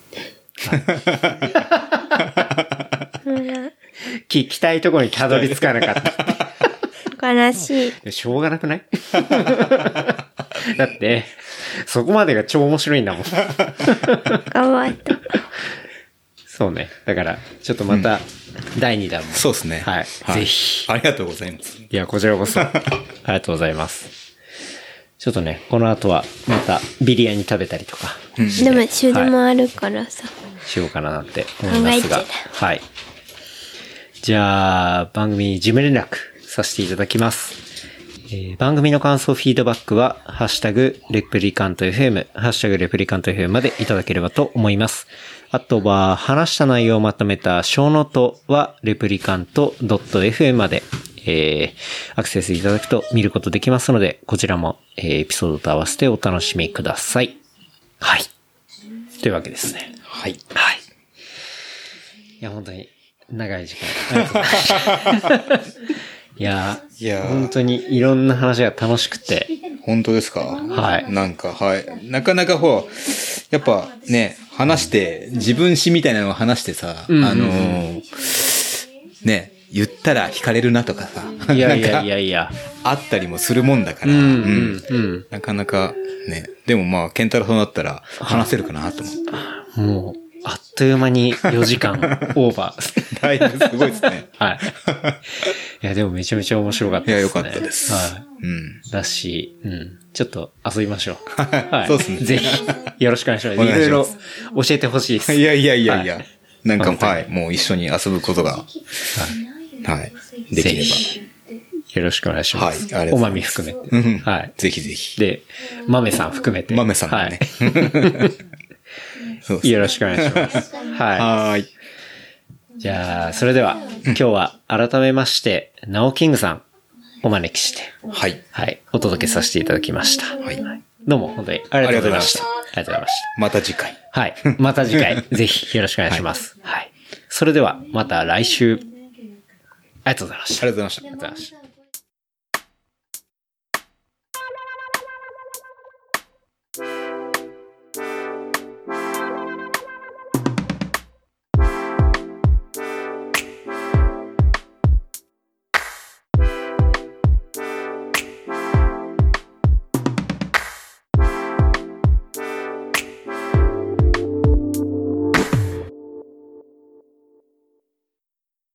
聞きたいところにたどり着かなかった。 悲しい。しょうがなくないだって、そこまでが超面白いんだもん。 かわいた。 そうね。だから、ちょっとまた、だいにだんも、うん。 そうですね。 はい。はい、ぜひ。 ありがとうございます。 いや、こちらこそ。ありがとうございます。ちょっとね、この後は、また、ビリヤニ食べたりとか。 うん、でも、終電もあるからさ、 はい。しようかななんて思いますが。はい。じゃあ、番組に事務連絡させていただきます。えー、番組の感想、フィードバックは、ハッシュタグ、レプリカント エフエム、ハッシュタグ、レプリカント エフエム までいただければと思います。あとは、話した内容をまとめた小ノートは、レプリカント .fm まで、えー、アクセスいただくと見ることできますので、こちらも、えー、エピソードと合わせてお楽しみください。はい。というわけですね。 はい。 はい。いや、本当に、長い時間。ありがとうございます。いやー、いや本当にいろんな話が楽しくて。 本当ですか？ はい。 なんか、はい。なかなかほら、やっぱね、話して、自分史みたいなのを話してさ、うんうんうん、あのー、ね、言ったら惹かれるなとかさ。 いやいやいやいや。 あったりもするもんだから。 うんうんうん、 なかなかね、でもまあ、ケンタロウさんだったら話せるかなと思って。 もう、あっという間によじかんオーバー。 だいぶすごいですね。 はい。いや、でもめちゃめちゃ面白かったですね。 いや、よかったです。 はい。うん。だし、うん。ちょっと遊びましょう。はい。 そうですね。 ぜひ、よろしくお願いします。いろいろ教えてほしいです。 いやいやいやいや。はい、なんか、はい。もう一緒に遊ぶことが、はい。はい。できれば。 よろしくお願いします。 はい。ありがとうございます。 おまみ含めて。 うん。 はい。 ぜひぜひ。 で、まめさん含めて。 まめさんもね。 はい。よろしくお願いします。はい。 はい。 じゃあ、それでは、今日は改めまして、ナオキングさんお招きして、 はい。 はい。お届けさせていただきました。 はい。 どうも本当にありがとうございました。ありがとうございました。 また次回。 はい。また次回、ぜひよろしくお願いします。はい。それでは、また来週。ありがとうございました。 ありがとうございました。 ありがとうございました。